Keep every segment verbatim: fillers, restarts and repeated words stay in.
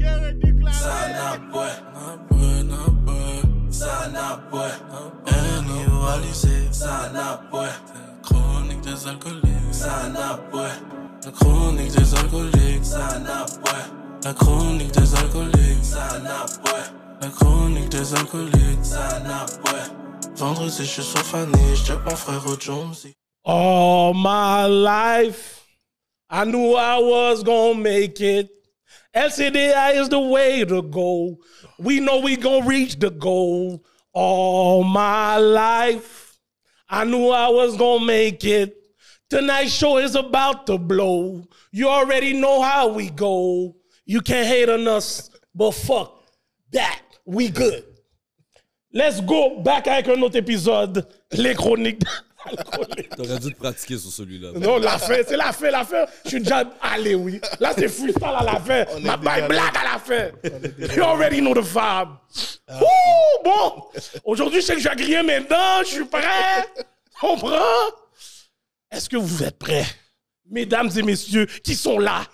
Ça n'a pas, n'a pas, n'a pas. Ça n'a pas, animalisé. Ça n'a pas, chronique des alcooliques. Ça n'a pas, la chronique des alcooliques. Ça n'a pas, la chronique des alcooliques. Ça n'a pas, la chronique des alcooliques. Ça n'a pas. Vendredi, je suis sur Fanny, je mon frère au Jonesy. All my life, I knew I was gonna make it. L C D I is the way to go. We know we gonna reach the goal. All my life, I knew I was gonna make it. Tonight's show is about to blow. You already know how we go. You can't hate on us, but fuck that, we good. Let's go back avec un autre épisode, les chroniques d'alcooliques. T'aurais dû te pratiquer sur celui-là. Non, la fin, c'est la fin, la fin. Je suis déjà allé, oui. Là, c'est freestyle à la fin. Ma baille blague à la fin. You already know the vibe. Ah. Ouh, bon. Aujourd'hui, je sais que je vais griller mes dents. Je suis prêt. On prend. Est-ce que vous êtes prêts? Mesdames et messieurs qui sont là.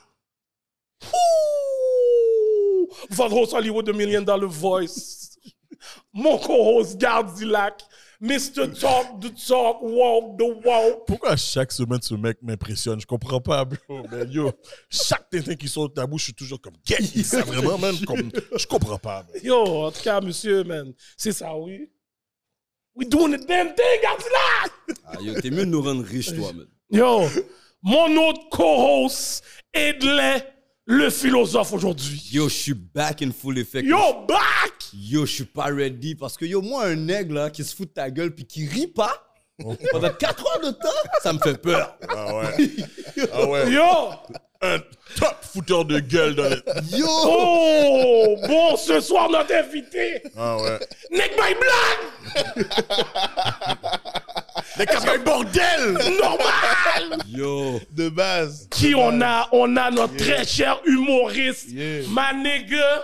Ouh. Vendredi Hollywood de Million Dollar Voice. Mon co-host Gardilac. mister Talk the Talk, Walk the Walk. Pourquoi chaque semaine ce mec m'impressionne? Je comprends pas, bro. Mais yo, chaque tintin qui sort de ta bouche, je suis toujours comme gay. C'est vraiment, man, comme, je comprends pas. Man. Yo, en tout cas, monsieur, man, c'est ça, oui. We doing the damn thing, Gardilac! Ah, yo, t'es mieux de nous rendre riches, toi, man. Yo, mon autre co-host, Edley, le philosophe aujourd'hui. Yo, je suis back in full effect. Yo, back! Yo, je suis pas ready parce que yo, moi, un aigle là, qui se fout de ta gueule puis qui rit pas pendant quatre heures de temps, ça me fait peur. Ah ouais. Ah ouais. Yo! Un top fouteur de gueule dans le... Yo! Oh! Bon, ce soir, notre invité. Ah ouais. Nick My Black! Les casques bordel! Normal! Yo! De base. Qui de on base. a? On a notre yeah. très cher humoriste, Yeah. ma nigga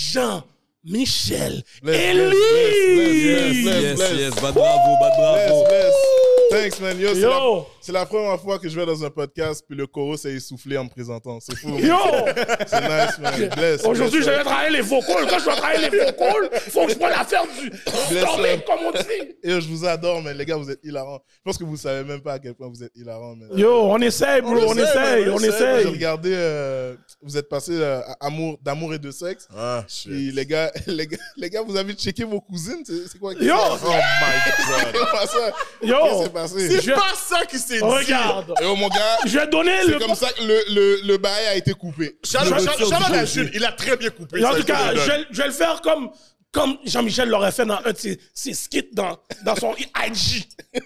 Jean-Michel Bless, Elie! bless, bless, bless, Yes, bless. yes, bad bravo, bad bravo. Bless, bless. Thanks, man. Yo, c'est Yo. la, c'est la première fois que je vais dans un podcast, puis le chorus s'est essoufflé en me présentant. C'est fou. Yo! C'est nice, man. Bless. Aujourd'hui, je bless, vais travailler les vocals. Quand je vais travailler les vocals, faut que je prenne l'affaire du storming, comme on dit. Et je vous adore, mais les gars, vous êtes hilarants. Je pense que vous savez même pas à quel point vous êtes hilarants. Mais... Yo, on essaye, bro, on, on essaye, man, on essaye. J'ai regardé, euh, vous êtes passé euh, à Amour, d'amour et de sexe. Ah, shit. Puis les gars, les gars, les gars, vous avez checké vos cousines. C'est, c'est quoi qui Yo! s'est passé? Oh my God. Pas ça. Yo! Qu'est-ce qui s'est passé? C'est Je- pas ça qui s'est dit. Regarde, Et oh mon gars, je vais donner c'est le... comme ça que le, le, le bail a été coupé. Charles, Je Charles, retire Charles du a jeu. Jules, il a très bien coupé. Et en ça, tout cas, le je donne. vais, je vais le faire comme, comme Jean-Michel l'aurait fait dans un de ses, ses skits dans, dans son I G.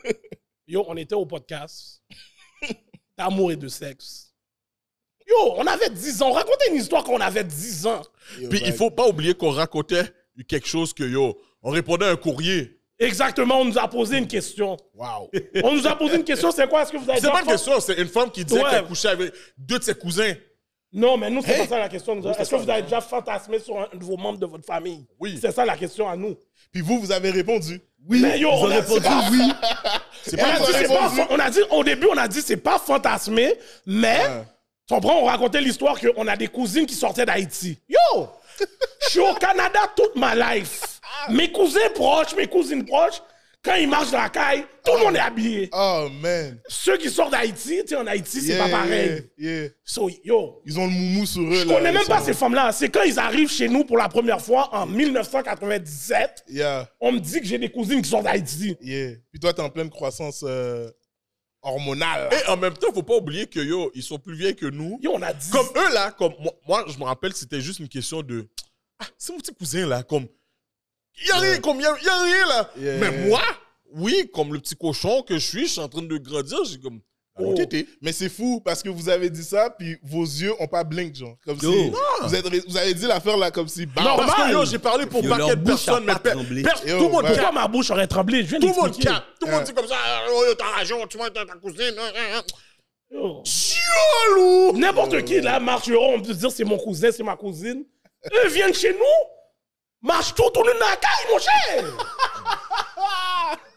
Yo, on était au podcast d'amour et de sexe. Yo, on avait dix ans. On racontait une histoire quand on avait dix ans. Puis il faut pas oublier qu'on racontait quelque chose que yo, on répondait à un courrier. Exactement, on nous a posé une question. Waouh. On nous a posé une question, c'est quoi? Est-ce que vous avez C'est déjà pas une fait- question, c'est une femme qui disait Ouais. qu'elle couchait avec deux de ses cousins. Non, mais nous, c'est Hey. pas ça la question. Nous, Est-ce que vous avez déjà fantasmé sur un de vos membres de votre famille? Oui. C'est ça la question à nous. Puis vous, vous avez répondu. Oui, Mais yo, vous on avez a- répondu c'est pas- oui. C'est On pas a, vous dit, avez c'est pas, répondu. fa- on a dit, au début, on a dit, c'est pas fantasmé, mais, Ouais. tu comprends, on racontait l'histoire qu'on a des cousines qui sortaient d'Haïti. Yo! Je suis au Canada toute ma life. Mes cousins proches, mes cousines proches, quand ils marchent dans la caille, tout le monde est habillé. Oh man. Ceux qui sortent d'Haïti, tu sais, en Haïti, c'est Yeah, pas pareil. Yeah, yeah. So, yo, Ils ont le moumou sur eux. je là. connais même Ils pas sont- ces femmes-là. C'est quand ils arrivent chez nous pour la première fois en dix-neuf cent quatre-vingt-dix-sept, Yeah, on me dit que j'ai des cousines qui sont d'Haïti. yeah. Puis toi, t'es en pleine croissance euh, hormonale. Et en même temps, faut pas oublier que yo, ils sont plus vieux que nous. Yo, on a dit... Comme eux là, comme moi, moi, je me rappelle, c'était juste une question de ah, c'est mon petit cousin là, comme il y a rien, comme il y a, y a rien là. Yeah. Mais moi, oui, comme le petit cochon que je suis, je suis en train de grandir, j'ai comme Oh. Mais c'est fou parce que vous avez dit ça, puis vos yeux ont pas blink, genre. Comme Yo. si. Vous, êtes, vous avez dit l'affaire là comme si. bam. Non, parce que normal. yo, j'ai parlé pour Yo, pas leur quelle bouche a personne, mais pas per- tremblé. per- Yo, tout le monde ouais. cap, Pourquoi ma bouche aurait tremblé? Je viens tout le monde d'expliquer. cap, tout le monde Hein. dit comme ça, oh, yo, t'as raison, tu vois, t'as ta cousine. hein, hein, hein. Yo. Chialou! N'importe qui, là, marche on peut se dire c'est mon cousin, c'est ma cousine. Eux viennent chez nous, marche tout, tourne dans la caille, mon cher.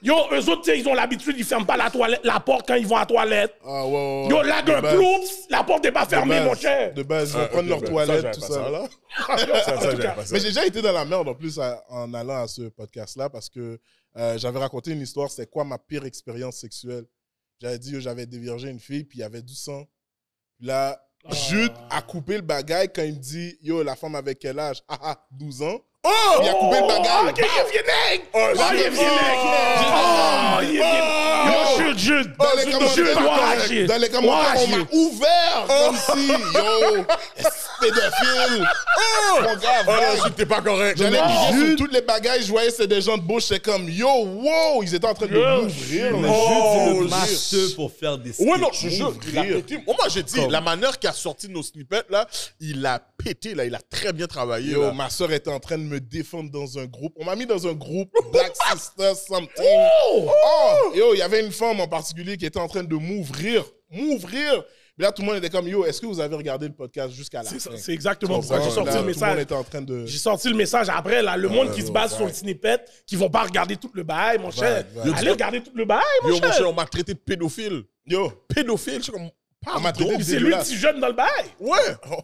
Yo, eux autres, tu sais, ils ont l'habitude, ils ferment pas la toilette, la porte quand ils vont à la toilette. Ah, ouais, ouais, ouais. Yo, là, De un base. ploups, la porte n'est pas fermée, base. mon cher. De base, ils vont Ah, prendre ok, leur ben, toilette, ça, tout j'avais ça. pas là. Ça, ça, j'avais pas ça. Mais j'ai déjà été dans la merde en plus à- en allant à ce podcast-là parce que euh, j'avais raconté une histoire, c'était quoi ma pire expérience sexuelle. J'avais dit que j'avais déviergé une fille, puis il y avait du sang. Puis là, Jude a coupé le bagaille quand il me dit, yo, la femme avec quel âge? Ah ah, douze ans. Oh! Il a coupé le bagaille. Ok, il est vieux nègre. Oh, Oh, il est vieux nègre. Oh, il est vieux Oh! Yo, Jude, Jude. Dans les Jude, commentaires, moi, agir. dans les Moi, commentaires, on m'a agir. ouvert comme si, yo, pédophile. Oh! Mon gars, Oh vague. non, Jude, t'es pas correct. J'allais Non. cliquer sur toutes les bagages, je voyais c'était des gens de bouche, c'est comme yo, wow, ils étaient en train de Yo, m'ouvrir. Mais là. Jude, c'est Oh, le master pour faire des Ouais, non, skits. je te jure, il a Ouvrir. pété. Moi, moi, j'ai dit, Comme- la manière qu'il a sorti nos snippets, là, il a pété, là, il a très bien travaillé. Yo, là. ma soeur était en train de me défendre dans un groupe. On m'a mis dans un groupe Black Sister something. Oh! Oh, yo, il y avait une femme en particulier qui était en train de m'ouvrir, m'ouvrir. Mais là, tout le monde était comme, yo, est-ce que vous avez regardé le podcast jusqu'à la C'est fin? ça, c'est exactement Tu pourquoi j'ai comprends? sorti Là, le tout le monde message. était en train de... J'ai sorti le message après, là, le monde qui se base ouais. sur le snippet, qui vont pas regarder tout le bail, mon cher. ouais. Allez regarder tout le bail, mon Yo, mon cher, cher. on m'a traité de pédophile. Yo, Pédophile, je suis comme. on m'a traité de C'est lui le dégueulasse. petit jeune dans le bail. Ouais.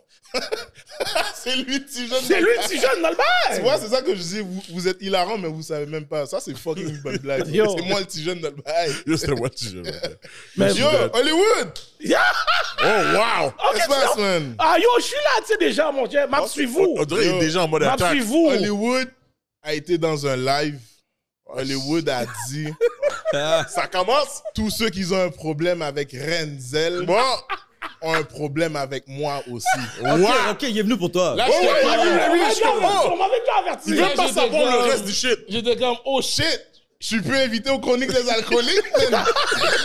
C'est lui, petit jeune. C'est lui le petit jeune dans le bail. Tu vois, c'est ça que je dis, vous, vous êtes hilarant, mais vous savez même pas. Ça, c'est fucking bonne blague. Yo. C'est moi le petit jeune dans le bail. Yo, c'était moi, tu sais. Mais- Yo, Hollywood! Yeah. Oh, wow. Ok, Qu'est-ce qui se passe, non. man? Ah yo, je suis là, tu sais déjà, mon cher. Map, suis-vous. On dirait qu'il est déjà en mode Map, attaque. suis-vous. Hollywood a été dans un live. Hollywood a dit Ça commence. tous ceux qui ont un problème avec Renzel Moi. ont un problème avec moi aussi. Ok, ok, il est venu pour toi. Là, Oh, j'étais ouais, comme- ouais, ouais, ouais, je suis comme, oh. On m'avait déjà averti. Il veut Là, pas j'étais savoir le comme- reste du shit. J'étais comme, oh shit, je suis plus invité aux chroniques des alcooliques. man.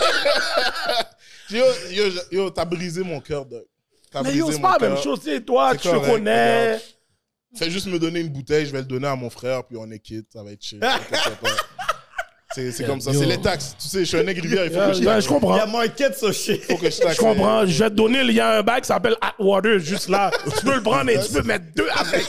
yo, yo, yo, t'as brisé mon cœur, Doc. T'as Mais brisé yo, c'est mon pas la même cœur. chose, tu sais, toi, C'est tu te correct, connais. regarde. Fais juste me donner une bouteille, je vais le donner à mon frère, puis on est quitte, ça va être chill. T'inquiète pas. C'est c'est comme ça, c'est les taxes. Tu sais, je suis un nègre rivière, il faut que je Ouais, taxe. je comprends. Il y a manqué de ce shit. Faut que je taxe. Je comprends. Je vais te donner, il y a un bac qui s'appelle Atwater juste là. Tu peux le prendre et tu peux mettre deux avec.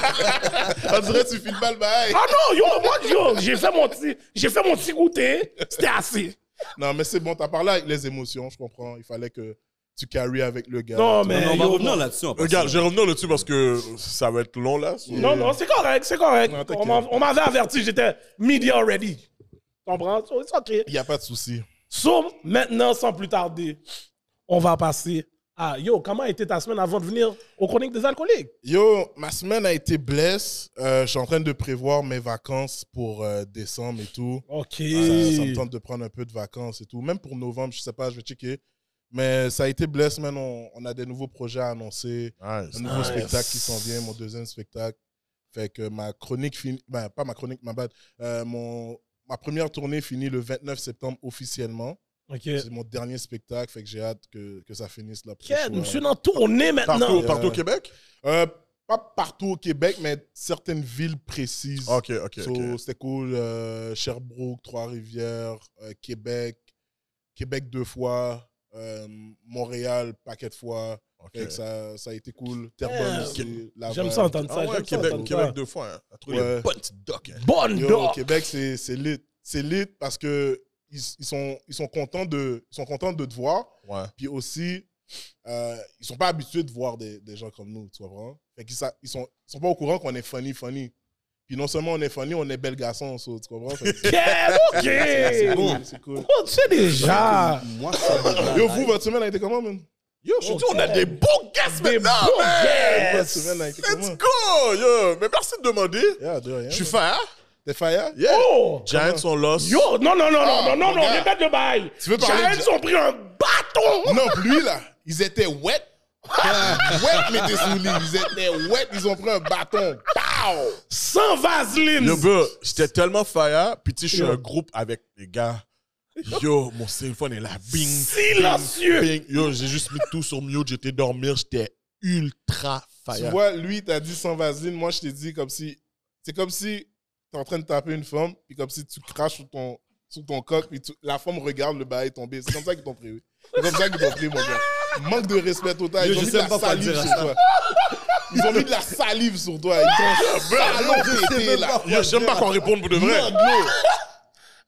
On dirait que tu files pas le bail. Ah non, yo, moi, yo, j'ai fait mon petit, j'ai fait mon petit goûter. C'était assez. Non, mais c'est bon, t'as parlé avec les émotions, je comprends. Il fallait que tu carry avec le gars. Non, Tu mais- vois. On va yo, revenir moi- là-dessus. en Regarde, passant. je vais revenir là-dessus parce que ça va être long là. Non, non, c'est correct, c'est correct. Non, t'inquiète. On m'a- on m'avait averti, j'étais media ready. Tu comprends? So, it's OK. Il n'y a pas de souci. So, maintenant, sans plus tarder, on va passer à yo, comment était ta semaine avant de venir aux Chroniques des alcooliques? Yo, ma semaine a été blesse. Euh, je suis en train de prévoir mes vacances pour euh, décembre et tout. OK. Ça, ça me tente de prendre un peu de vacances et tout. Même pour novembre, je sais pas, je vais checker. Mais ça a été blesse, man. On, on a des nouveaux projets à annoncer. Nice. Un nouveau Nice. spectacle qui s'en vient, mon deuxième spectacle. Fait que ma chronique finit. Ben, pas ma chronique, ma bad. Euh, mon, ma première tournée finit le vingt-neuf septembre officiellement. OK. C'est mon dernier spectacle, fait que j'ai hâte que, que ça finisse là. OK, nous sommes en tournée maintenant. Partout, Euh, partout au Québec? Euh, pas partout au Québec, mais certaines villes précises. Ok, ok, So, ok. C'était cool. euh, Sherbrooke, Trois-Rivières, euh, Québec, Québec deux fois, euh, Montréal, paquet de fois. Ok. Fait que ça, ça a été cool. Terrebonne Yeah. aussi. Laval. J'aime ça entendre ça. Ah ouais, j'aime ça Québec, entendre Québec ça. deux fois. Hein. T'as trouvé Ouais. les bonnes petites docks. Hein. Bonne Yo, dog. Québec, c'est c'est lit. C'est lit parce que ils, ils sont, ils, sont contents de, ils sont contents de te voir. Ouais. Puis aussi, euh, ils sont pas habitués de voir des, des gens comme nous, tu vois. Fait qu'ils sa- ils sont, ils sont pas au courant qu'on est funny, funny. Puis non seulement on est funny, on est bel garçon, so, tu comprends? Fait que Yeah, c'est OK. cool, c'est cool. Oh, tu sais déjà. Moi, ça Yo, vous, votre semaine a été comment, man? Yo, je te dis, on a des beaux guests Des maintenant, beaux man! guests. Votre semaine a été Let's comment? go! Yo, mais merci de demander. Yeah, de rien. Je suis fier. T'es fire? Yeah. Oh. Giants sont lost. Yo, non, non, non, non, Ah, non, non, mon non, gars. répète le bail. Tu veux parler de- Giants ont pris un bâton. Non, lui, là, ils étaient wet. Wet, mais tes souliers. Ils étaient wet, ils ont pris un bâton. Pow! Sans vaseline. Yo, bro, j'étais tellement fire. Puis tu sais, je suis Yo. un groupe avec les gars. Yo, mon téléphone est là. Bing. Silencieux. Bing. Yo, j'ai juste mis tout sur mute. J'étais dormir. J'étais ultra Tu fire. vois, lui, t'as dit sans vaseline. Moi, je t'ai dit comme si. C'est comme si t'es en train de taper une femme, puis comme si tu craches sur ton, sur ton coq, puis tu- la femme regarde le bail tomber. C'est comme ça qu'ils t'ont pris. Oui. C'est comme ça qu'ils t'ont pris, mon gars. Manque de respect total. Ils Yo, ont je mis sais de la pas quoi salive dire à sur ça. toi. Ils ont mis de la salive sur toi. Ils t'ont salon pété, là. Yo, j'aime pas qu'on réponde pour de vrai. Manglo.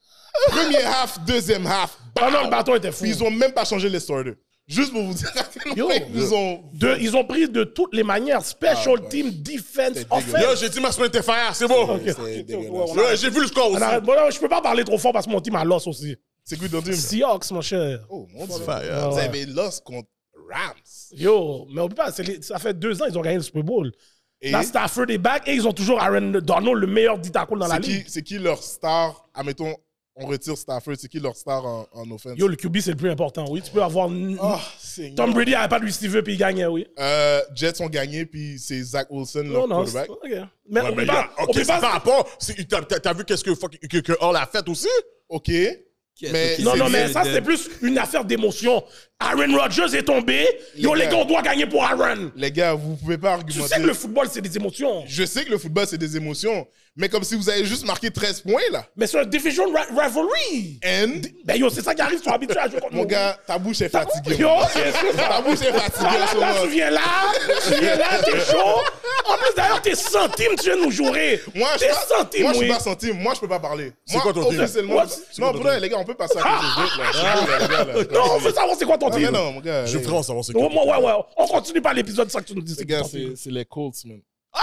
Premier half, deuxième half. Ah non, le bâton était fou. Puis ils ont même pas changé les starters. Juste pour vous dire à quel Yo, point ils ont... de, ils ont pris de toutes les manières. Special Ah, ouais. team, defense, C'était offense. Yo, j'ai dit ma semaine était fire, c'est bon. C'est Ok, dégueulasse. on Ouais, j'ai vu le score On aussi. arrête. Bon, non, je peux pas parler trop fort parce que mon team a lost aussi. C'est quoi ton team? Seahawks, mon cher. Oh mon Dieu. Fire. Vous Ouais. avez lost contre Rams. Yo, mais on peut pas. c'est les- ça fait deux ans qu'ils ont gagné le Super Bowl. Et Là, Stafford est back et ils ont toujours Aaron Donald, le meilleur D-tackle dans la c'est qui, ligue. c'est qui leur star? Admettons, on retire Stafford. C'est qui leur star en, en offense? Yo, le Q B, c'est le plus important, oui. Tu peux avoir. Oh, Seigneur. Tom Brady n'avait pas de receiver puis il gagnait, oui. Euh, Jets ont gagné, puis c'est Zach Wilson, leur Non, non. c'est- quarterback. ok. Mais Ouais, on mais peut pas. yeah, on ok, peut c'est pas- par rapport. c'est- T'as t'as- t'as vu qu'est-ce que, fuck- que, que Hall a fait aussi? OK. Mais Non, c'est non, mais bien. ça, c'était plus une affaire d'émotion. Aaron Rodgers est tombé. Yo, les gars. gars, on doit gagner pour Aaron. Les gars, vous pouvez pas Tu argumenter. sais que le football, c'est des émotions. Je sais que le football, c'est des émotions. Mais comme si vous avez juste marqué treize points, là. Mais c'est un division ri- rivalry. And, Ben yo, c'est ça qui arrive, ils sont habitués à jouer contre mon nous. gars, ta bouche est fatiguée. Yo, mon gars. c'est c'est ça. Ta bouche est fatiguée Là, en ce là, moment. tu viens là, tu viens là, t'es chaud. En plus, d'ailleurs, t'es centimes, tu viens nous jouer. Moi, je T'es suis pas, centimes, moi, je suis oui. pas centime. Moi, je peux pas parler. C'est Moi, quoi ton team? officiellement, What? je- C'est Non, quoi ton pour vrai, les gars, on peut passer à côté des autres, là. Je suis désolé, les gars, là. Non, on veut savoir c'est quoi ton Non, mais team. non, mon gars. Je les- ferai en savoir c'est Oh, quoi. moi, ouais, ouais. On continue par l'épisode, ça que tu nous dis. Les c'est gars, ton team. c'est c'est les Colts, man.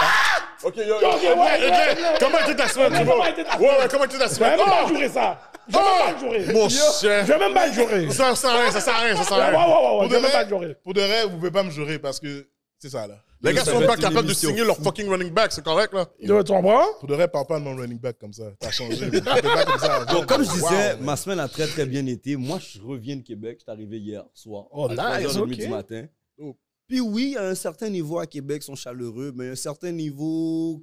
Ok, yo, yo, Ok, ouais, ouais, ouais. Comment était ta semaine, tu Comment vois? était ta Ouais, semaine? ouais, comment était ta Je vais semaine? même pas Oh! jurer ça. Je vais même pas le jurer. Mon Je cher. vais même pas le jurer. Ça sert à rien, ça sert à rien, ça sert Ouais, à ouais, rien. ouais, ouais. Pour Je de vais même pas vrai, le jurer. pour de vrai, vous pouvez pas me jurer parce que c'est ça, là. Les gars Ça sont va pas être une capables de émission signer leur fucking running back, c'est correct, là? Yo, tu comprends? Pour de vrai, parle pas de mon running back comme ça. T'as changé. T'es pas comme ça avant. Donc, comme je disais, Wow. ma semaine a très très bien été. Moi, je reviens de Québec. Je suis arrivé hier soir. Oh, à nice, trois heures trente ok. du matin. Oh. Puis oui, à un certain niveau à Québec, ils sont chaleureux, mais à un certain niveau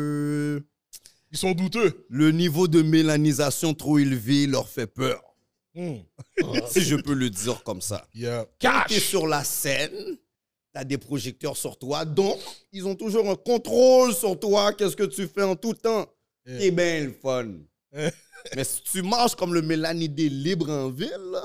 que Ils sont douteux. le niveau de mélanisation trop élevé leur fait peur. Hmm. Si je peux le dire comme ça. Yeah. Quand t'es Cash. sur la scène, t'as des projecteurs sur toi, donc ils ont toujours un contrôle sur toi. Qu'est-ce que tu fais en tout temps? Yeah. C'est bien le fun. Mais si tu marches comme le mélanidé libre en ville, là,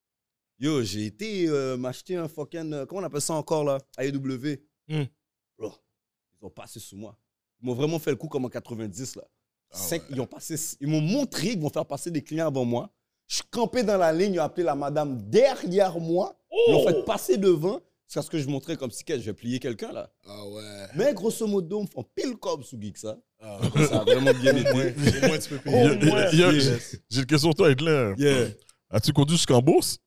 yo, j'ai été euh, m'acheter un fucking, euh, comment on appelle ça encore là? A E W. Hmm. Bro, ils ont passé sous moi. Ils m'ont vraiment fait le coup comme en quatre-vingt-dix là. Ah Cinq- ouais. Ils ont passé, ils m'ont montré qu'ils vont faire passer des clients avant moi. Je suis campé dans la ligne, ils ont appelé la madame derrière moi. Ils Oh! l'ont fait passer devant. C'est parce que je montrais comme si que je vais plier quelqu'un là. Ah ouais. Mais grosso modo, ils me font pile comme sous geek ça. Ah, Ça a vraiment bien au moins, été. au moins, tu peux Oh, payer. Yo, ouais. yo, Yeah. j'ai- J'ai une question pour toi, Hitler. Yeah. As-tu conduit jusqu'en Beauce?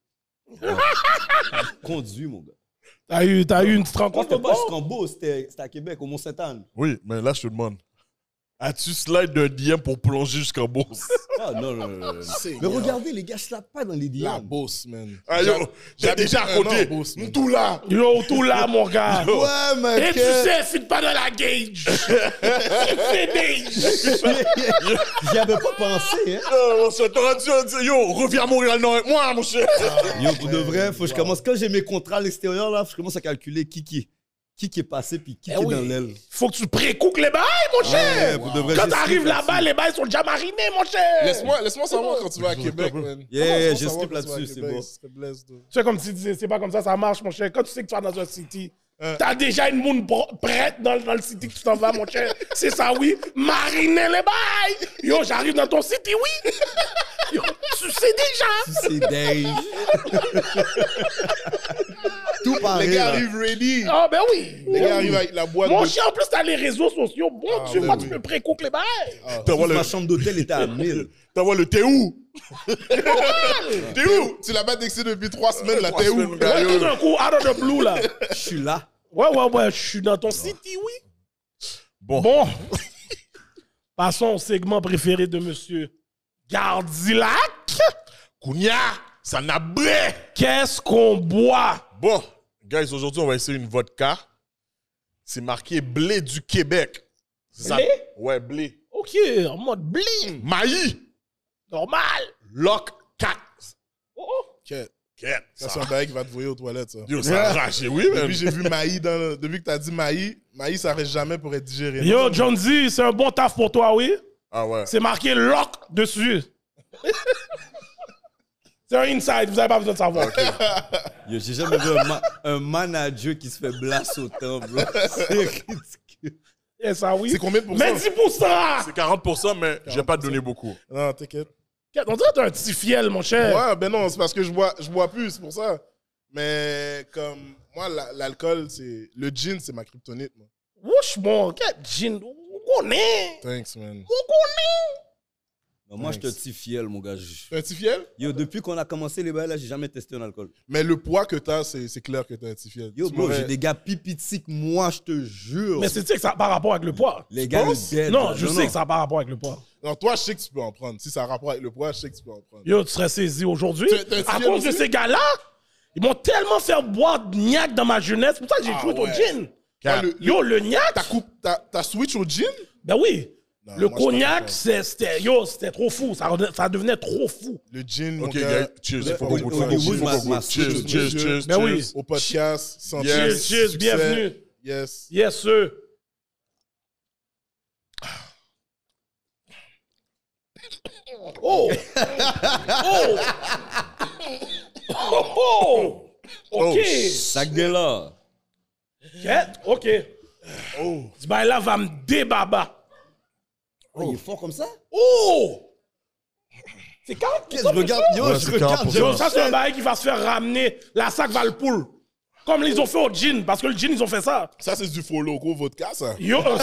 Conduit, mon gars. T'as eu, t'as eu une petite Moi, rencontre. c'était pas bon? jusqu'en Beau, c'était c'était à Québec, au Mont-Sainte-Anne. Oui, mais là, je te demande. As-tu slide d'un D M pour plonger jusqu'en Beauce? Ah non, non, non, non, non. C'est Mais bien. regardez, les gars, je slappe pas dans les D M. La bosse, man. Ah, yo, j'ai J'habite déjà à un an côté. à Beauce, man. Tout là. Yo, tout là, mon gars. Ouais, mais Et tu sais, fit pas dans la gauge. C'est gauge. J'y avais pas pensé, hein. Yo, mon cher, t'aurais dû dire, yo, reviens à Montréal-Nord avec moi, mon cher. Yo, pour de vrai, faut que je commence. Quand j'ai mes contrats à l'extérieur, là, je commence à calculer qui qui, qui, qui est passé puis qui, Eh qui est oui. dans l'aile. Faut que tu précookes les bails, mon cher. Ouais, pour de vrai, Quand j'ai t'arrives skip là-bas, les bails sont déjà marinés, mon cher. Laisse-moi laisse savoir quand tu vas à Québec, man. Yeah, Laisse-moi j'ai savoir skip quand tu vas à là-dessus, c'est Québec, bon. c'est blessed, though. Tu sais, comme tu disais, c'est pas comme ça, ça marche, mon cher. Quand tu sais que tu vas dans un city, Euh. t'as déjà une monde pro- prête dans, dans le city que tu t'en vas, mon cher. C'est ça, oui. Mariner les bails. Yo, j'arrive dans ton city, oui. Yo, tu sais déjà. C'est dingue. Tout pareil. Les gars là. arrivent ready. Ah, ben oui. Les gars arrivent avec la boîte Mon de... cher, en plus, t'as les réseaux sociaux. Bon, Ah, tu ben vois, oui. tu peux précook les bails. T'envoies le, Ma chambre d'hôtel était à mille. t'envoies le t'es où? T'es où? Tu l'as pas texté depuis trois semaines, là. Trois T'es où? semaines, gars. Ouais, tout d'un coup, out of the blue, là. Je suis là. Ouais, ouais, ouais, je suis dans ton city, oui. Bon. Bon. Passons au segment préféré de monsieur Gardilac. Kounia, ça n'a bré. Qu'est-ce qu'on boit? Bon, guys, aujourd'hui, on va essayer une vodka. C'est marqué blé du Québec. C'est ça? Blé? Ouais, blé. Ok, en mode blé. Maïs. Normal. Lock quatre. Oh, oh. Quête. Quête. Ça, Ça, c'est un bail qui va te voyer aux toilettes, ça. yo, ça a arraché, oui, man. Depuis j'ai vu Maï dans le... Depuis que t'as dit Maï, Maï, ça reste jamais pour être digéré. Yo, John Z, c'est un bon taf pour toi, oui? Ah ouais. C'est marqué lock dessus. C'est un inside, vous avez pas besoin de savoir. Yo, j'ai jamais vu un, ma- un manager qui se fait blast autant, bro. C'est ridicule. Et ça, oui. C'est combien de pourcents? Mais dix pour cent. C'est quarante pour cent, mais je vais pas te donner beaucoup. Non, t'inquiète. On dirait que t'es un petit fiel, mon cher. Ouais, ben non, c'est parce que je bois, je bois plus, c'est pour ça. Mais comme moi, la- l'alcool, c'est le gin, c'est ma kryptonite, moi. Wesh, mon gars, gin, on connaît. Thanks, man. On connaît. Non, moi, je te petit fiel, mon gars. Je- T'es un petit fiel? Yo, depuis qu'on a commencé les bails, là, j'ai jamais testé un alcool. Mais le poids que t'as, c'est c'est clair que t'es un petit fiel. Yo, Tu bro, m'aurais- j'ai des gars pipitiques, moi, je te jure. Mais c'est tu sais que ça a pas rapport avec le poids. Les gars, le penses? dead. Non, là. je sais que ça n'a pas rapport avec le poids. Non, toi, je sais que tu peux en prendre. Si ça a rapport avec le poids, je sais que tu peux en prendre. Yo, tu serais saisi aujourd'hui. T'es- t'es un À fiel cause de aussi? ces gars-là, ils m'ont tellement fait boire de gnac dans ma jeunesse. C'est pour ça que j'ai Ah, joué au ouais. gin. Ouais, le- Yo, le gnac, T'as coup- t'as- t'as switch au gin? ben oui. Non, le moi, je cognac, pense c'est- c'était yo, c'était trop fou. Ça, ça devenait trop fou. Le gin, mon Ok, gars. gars, cheers. Le- Faut au- qu'on goûte, au- faut qu'on au- goûte, faut ma- qu'on ma- goûte. Cheers, cheers, cheers, cheers. Ben oui. Au podcast, santé, Cheers, cheers, succès. bienvenue. Yes. Yes, sir. Oh! Oh! Oh! Oh! OK. Sac de là. Quête? OK. Oh. Ce bail-là va me débaba. Oh, il est fort comme ça? Oh! C'est quand? Qu'est-ce que je regarde? Yo, Ouais, je c'est regarde. quarante pour je- Yo, ça, c'est un bail qui va se faire ramener la sac Valpool. Comme ils ont fait au gin, parce que le gin, ils ont fait ça. Ça, c'est du faux logo vodka, ça. Yo! Oh,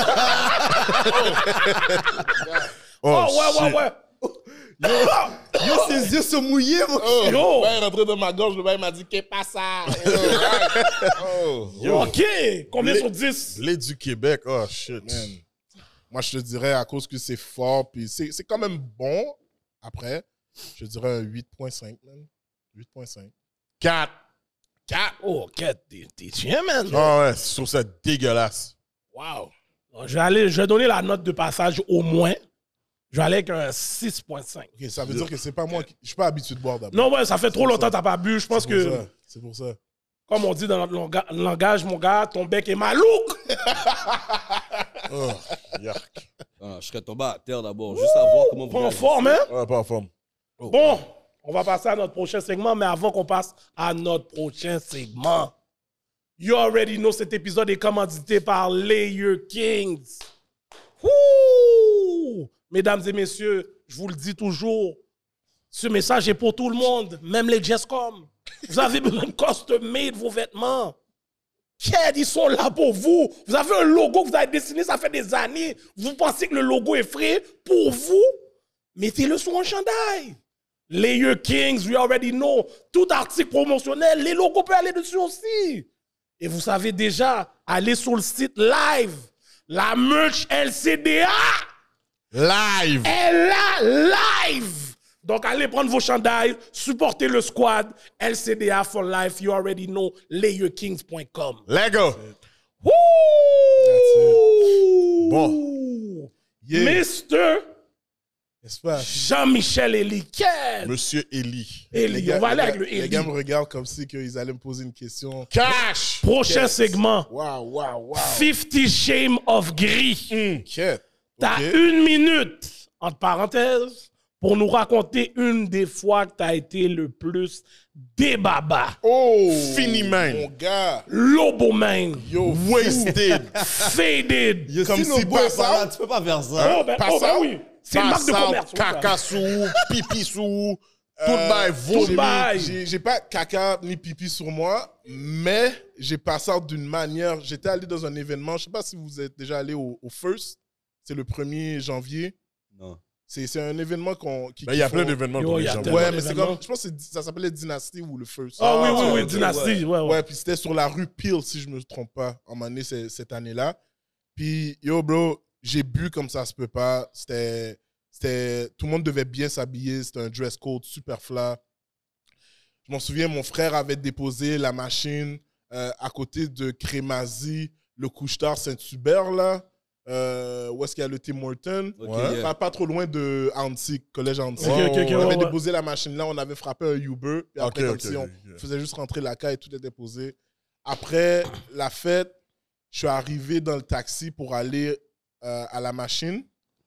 Oh, ouais, ouais, shit. ouais. Yo, ses yeux sont mouillés, mon Oh, Yo. le bail est rentré dans ma gorge, le bail m'a dit « Qu'est-ce pas ça? » Oh, Yo. OK. Combien Les- sur dix? Lait du Québec, oh shit. man. Moi, je te dirais, à cause que c'est fort, puis c'est c'est quand même bon, après, je dirais un huit virgule cinq, man. huit virgule cinq. quatre. quatre. Oh, quatre. T'es t'es chien, man. Ah ouais, je trouve ça dégueulasse. Wow. Je vais, aller, je vais donner la note de passage au moins. Je vais aller avec un six virgule cinq. Ok, ça veut dire que c'est pas moi qui. Je suis pas habitué de boire d'abord. Non, ouais, ça fait trop pour longtemps ça. que t'as pas bu. Je pense C'est pour que, ça, c'est pour ça. comme on dit dans notre longa- langage, mon gars, ton bec est malouk. Oh, yark. Ah, je serais tombé à terre d'abord, juste à voir comment vous Pas en réagissez. forme, hein? Ouais, pas en forme. Bon, on va passer à notre prochain segment, mais avant qu'on passe à notre prochain segment, you already know, cet épisode est commandité par Layer Kings. Wouh! Mesdames et messieurs, je vous le dis toujours, ce message est pour tout le monde, même les Jesscom. Vous avez besoin de custom-made vos vêtements. Ked, ils sont là pour vous. Vous avez un logo que vous avez dessiné, ça fait des années. Vous pensez que le logo est frais pour vous? Mettez-le sur un chandail. Layer Kings, we already know. Tout article promotionnel, les logos peuvent aller dessus aussi. Et vous savez déjà, allez sur le site live. La merch L C D A Live! est là, live. Donc, allez prendre vos chandails, supportez le squad. L C D A for life, you already know, layer kings point com. Lego! Woo! Bon. Yeah. Mister N'est-ce pas? Jean-Michel Eliquet. Monsieur Eli. Eli, on va aller les avec gars- le Les Eli. gars me regardent comme si qu'ils allaient me poser une question. Cash! Prochain Yes. segment, Waouh, waouh, waouh. fifty Shades of Gris. Quête. T'as Ok. une minute, entre parenthèses, pour nous raconter une des fois que t'as été le plus débaba. Oh! Fini, man. Mon gars. Loboman. Yo, Wasted! Faded. Yo, Comme si nos si boys pas sont là, ça. tu peux pas faire ça. Oh, ben, Pas oh, ben ça. oui. C'est une marque de Passant, commerce. oui, ça. Caca sous, pipi sous, tout Euh, bail tout vaut. J'ai mis- Bye. J'ai j'ai pas caca ni pipi sur moi, mais j'ai passé out d'une manière. J'étais allé dans un événement. Je sais pas si vous êtes déjà allé au, au First. C'est le premier janvier. Non. C'est c'est un événement qu'on. qui- Ben, il y a qui plein font- d'événements Yo, pour il les y a gens. tellement Ouais, mais c'est d'événements. comme. Je pense que c'est- ça s'appelait Dynasty ou le First. Ah oui, oui, Ah, oui, ok, Dynasty. ouais. Ouais, ouais. Ouais, puis c'était sur la rue Peel, si je me trompe pas, en année, c'est- cette année-là. Puis, yo, bro, j'ai bu comme ça se peut pas. C'était. c'était- Tout le monde devait bien s'habiller. C'était un dress code super flat. Je m'en souviens, mon frère avait déposé la machine euh, à côté de Crémazie, le couche-tard Saint-Hubert, là. Euh, où est-ce qu'il y a le Tim Hortons? Ok, Ouais. yeah. Pas, pas trop loin de Antique, collège Antique. Ok, ok, ok, On ouais, avait ouais. déposé la machine là, on avait frappé un Uber. Puis après, Ok, comme ok, si on ok. faisait juste rentrer la caille, tout était posé. Après la fête, je suis arrivé dans le taxi pour aller euh, à la machine.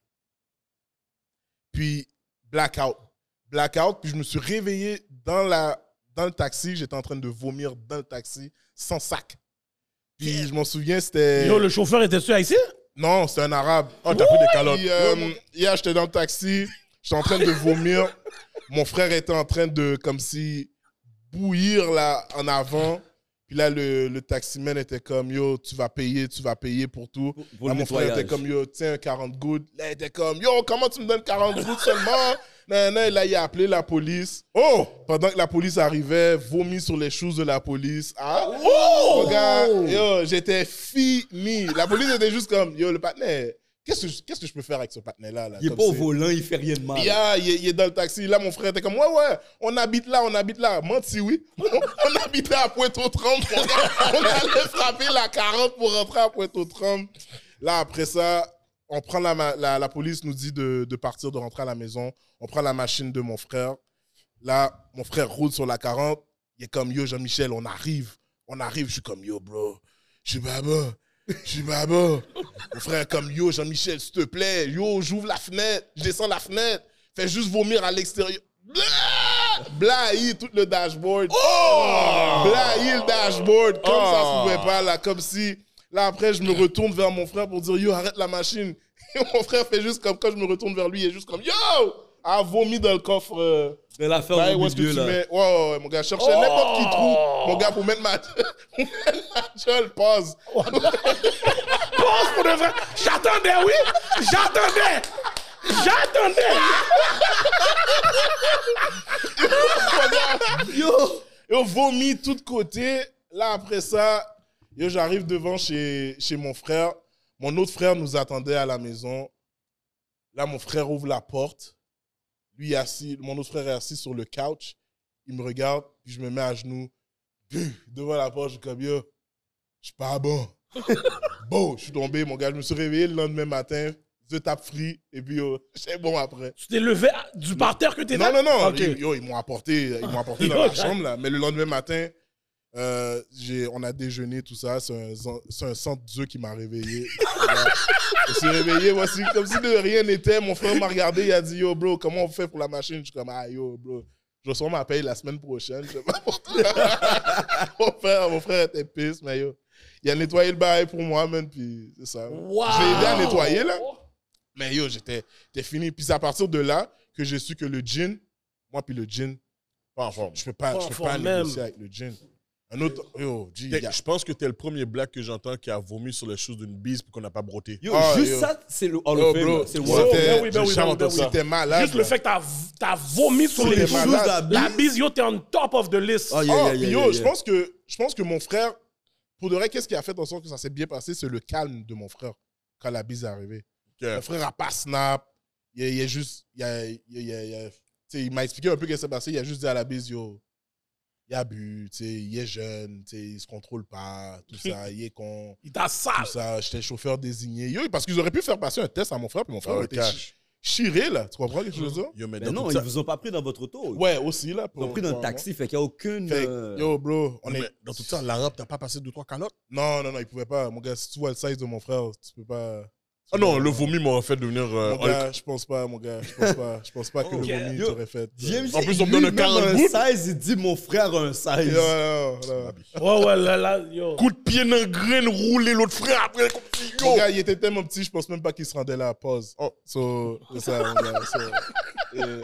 Puis, blackout. Blackout, puis je me suis réveillé dans, la, dans le taxi. J'étais en train de vomir dans le taxi, sans sac. Puis, je m'en souviens, c'était... Yo, le chauffeur était-tu haïtien? Non, c'était un arabe. Oh, t'as pris des calottes. Puis, euh, hier, j'étais dans le taxi. J'étais en train de vomir. Mon frère était en train de, comme si, bouillir là, en avant. Puis là, le, le taximan était comme, yo, tu vas payer, tu vas payer pour tout. Pour, pour là, le mon frère nettoyage. était comme, yo, tiens, quarante gouttes. Là, il était comme, yo, comment tu me donnes quarante gouttes seulement? Non, non, là, il a appelé la police. Oh! Pendant que la police arrivait, vomi sur les choses de la police. Ah! Oh! Regarde, yo, j'étais fini. La police était juste comme, yo, le partenaire, qu'est-ce que, qu'est-ce que je peux faire avec ce partenaire-là? Là, Il est comme pas au c'est- volant, il fait rien de mal. Yeah, il, est, il est dans le taxi. Là, mon frère était comme, ouais, ouais, on habite là, on habite là. Menti, oui. On habitait à Pointe-aux-Trembles. On, on allait frapper la quarante pour rentrer à Pointe-aux-Trembles. Là, après ça, on prend la, ma- la, la police nous dit de, de partir, de rentrer à la maison. On prend la machine de mon frère. Là, mon frère roule sur la quarante. Il est comme, yo, Jean-Michel, on arrive. On arrive. Je suis comme, yo, bro, je suis baba. Je suis baba. Mon frère est comme, yo, Jean-Michel, s'il te plaît. Yo, j'ouvre la fenêtre. Je descends la fenêtre. Fais juste vomir à l'extérieur. Blah! Blahi, tout le dashboard. Oh! Blahi, le dashboard. Comme ça se pouvait pas, là. Comme si... Là, après, je me retourne vers mon frère pour dire, yo, arrête la machine. Et mon frère fait juste comme, quand je me retourne vers lui, il est juste comme, yo! A vomi dans le coffre. Euh, De l'affaire ouais, au où est-ce que milieu, tu là. mets... Ouais, ouais, ouais, mon gars, cherchais n'importe qui trou. Mon gars, pour mettre ma... pour mettre ma gueule, pause. Pause pour de vrai. J'attendais, oui. J'attendais. J'attendais. Yo! Yo, vomi tout de côté. Là, après ça, yo, j'arrive devant chez, chez mon frère. Mon autre frère nous attendait à la maison. Là, mon frère ouvre la porte. Lui est assis, mon autre frère est assis sur le couch. Il me regarde, puis je me mets à genoux. Devant la porte, je suis comme, yo, je suis pas bon. Bon, je suis tombé, mon gars. Je me suis réveillé le lendemain matin, deux tapes free, et puis yo, c'est bon après. Tu t'es levé du parterre que t'étais. Non, non, non. Ok. Ils, yo, ils m'ont apporté, ils m'ont apporté dans Yo, la chambre, là. Mais le lendemain matin, euh, j'ai, on a déjeuné, tout ça. C'est un, c'est un sang de Dieu qui m'a réveillé. Je me suis réveillé, voici, comme si de rien n'était. Mon frère m'a regardé, il a dit, yo, bro, comment on fait pour la machine? Je suis comme, ah, yo, bro, je reçois ma paye la semaine prochaine. Je sais pas pour toi. mon, frère, mon frère était pisse, mais yo, il a nettoyé le bail pour moi, man, puis c'est ça. Wow. Je l'ai aidé à nettoyer, là. Mais yo, j'étais j'étais fini. Puis c'est à partir de là que j'ai su que le gin, moi puis le gin, Pas en forme. je peux pas, Pas je en peux forme pas même. négocier avec le gin. Un autre, yo, G, T'es- y a- Je pense que t'es le premier black que j'entends qui a vomi sur les choses d'une bise puis qu'on n'a pas brotté. Yo, Ah, juste yo. ça, c'est le Hall Yo, of Fame. bro, là. C'est le c'était- Hall of Fame. Ben oui, ben j'ai oui, jamais ben oui, entendu ben ça. C'était malade. Juste le là. fait que t'as, t'as vomi sur Sur les les choses. malades. la bise. La bise, yo, t'es on top of the list. Oh, yeah, Oh, yeah, puis yeah, yo, yeah, je yeah. pense que je pense que mon frère, pour de vrai, qu'est-ce qui a fait en sorte que ça s'est bien passé, c'est le calme de mon frère quand la bise est arrivée. Ok. Mon frère a pas snap. Il, il est juste, il, a, il, il, a- il, a- tu sais, il m'a expliqué un peu ce qui s'est passé. Il a juste dit à la bise, yo, il a bu, tu sais, il est jeune, tu sais, il se contrôle pas, tout ça, il est con, Il t'a tout sale. ça. J'étais chauffeur désigné. Yo, parce qu'ils auraient pu faire passer un test à mon frère, puis mon frère Ah, était cash. chi- chiré, là. Tu comprends quelque chose de ça? Yo, mais Mais dans non, tout ils ça- vous ont pas pris dans votre auto. Ouais, aussi, là. Ils pour- ont pris dans le pour- taxi, fait qu'il n'y a aucune. Fait que, euh, yo, bro, on mais est. dans tout ça, l'arabe, t'as pas passé deux, trois calottes? Non, non, non, il pouvait pas. Mon gars, si tu vois le size de mon frère, tu peux pas. Ah non, le vomi m'a fait devenir. euh, Mon gars, je pense pas, mon gars. Je pense pas. Je pense pas que Ok. le vomi Yo, t'aurait fait. J M C, En plus, on me lui, donne un même quarante un gouttes. seize, il dit mon frère a un seize. Yo, non, non. Ouais, ouais, là, là, yo. coup de pied dans le grain, roulé l'autre frère après. Comme si, Mon yo. gars, il était tellement petit, je pense même pas qu'il se rendait là à pause. Oh, so, c'est ça, mon gars. so, euh,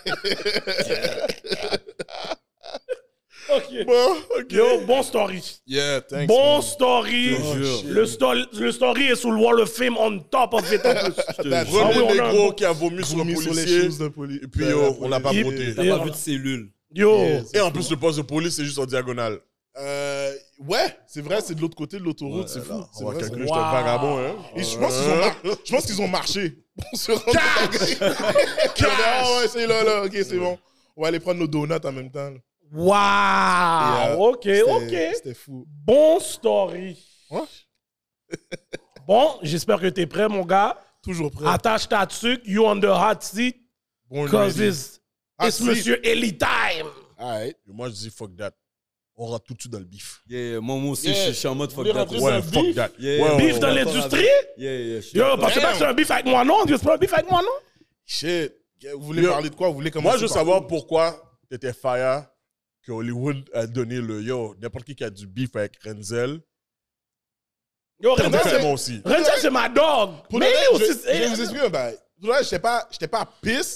Ok. Bon, ok. Yo, bon story. Yeah, thanks. Bon man. story. Je te jure. Le, story. le story est sous le Wall of Fame on top of it en plus. That's- Ah oui, Premier on a un négro bon- qui a vomi sur le Vomi sur les policier. choses d'un poli- Et puis, de la yo, on l'a pas police. broté. T'as Et pas on- vu de cellule. Yo. Yes. Et en plus, le poste de police, c'est juste en diagonale. Euh, ouais, c'est vrai, c'est de l'autre côté de l'autoroute, Ouais, c'est fou. alors, C'est On va vrai, calculer c'est que vrai. j'étais un vagabond, hein. Et je pense qu'ils ont, mar- je pense qu'ils ont marché. On se rend compte. Ah ouais, c'est là, là, ok, c'est bon. On va aller prendre nos donuts en même temps. là. Wow. Et, euh, ok, c'était- ok. C'était fou. Bon story. Ouais. Bon, j'espère que t'es prêt, mon gars. Toujours prêt. Attache ta tuque. You on the hot seat. Born Cause ready. it's, Hot it's seat. Monsieur Ellie time. Alright. Et moi, je dis fuck that. On rentre tout de suite dans le bif. Yeah, moi, moi aussi, Yeah. je je suis en mode fuck voulez that. rentrer aussi. dans Ouais, le fuck beef? that. Yeah. Ouais, Beef ouais, dans ouais. l'industrie? Yeah, yeah, je suis Yo, d'accord. parce que Damn. pas que c'est un beef avec moi, non? C'est pas un beef avec moi, non? Shit. Vous voulez Yo, parler de quoi? Vous voulez commencer Moi, je veux par savoir où? pourquoi t'étais fire que Hollywood a donné le yo. N'importe qui qui a du beef avec Renzel. Yo, T'en Renzel, fais c'est- moi aussi. Renzel, c'est ma dog. Pour Mais le vrai, aussi, je, c'est- je vais vous expliquer un bail. Pour le vrai, j'étais pas, j'étais pas pisse,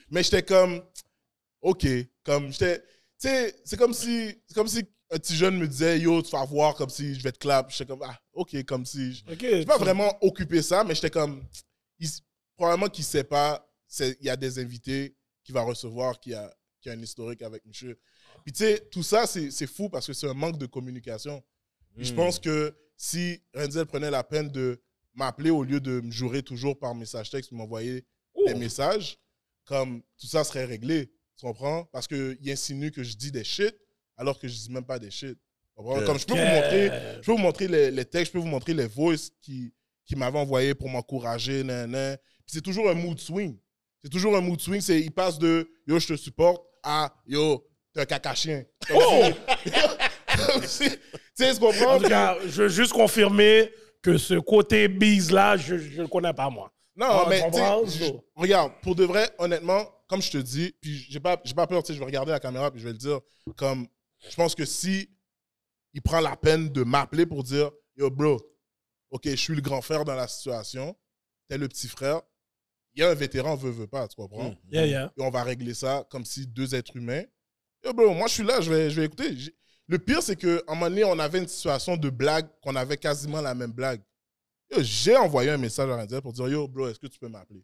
Mais j'étais comme, OK. Comme, j'étais, tu sais, c'est comme si, c'est comme si un petit jeune me disait, yo, tu vas voir comme si je vais te clap. J'étais comme, ah, OK, comme si. Je Ok. n'ai pas vraiment occupé ça, mais j'étais comme, il, probablement qu'il ne sait pas, il y a des invités qu'il va recevoir qui a, qui a un historique avec monsieur. Puis tu sais, tout ça, c'est, c'est fou parce que c'est un manque de communication. Puis je pense que si Renzel prenait la peine de m'appeler au lieu de me jurer toujours par message texte, m'envoyer Ouh. des messages, comme tout ça serait réglé. Tu comprends? Parce qu'il insinue que je dis des shit alors que je dis même pas des shit. Tu comprends? Okay. Comme je peux vous montrer, je peux vous montrer les, les textes, je peux vous montrer les voices qui, qui m'avaient envoyé pour m'encourager, nan, nan. Puis c'est toujours un mood swing. C'est toujours un mood swing. C'est, il passe de yo, je te supporte à yo, t'es un caca chien. Comme Oh! si, comme si, tu sais, tu comprends? En tout cas, je veux juste confirmer que ce côté bise-là, je ne le connais pas, moi. Non, Ah, mais tu comprends? tu sais, je- regarde, pour de vrai, honnêtement, comme je te dis, puis j'ai pas, j'ai pas peur, tu sais, je vais regarder la caméra puis je vais le dire, comme, je pense que si il prend la peine de m'appeler pour dire, yo, bro, OK, je suis le grand frère dans la situation, t'es le petit frère, il y a un vétéran, veut, veut pas, tu comprends? Yeah, yeah. Et on va régler ça comme si deux êtres humains. Yo, bro, moi, je suis là, je vais, je vais écouter. J'ai- Le pire, c'est qu'à un moment donné, on avait une situation de blague, qu'on avait quasiment la même blague. Yo, j'ai envoyé un message à Renzel pour dire, yo, bro, est-ce que tu peux m'appeler?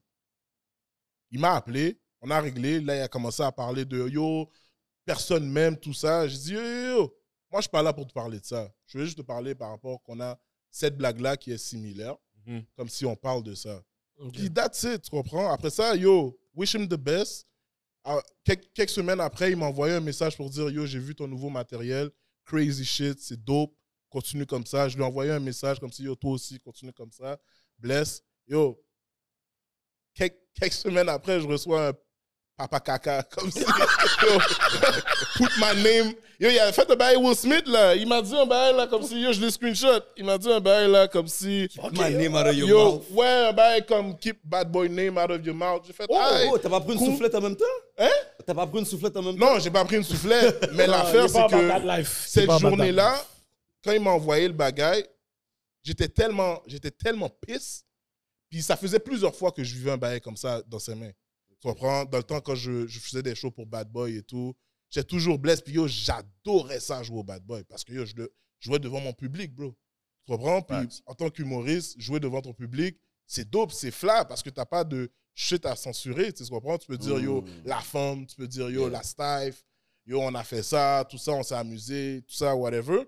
Il m'a appelé, on a réglé. Là, il a commencé à parler de, yo, personne m'aime, tout ça. J'ai dit, yo, yo, yo, moi, je suis pas là pour te parler de ça. Je veux juste te parler par rapport qu'on a cette blague-là qui est similaire, Mhm. comme si on parle de ça. Ok. Puis that's it, tu comprends? Après ça, yo, wish him the best. Ah, quelques, quelques semaines après, il m'a envoyé un message pour dire, yo, j'ai vu ton nouveau matériel, crazy shit, c'est dope, continue comme ça. Je lui ai envoyé un message comme si, yo, toi aussi, continue comme ça, bless. Yo, quelques, quelques semaines après, je reçois un papa caca, comme si, yo, put my name. Yo, il a fait un bail Will Smith, là. Il m'a dit un bail, là, comme si, yo, je l'ai screenshot. Il m'a dit un bail, là, comme si... My name out of your Yo, mouth. ouais, un bail comme keep bad boy name out of your mouth. J'ai fait, Oh, aïe. oh, t'as pas pris une cool. soufflette en même temps? Hein? T'as pas pris une soufflette en même temps? Non, j'ai pas pris une soufflette. Mais Il l'affaire, est c'est pas about that que life. Il est cette pas about that journée-là, life. quand il m'a envoyé le bagaille, j'étais tellement, j'étais tellement pisse. Puis ça faisait plusieurs fois que je vivais un bail comme ça dans ses mains. Tu comprends? Dans le temps, quand je, je faisais des shows pour Bad Boy et tout, j'étais toujours blessé. Puis yo, j'adorais ça jouer au Bad Boy. Parce que yo, je le- jouais devant mon public, bro. Tu comprends? Puis Facts. en tant qu'humoriste, jouer devant ton public, c'est dope, c'est flat parce que t'as pas de shit à censurer. Tu sais, tu comprends? Tu peux dire yo, Mm. la femme, tu peux dire yo, Yeah. la stife, yo, on a fait ça, tout ça, on s'est amusé, tout ça, whatever.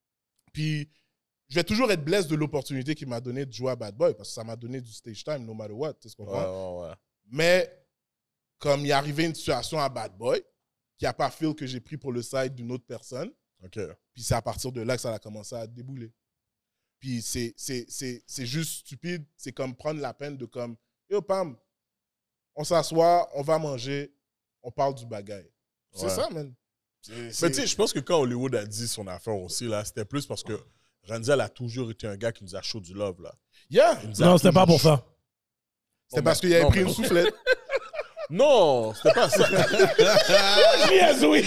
Puis je vais toujours être blessé de l'opportunité qu'il m'a donné de jouer à Bad Boy parce que ça m'a donné du stage time, no matter what. Tu sais, tu Ouais, comprends? ouais, ouais. Mais comme il est arrivé une situation à Bad Boy qui n'a pas fait que j'ai pris pour le side d'une autre personne, OK. puis c'est à partir de là que ça a commencé à débouler. Puis c'est, c'est, c'est, c'est juste stupide. C'est comme prendre la peine de comme, yo Pam, on s'assoit, on va manger, on parle du bagaille. C'est Ouais. ça, man. C'est, Mais c'est- tu sais, je pense que quand Hollywood a dit son affaire aussi, là, c'était plus parce que Renzel a toujours été un gars qui nous a chaud du love, là. yeah. Il nous a Non, c'était pas toujours pour ça. C'est Non, parce mais- qu'il avait non, pris mais- une soufflette. Non, c'était pas ça. Yes, oui.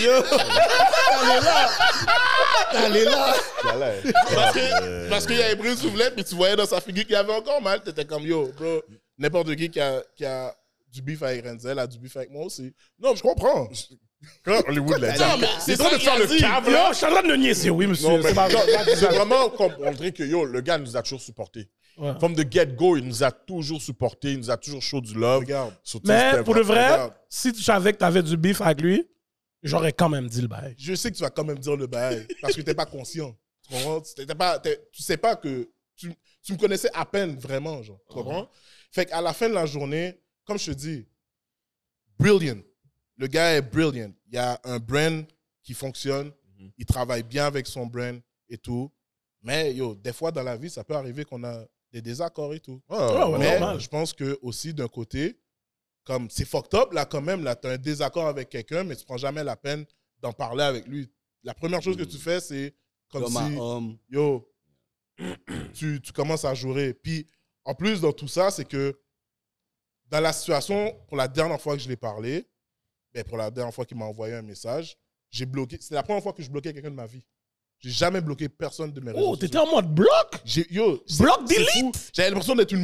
Allez là! Parce, que, parce qu'il avait pris une soufflette, puis tu voyais dans sa figure qu'il avait encore mal. T'étais comme, yo, bro, n'importe qui qui a, qui a du bif avec Renzel a du bif avec moi aussi. Non, je comprends. Quand Hollywood l'a dit. Non, mais c'est trop ça de qu'il faire a le dit. cave, Yo, là. je suis en train de le niaiser, oui, monsieur. Non, mais C'est pas- c'est vraiment comme on dirait que yo, le gars nous a toujours supportés. Ouais. From the get-go, il nous a toujours supportés, il nous a toujours chaud du love. Regarde. Surtout, Mais c'était pour le vrai, regarde. si tu savais que tu avais du beef avec lui, j'aurais quand même dit le bail. Je sais que tu vas quand même dire le bail parce que tu n'es pas conscient. Tu comprends? T'es pas, t'es- tu sais pas que. Tu, tu me connaissais à peine vraiment, genre. Tu comprends? Fait qu'à la fin de la journée, comme je te dis, brilliant. Le gars est brilliant. Il y a un brand qui fonctionne. Il travaille bien avec son brand et tout. Mais yo, des fois dans la vie, ça peut arriver qu'on a des désaccords et tout. Ouais, ouais, ouais, Mais normal. je pense que aussi d'un côté, comme c'est fucked up là quand même, là, tu as un désaccord avec quelqu'un, mais tu prends jamais la peine d'en parler avec lui. La première chose que tu fais, c'est comme, Comme un si, homme. yo, tu, tu commences à jouer. Puis en plus, dans tout ça, c'est que dans la situation, pour la dernière fois que je l'ai parlé, ben, pour la dernière fois qu'il m'a envoyé un message, j'ai bloqué. C'est la première fois que je bloquais quelqu'un de ma vie. J'ai jamais bloqué personne de mes réseaux Oh, sociaux. t'étais en mode bloc? J'ai- Yo, c'est- Bloc c'est delete? fou. J'avais l'impression d'être une moon.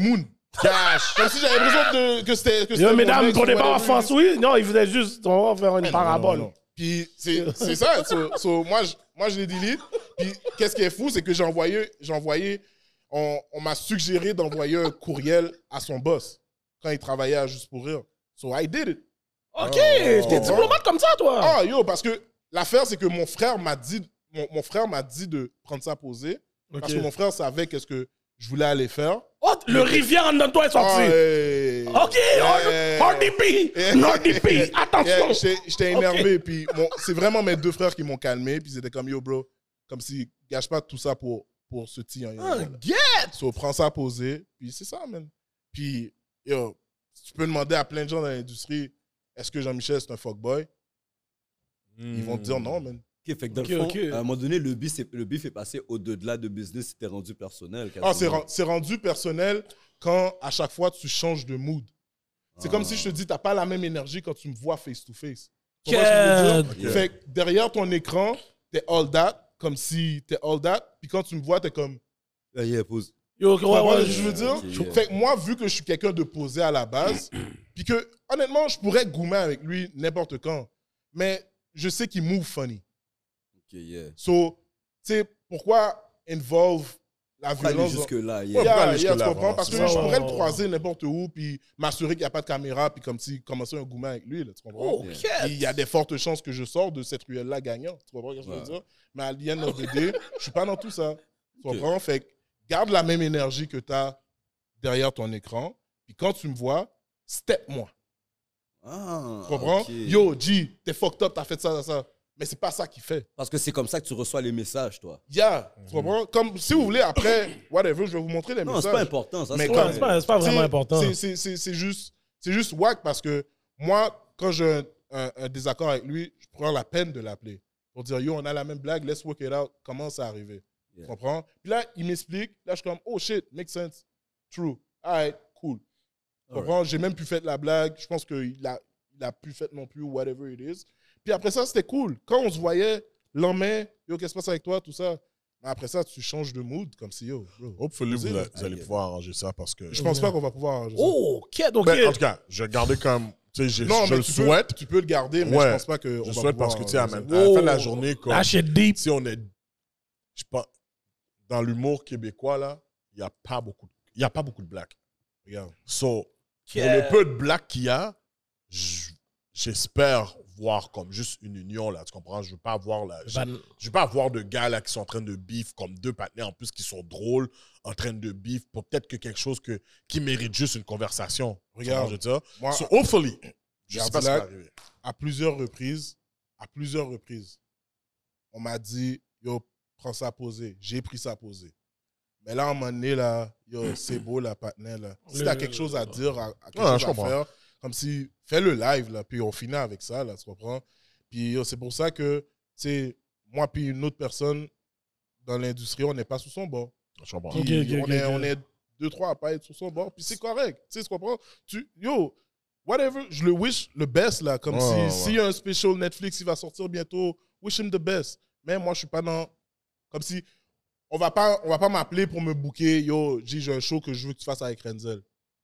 Cash. Comme si j'avais l'impression de, que c'était. Que Yo, c'était mesdames, mon ex ton ou départ en whatever. France, oui. Non, il faisait juste, on va faire une Non, parabole. non, non. Puis c'est c'est ça. So, so, moi, je, moi, je l'ai delete. Puis qu'est-ce qui est fou, c'est que j'ai envoyé, j'ai envoyé on, on m'a suggéré d'envoyer un courriel à son boss quand il travaillait à Juste pour rire. So I did it. OK, t'es diplomate comme ça, toi. Ah, yo, parce que l'affaire, c'est que mon frère m'a dit, mon, mon frère m'a dit de prendre ça posé. OK. Parce que mon frère savait qu'est-ce que je voulais aller faire. Oh, le rivière en dedans de toi est sorti. Ah, hey. OK, Yeah. Hardy P, Hardy P, attention. Yeah, j'étais- J'étais énervé. Puis mon- c'est vraiment mes deux frères qui m'ont calmé. Puis ils étaient comme, yo, bro, comme si, gâche pas tout ça pour, pour ce petit. Ah, get. So, prends ça posé. Puis c'est ça, man. Puis, yo, tu peux demander à plein de gens dans l'industrie, est-ce que Jean-Michel, c'est un fuckboy? Ils vont te dire non, man. Ok, fait que dans Ok, le fond, ok. à un moment donné, le bif, c'est- le bif est passé au-delà de business, c'était rendu personnel. Ah, c'est quasiment. ren- c'est rendu personnel quand à chaque fois tu changes de mood. C'est comme si je te dis, t'as pas la même énergie quand tu me vois face to face. Tu comprends ce que je veux dire? Ok. Fait que derrière ton écran, t'es all that, comme si t'es all that. Puis quand tu me vois, t'es comme. Ah, yeah, pause. Yo, Tu comprends ouais, ce que je veux dire? Ok, yeah. Fait que moi, vu que je suis quelqu'un de posé à la base, puis que honnêtement, je pourrais goumer avec lui n'importe quand. Mais je sais qu'il move funny. Ok, yeah. So, tu sais, pourquoi involve la Pourquoi aller violence? dans- jusque-là, Yeah, yeah. Pourquoi aller yeah, jusque-là, tu comprends? vraiment, Parce que c'est je ça. pourrais le Ouais, ouais, croiser n'importe où, puis m'assurer qu'il n'y a pas de caméra, puis comme si commencer un goumin avec lui, là, tu comprends? OK. Puis il y a des fortes chances que je sors de cette ruelle-là gagnant. Tu comprends ce que je veux Ouais. dire? Mais à l'I N of the day, je suis pas dans tout ça. Tu comprends? Fait que garde la même énergie que tu as derrière ton écran, puis quand tu me vois, step-moi. Ah, Tu comprends? ok. Yo, G, t'es fucked up, t'as fait ça, ça, ça. Mais c'est pas ça qu'il fait. Parce que c'est comme ça que tu reçois les messages, toi. Yeah, tu comprends? Comme, si vous voulez, après, whatever, je vais vous montrer les Non, messages. c'est pas important. Ça, Mais c'est quand- Ouais, c'est pas, c'est pas vraiment C'est- important. c'est- c'est- C'est c'est juste, c'est juste whack parce que moi, quand j'ai un, un- un désaccord avec lui, je prends la peine de l'appeler pour dire yo, on a la même blague, let's work it out. Comment ça arrivé? Tu Yeah. comprends? Puis là, il m'explique. Là, je suis comme oh shit, makes sense. True. Alright, cool. Tu comprends? J'ai même pu faire la blague. Je pense qu'il a, il a pu faire non plus, whatever it is. Puis après ça, c'était cool. Quand on se voyait, l'emmène, yo, qu'est-ce qui se passe avec toi, tout ça. Mais après ça, tu changes de mood comme si yo, bro. Hopefully, vous, Vas-y, là. vous allez pouvoir arranger ça parce que. Je pense pas qu'on va pouvoir. arranger ça. Oh, OK, donc... Ben, en tout cas, je vais garder comme. Tu sais, je, Non, je mais le tu souhaite. Peux, tu peux le garder, mais Ouais. je pense pas que. Je souhaite parce que, tu sais, à, même à la fin de la journée, comme. That shit deep. Si on est. Je sais pas. Dans l'humour québécois, là, il n'y a pas beaucoup de- il y a pas beaucoup de blacks. Regarde. So, Yeah. pour le peu de blacks qu'il y a, j- j'espère voir comme juste une union, là, tu comprends? Je veux pas avoir la, je, Van- je veux pas avoir de gars, là, qui sont en train de beef, comme deux partenaires, en plus, qui sont drôles, en train de beef, pour peut-être que quelque chose que, qui mérite juste une conversation. Regarde. Tu vois, je veux dire? Moi, So, hopefully, je sais pas ce qui va Gardilac, arriver. à plusieurs reprises, à plusieurs reprises, on m'a dit yo, prends ça posé. J'ai pris ça posé. Mais là, à un moment donné, là, yo, c'est beau, la partenaire, là. Si Le- t'as quelque chose à dire, à, à quelque Ouais, chose je à comprends. faire, comme si, fais le live, là, puis on finit avec ça, là, tu comprends? Puis yo, c'est pour ça que, tu sais, moi puis une autre personne dans l'industrie, on n'est pas sous son bord. Je comprends. Puis Ok, ok, on, ok, est, ok. on est deux, trois à pas être sur son bord. Puis c'est correct. Tu sais, tu comprends? Tu, yo, whatever, je le wish le best, là. Comme Ouais, si, ouais. s'il y a un special Netflix, il va sortir bientôt, wish him the best. Mais moi, je suis pas dans. Comme si. On va pas, on va pas m'appeler pour me booker. Yo, G, j'ai un show que je veux que tu fasses avec Renzel.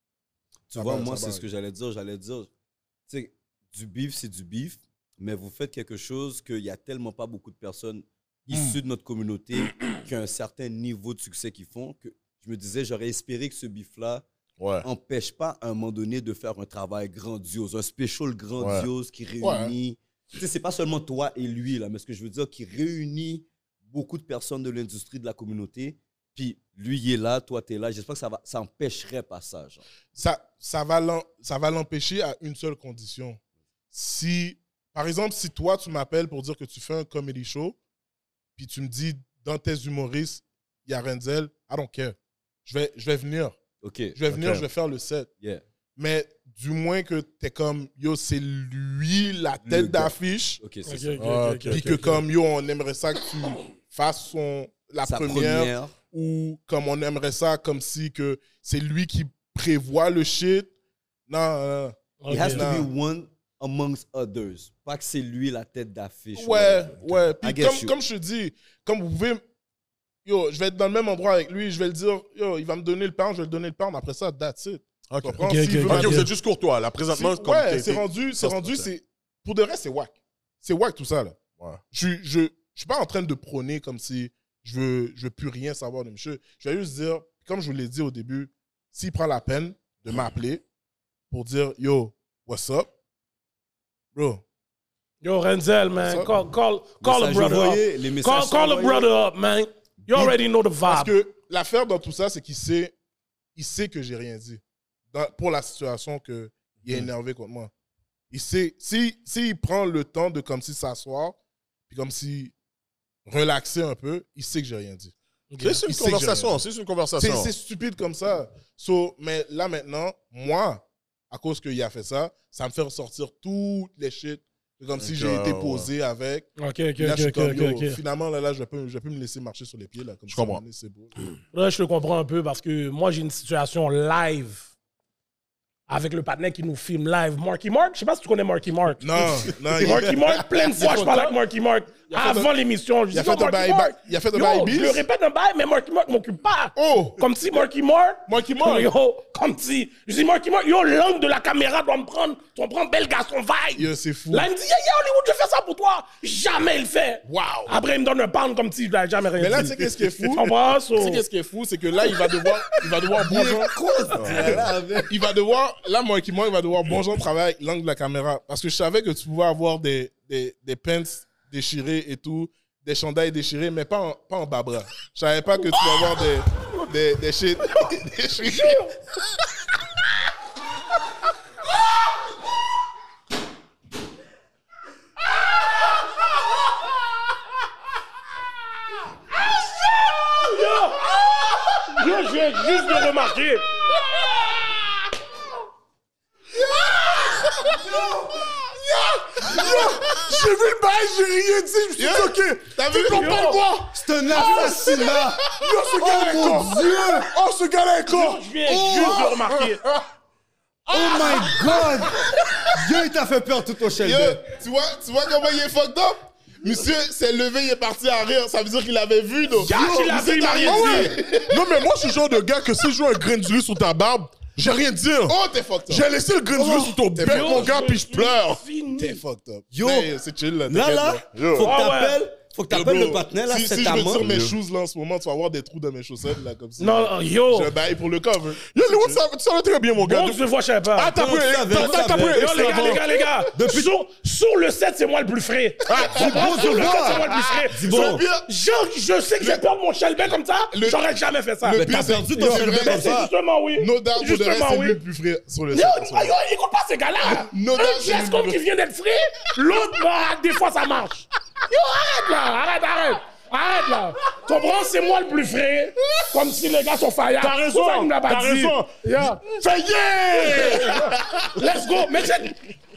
Tu Ça vois, va, moi, ça c'est va. ce que j'allais dire. J'allais dire, tu sais, du beef, c'est du beef, mais vous faites quelque chose qu'il n'y a tellement pas beaucoup de personnes issues de notre communauté qui ont un certain niveau de succès qu'ils font que je me disais, j'aurais espéré que ce beef-là Ouais. empêche pas à un moment donné de faire un travail grandiose, un special grandiose qui réunit. Tu sais, c'est pas seulement toi et lui, là, mais ce que je veux dire, qui réunit beaucoup de personnes de l'industrie, de la communauté. Puis lui, il est là, toi, tu es là. J'espère que ça, va, ça empêcherait pas ça. Genre. Ça, ça va l'en- ça va l'empêcher à une seule condition. Si, par exemple, si toi, tu m'appelles pour dire que tu fais un comedy show, puis tu me dis, dans tes humoristes, il y a Renzel, I don't care. Je vais, je vais venir. OK. Je vais venir, Ok. je vais faire le set. Yeah. Mais du moins que t'es comme, yo, c'est lui la tête Le gars. d'affiche. OK, c'est Ok, ça. ok, Ah, ok, ok, ok, Puis que ok. comme, yo, on aimerait ça que tu fasses son, la Sa première, première. ou comme on aimerait ça comme si que c'est lui qui prévoit le shit. Non, non, non. Ok. It has to Non. be one amongst others. Pas que c'est lui la tête d'affiche. Ouais, ouais. I Puis get comme, you. comme je te dis, comme vous pouvez, yo, je vais être dans le même endroit avec lui, je vais le dire, yo, il va me donner le pound, je vais le donner le pound, après ça, that's it. Ok, Tu ok, comprends? ok, S'il veut ok, Ok, ma- vous êtes juste courtois, là. Présentement, c'est- comme ouais, t'es- c'est t'es- rendu, c'est ça, rendu, ça. c'est, pour de vrai, c'est whack. C'est whack tout ça, là. Ouais. Je, je, je suis pas en train de prôner comme si je veux, je veux plus rien savoir de monsieur. Je vais juste dire, comme je vous l'ai dit au début, s'il prend la peine de m'appeler pour dire, yo, what's up? Bro, Yo, Renzel, man, Ça- call, call, call a Messages brother envoyés, up. les messages Call, sont call a envoyés. brother up, man. You already know the parce vibe. que l'affaire dans tout ça, c'est qu'il sait, il sait que j'ai rien dit. Dans- pour la situation qu'il est énervé contre moi. Il sait, si, si il prend le temps de comme si s'asseoir, puis comme si relaxer un peu, il sait que j'ai rien dit. C'est une Il sait que j'ai conversation, rien c'est une C'est conversation. c'est stupide comme ça. So, mais là maintenant, moi, à cause qu'il a fait ça, ça me fait ressortir toutes les shit. C'est comme si Ok, j'ai été ouais. posé avec. Ok, ok, Puis là, je suis ok, comme, ok, yo, ok. finalement, là, là je, vais plus, je vais plus me laisser marcher sur les pieds. Là, comme Je ça, comprends. on est- c'est beau. Là, je te comprends un peu parce que moi, j'ai une situation live avec le partenaire qui nous filme live. Marky Mark, je sais pas si tu connais Marky Mark. Non, non. il- Marky Mark, plein de fois, je parle avec Marky Mark. a fait Avant un- l'émission, je il a dis, fait yo, un Marky bail- Mark. il a fait un Yo, bail je bis. le répète un bail, mais Marky Mark m'occupe pas. Oh! Comme si Marky Mark. Marky Mark. Yo, comme si. Je dis, Marky Mark, yo, l'angle de la caméra doit me prendre. Tu me prends bel garçon vibe. Yo, c'est fou. Là, il me dit, yeah, yeah, Hollywood, je fais ça pour toi. Jamais il le fait. Wow. Après, il me donne un pound comme si je l'avais jamais rien Mais là, dit. tu sais qu'est-ce qui est fou? Tu comprends? So- Tu sais qu'est-ce qui est fou? C'est que là, il va devoir, il va devoir bon genre. Il va devoir, là, moi qui moi, il va devoir bon genre travailler avec l'angle de la caméra. Parce que je savais que tu pouvais avoir des, des, des pants déchirés et tout, des chandails déchirés, mais pas en, pas en bas bras. Je savais pas que tu vas avoir des, des, des shit déchirés. Yo, je viens juste de remarquer. J'ai vu le bail, j'ai rien dit, je me suis dit, ok, T'as vu? tu peux pas le voir. C'est un assassinat! Yo, ce gars-là est con. Oh, ce gars-là est con. Je viens juste de remarquer. Oh my god! Yo, il t'a fait peur tout au Yo, Sheldon. tu vois, tu vois comment il est fucked up? Monsieur s'est levé, il est parti à rire. Ça veut dire qu'il avait vu, donc. Gars, il a vu, il m'a rien dit. Non, mais moi, je suis le genre de gars que si je joue un grain d'huile sur ta barbe, j'ai rien dire. Oh, t'es fucked up. J'ai laissé le grain d'huile sur ton bec, fait- mon gars, puis je pleure. T'es fucked up. Yo. Mais c'est chill, là. Là, t'inquiète, là, Yo. faut que Ah ouais. t'appelles, faut que Yo, t'appelles bro, le partenaire, là, si, c'est si ta je main. retire mes shoes là en ce moment, tu vas avoir des trous dans mes chaussettes là comme ça. Non, yo. J'ai un bail pour le cover. Yo, Léo, ça, tu savais très bien, mon gars. Bon, je vois, je sais pas. Ah, t'as Non, pris, tu savais, t'as tu t'as- t'as savais. pris. Yo, les gars, les gars, les gars. Depuis- Sur, sur le set, c'est moi le plus frais. bon, sur le dis-moi. set, c'est moi le plus frais. Dis-bon. Je, je, je sais que j'ai perdu mon Shelby comme ça. Le- J'aurais jamais fait ça. le Mais pire, t'as c'est- perdu c'est ton vrai, Sheldon mais comme C'est ça. justement, oui. No doubt, pour de vrai, Justement, c'est lui oui. le plus frais sur le Yo, set. ah, yo, écoute pas ces gars-là. No Un doubt, c'est geste lui comme le- qui vient d'être frais, l'autre, bah, des fois, ça marche. Yo, arrête là, arrête, arrête. Arrête là. Tu comprends, c'est moi le plus frais. Comme si les gars sont faillards. T'as raison, Pourquoi il me l'a pas t'as dit? raison. Yeah. Fais yeah! Let's go. Mais c'est-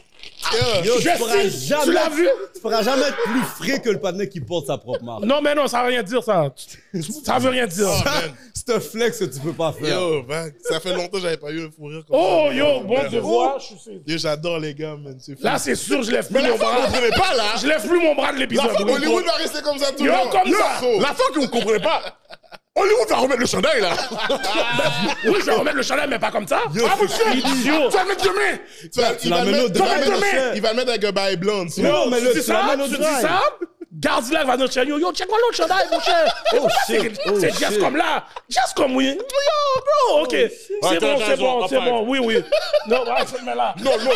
Yo, je tu pourras sais, jamais, tu l'as vu? tu pourras jamais être plus frais que le partenaire qui porte sa propre marque. Non, mais non, ça veut rien dire, ça. Ça veut rien dire. C'est un flex que tu peux pas faire. Yo, man, ça fait longtemps que j'avais pas eu un fou rire comme Oh, ça. yo, bon, je Oh. vois. je suis- Yo, j'adore les gars, man. C'est fou. Là, c'est sûr, je lève plus Mais la mon femme, bras. vous comprenez pas, là. Je lève plus mon bras de l'épisode. La femme, Hollywood va rester comme ça tout Yo, le temps. comme Yo, ça. so. La fin que vous comprenez pas, Hollywood va remettre le chandail, là. Oui, je vais remettre le chalet, mais pas comme ça. Yo, Ah, c'est monsieur, idiot. Tu vas mettre demain. Tu vas- tu il va l'amènes le au mettre- il va drive, le mettre- mon cher. il va le mettre avec un bail blonde. Non, Yo, mais tu le- dis tu ça, l'amènes au tu dis drive. ça, Gardilac va notre chaîne. Yo, yo, check-moi l'autre chandail, mon cher. Oh shit, oh C'est just shit. comme là. Just comme oui. Yo, bro, ok. C'est t'as bon, c'est raison, bon, c'est enfin. bon. Oui, oui. Non, ouais, mais là. Non, non.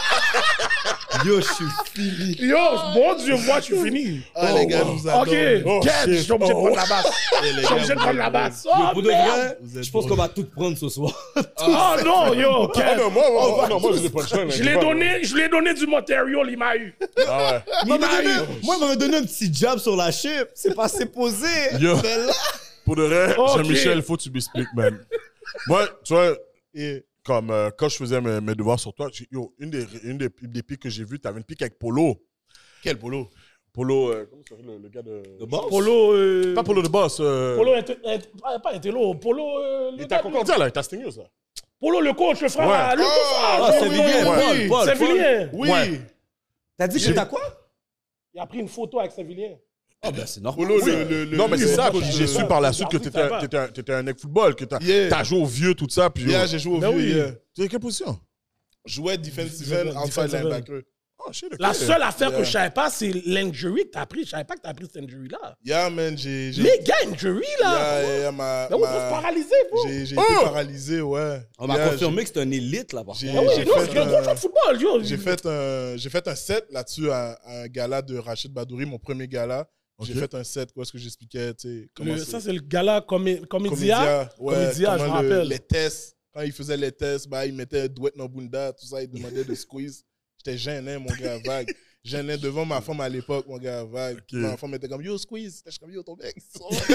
Yo, je suis fini. Yo, mon Dieu, moi, je suis fini. Ah, les gars, je vous adore. Ok, Oh, get, je shit. suis obligé de prendre la basse. les Je suis gars, obligé de vous prendre la êtes basse. Yo, Oh, pour de merde. vrai, Vous êtes je pense qu'on va tout prendre ce soir. Oh non, yo, Ah get. non, moi, moi, non, moi, je l'ai pas le choix. Je l'ai donné, je lui ai donné du matériel, il m'a eu. Ah ouais. Il m'avait m'a donné- eu. Moi, il m'avait donné un petit jab sur la chip. C'est pas assez posé. Yo. Mais là, Pour de vrai, Ok. Jean-Michel, faut que tu m'expliques, man. Moi, tu vois, Et comme euh, quand je faisais mes, mes devoirs sur toi, j'ai- yo, une des, une des, des pics que j'ai vues, t'avais une pique avec Polo. quel polo? Polo, euh, comment ça s'appelle le, le gars de. de boss. Polo, euh, Pas Polo de boss. Euh... Polo, inter- int- ah, pas Intello, Polo, euh, Il le était à gars- Concordia, là, il t'a stigné, ça. Polo, le coach, le frère, Ouais. le Oh, frère, Ah, oui, c'est oui, Villiers, oui, Paul, oui. Paul, C'est Paul. Villiers. Oui. Ouais. T'as dit que t'as quoi? Il a pris une photo avec Saint-Villiers. Ah, ben c'est normal. Polo, Oui. le, le, le, Non, mais le c'est ça. coach Puis de- j'ai su par la suite que J'avoue, t'étais ça va. t'étais un, t'étais un ex-football, que t'as Yeah. t'as joué au vieux, tout ça. Puis, Yeah, yo, j'ai joué au Ben vieux. oui. Yeah. tu es quelle position? Jouais defensive Defensive end, end, outside defensive end. linebacker. Oh, shit, ok. La seule affaire Yeah. que je savais pas, c'est l'injury que t'as pris. Je savais pas que t'as pris cette injury-là. Yeah, man, j'ai... j'ai- Les gars, injury, là. Yeah, yeah, yeah, ma- Là, on ma- peut se paralyser, bro. J'ai j'ai Oh! été paralysé, ouais. On m'a Yeah, confirmé que c'est un élite, là, par j'ai- contre. Ah oui, j'ai non, fait c'est un un- gros joueur de football, yo. J'ai fait un, j'ai fait un set là-dessus à, à un gala de Rachid Badouri, mon premier gala. J'ai Ok. fait un set, quoi, ce que j'expliquais, tu sais, comment Le- c'est- ça, c'est le gala comé comédia. Comédia, ouais, Comédia, je me comment le- rappelle. les tests, quand il faisait les tests, bah, il mettait douette dans Bunda, tout ça, il demandait de squeeze. J'étais gêné, mon gars, vague. Gêné devant ma femme à l'époque, mon gars, vague. Ok. Ma femme était comme, yo, squeeze. J'étais comme, yo, ton mec.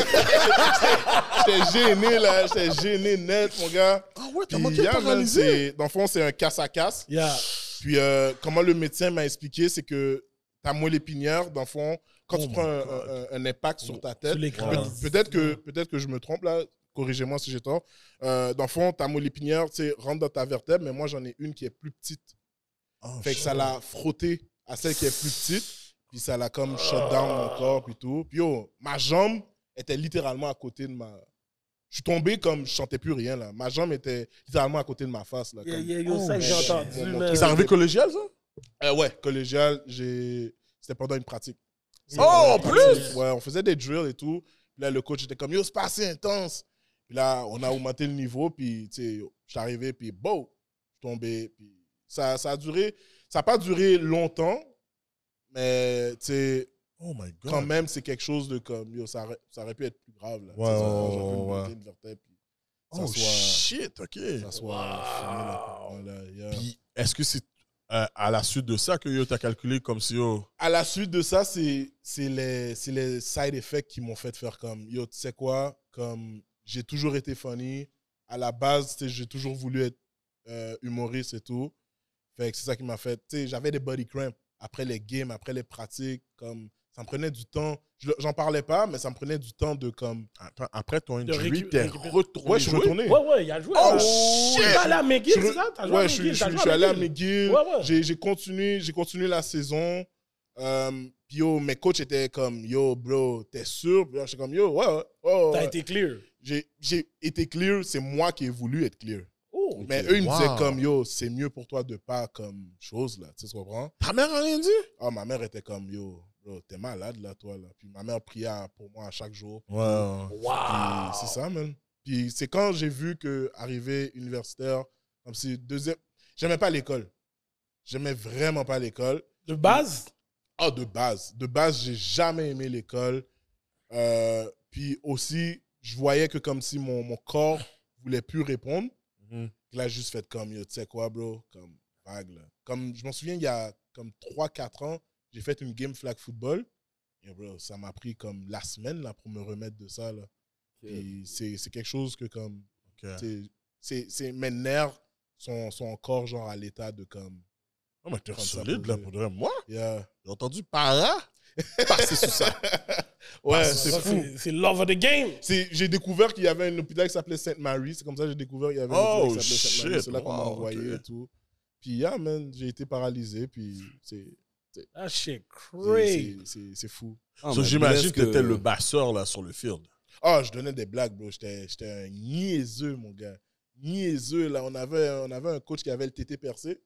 J'étais gêné, là, j'étais gêné net, mon gars. Ah ouais, t'as Puis, manqué yeah, man, paralysé. c'est- dans le fond, c'est un casse-à-casse. Yeah. Puis, euh, comment le médecin m'a expliqué, c'est que ta moelle épinière, dans le fond, quand Oh tu my prends un, God. un- un impact sur ta tête, Tu l'écrases. peut- peut-être que, peut que je me trompe là, corrigez-moi si j'ai tort. Euh, dans le fond, ta moelle épinière, tu sais, rentre dans ta vertèbre, mais moi, j'en ai une qui est plus petite. Oh, Fait que shit. ça l'a frotté à celle qui est plus petite, puis ça l'a comme shut down mon corps, puis tout. Puis yo, ma jambe était littéralement à côté de ma... Je suis tombé comme je sentais plus rien, là. Ma jambe était littéralement à côté de ma face, là. Yeah, comme- yeah, yo, Oh, ça, j'ai shit. entendu, Mon- mon man. truc, C'est arrivé collégial, ça? Euh, ouais, collégial, j'ai... C'était pendant une pratique. C'était Oh, pendant en une pratique. plus? Ouais, on faisait des drills et tout. Puis là, le coach était comme, yo, c'est pas assez intense. Puis là, on a augmenté le niveau, puis, tu sais, yo, je suis arrivé, puis bon, je suis tombé. Puis ça, ça a duré... Ça n'a pas duré longtemps, mais, tu sais... Oh my God. Quand même, c'est quelque chose de comme, yo, ça aurait, ça aurait pu être plus grave. Là. Ouais, Tu sais, ça- ouais, j'aurais pu me ouais, monter ouais. une vertèbre, puis ça Oh soit, shit, ok. ça soit fini, là. Voilà, yeah. Puis, est-ce que c'est euh, à la suite de ça que yo, t'as calculé comme si yo. À la suite de ça, c'est c'est les, c'est les side effects qui m'ont fait faire comme, yo, tu sais quoi, comme j'ai toujours été funny. À la base, tu sais, j'ai toujours voulu être euh, humoriste et tout. Fait que c'est ça qui m'a fait, tu sais, j'avais des body cramps après les games, après les pratiques, comme ça me prenait du temps. Je- J'en parlais pas, mais ça me prenait du temps de comme. Attends, après ton De injury, récu- t'es récupérer. retourné. Ouais, je suis jouer? retourné. Ouais, ouais, il a joué. Oh, euh, shit! Tu es allé à McGill, Je- c'est ça? T'as joué à Ouais, je suis, McGill, je t'as suis- joué je suis allé à McGill. McGill. Ouais, ouais. J'ai j'ai continué, j'ai continué la saison. Euh, puis yo, mes coachs étaient comme, yo, bro, t'es sûr? Puis là, j'étais comme, yo, ouais, ouais. ouais, T'as ouais. été clear. J'ai j'ai été clear, c'est moi qui ai voulu être clear. Oh. Mais eux, ils me disaient Wow. comme, yo, c'est mieux pour toi de pas comme chose, là. Tu sais, tu comprends? Ta mère a rien dit? Ah, ma mère était comme, yo, bro, t'es malade, là, toi, là. Puis ma mère priait à- pour moi à chaque jour. Ouais. ouais. Puis Wow. c'est ça, man. Puis c'est quand j'ai vu que arriver universitaire, comme si deuxième. J'aimais pas l'école. J'aimais vraiment pas l'école. De base? Ah, de base. De base, j'ai jamais aimé l'école. Euh, puis aussi, je voyais que comme si mon, mon corps voulait plus répondre. Mhm. Là, j'ai juste fait comme, yo, tu sais quoi, bro? Comme vague, là. Comme, je m'en souviens, il y a comme trois quatre ans, j'ai fait une game flag football. Et bro, ça m'a pris comme la semaine, là, pour me remettre de ça, là. Puis c'est c'est quelque chose que comme, Ok. c'est- c'est c'est- mes nerfs sont, sont encore genre à l'état de comme, Oh, mais t'es Comme ça, solide, là, posé. pour de vrai. Moi, yeah. j'ai entendu para passer sur ça. Ouais, Parce que c'est Ça, fou. c'est- C'est love of the game. C'est- J'ai découvert qu'il y avait un hôpital qui s'appelait Sainte-Marie. C'est comme ça que j'ai découvert qu'il y avait un Oh, hôpital qui s'appelait Sainte-Marie. shit. C'est là qu'on m'a Wow, envoyé ok. et tout. Puis, yeah, man, j'ai été paralysé. Puis, c'est That shit c'est- crazy. c'est- c'est- c'est fou. Ah, So, mais j'imagine que est-ce t'étais le basseur là, sur le field. Ah, je donnais des blagues, bro. J'étais j'étais un niaiseux, mon gars. Niaiseux, là. On avait, on avait un coach qui avait le tété percé.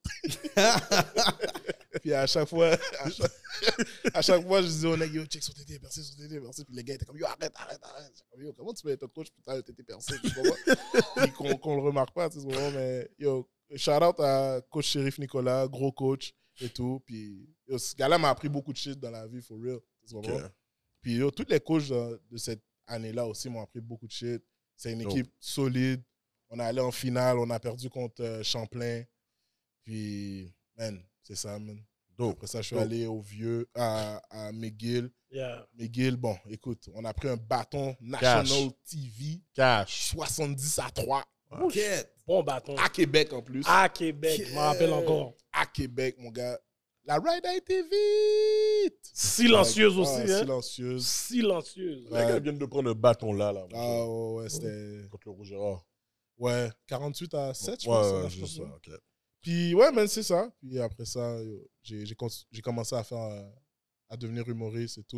Puis à chaque fois, à chaque, à chaque fois, je disais au nègre, yo, check son tété percé, son tété percé. Puis les gars étaient comme, yo, arrête, arrête, arrête. J'étais comme, yo, comment tu peux être un coach pour t'as le tété percé? Tu comprends? Puis qu'on qu'on le remarque pas, tu sais, vraiment, mais yo, shout out à coach Shérif Nicolas, gros coach et tout. Puis yo, ce gars-là m'a appris beaucoup de shit dans la vie, for real. Tu comprends? Ok. Puis yo, tous les coachs de, de cette année-là aussi m'ont appris beaucoup de shit. C'est une Dope. équipe solide. On est allé en finale, on a perdu contre euh, Champlain. Puis, man, c'est ça, man. Dope. Après ça, je suis Dope. allé au vieux, à, à McGill. Yeah. McGill, bon, écoute, on a pris un bâton National T V, Cash. soixante-dix à trois, Bon bâton. à Québec en plus. À Québec, je m'en rappelle encore. À Québec, mon gars. La ride a été vite. Silencieuse Ah, aussi, hein. Silencieuse. Silencieuse. Les gars viennent de prendre le bâton là, là. Ah ouais, ouais, c'était... Contre le Rouge Gérard. Ouais, quarante-huit à sept, je Ouais, pense. ouais, hein, c'est je ça, pense. ok. Puis ouais, man, c'est ça. Puis après ça, yo, j'ai j'ai cons- j'ai commencé à faire, euh, à devenir humoriste et tout.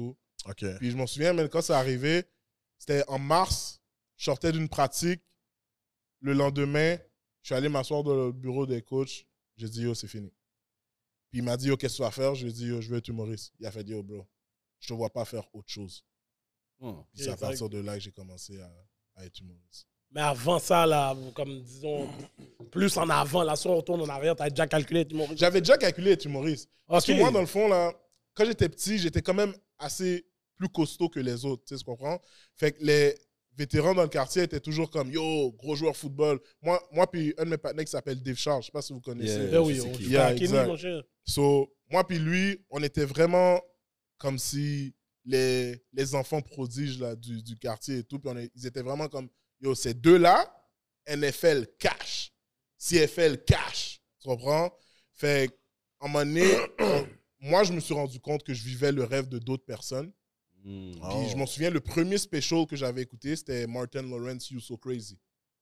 OK. Puis je m'en souviens, mais quand c'est arrivé, c'était en mars, je sortais d'une pratique. Le lendemain, je suis allé m'asseoir dans le bureau des coachs. J'ai dit, yo, c'est fini. Puis il m'a dit, yo, qu'est-ce que tu vas faire? Je lui ai dit, yo, je veux être humoriste. Il a fait, yo, bro, je te vois pas faire autre chose. Oh. Puis c'est à partir de là que j'ai commencé à, à être humoriste. Mais avant ça, là, comme disons, plus en avant, là, si on retourne en arrière, t'as déjà calculé être humoriste. J'avais déjà calculé être humoriste. Parce Ok. que moi, dans le fond, là, quand j'étais petit, j'étais quand même assez plus costaud que les autres, tu sais, tu comprends? Fait que les vétérans dans le quartier étaient toujours comme, yo, gros joueur football. Moi, moi puis un de mes partenaires qui s'appelle Dave Charles, je sais pas si vous connaissez. Yeah. Ben oui, je sais on qui. joue Yeah, à Kenny, exact. mon cher. So, moi puis lui, on était vraiment comme si les, les enfants prodiges là, du, du quartier et tout. Puis on est- ils étaient vraiment comme, yo, ces deux-là, N F L cash, C F L cash. Tu comprends? Fait qu'à un moment donné, on- moi, je me suis rendu compte que je vivais le rêve de d'autres personnes. Mm. Puis je m'en souviens, le premier special que j'avais écouté, c'était Martin Lawrence, You So Crazy.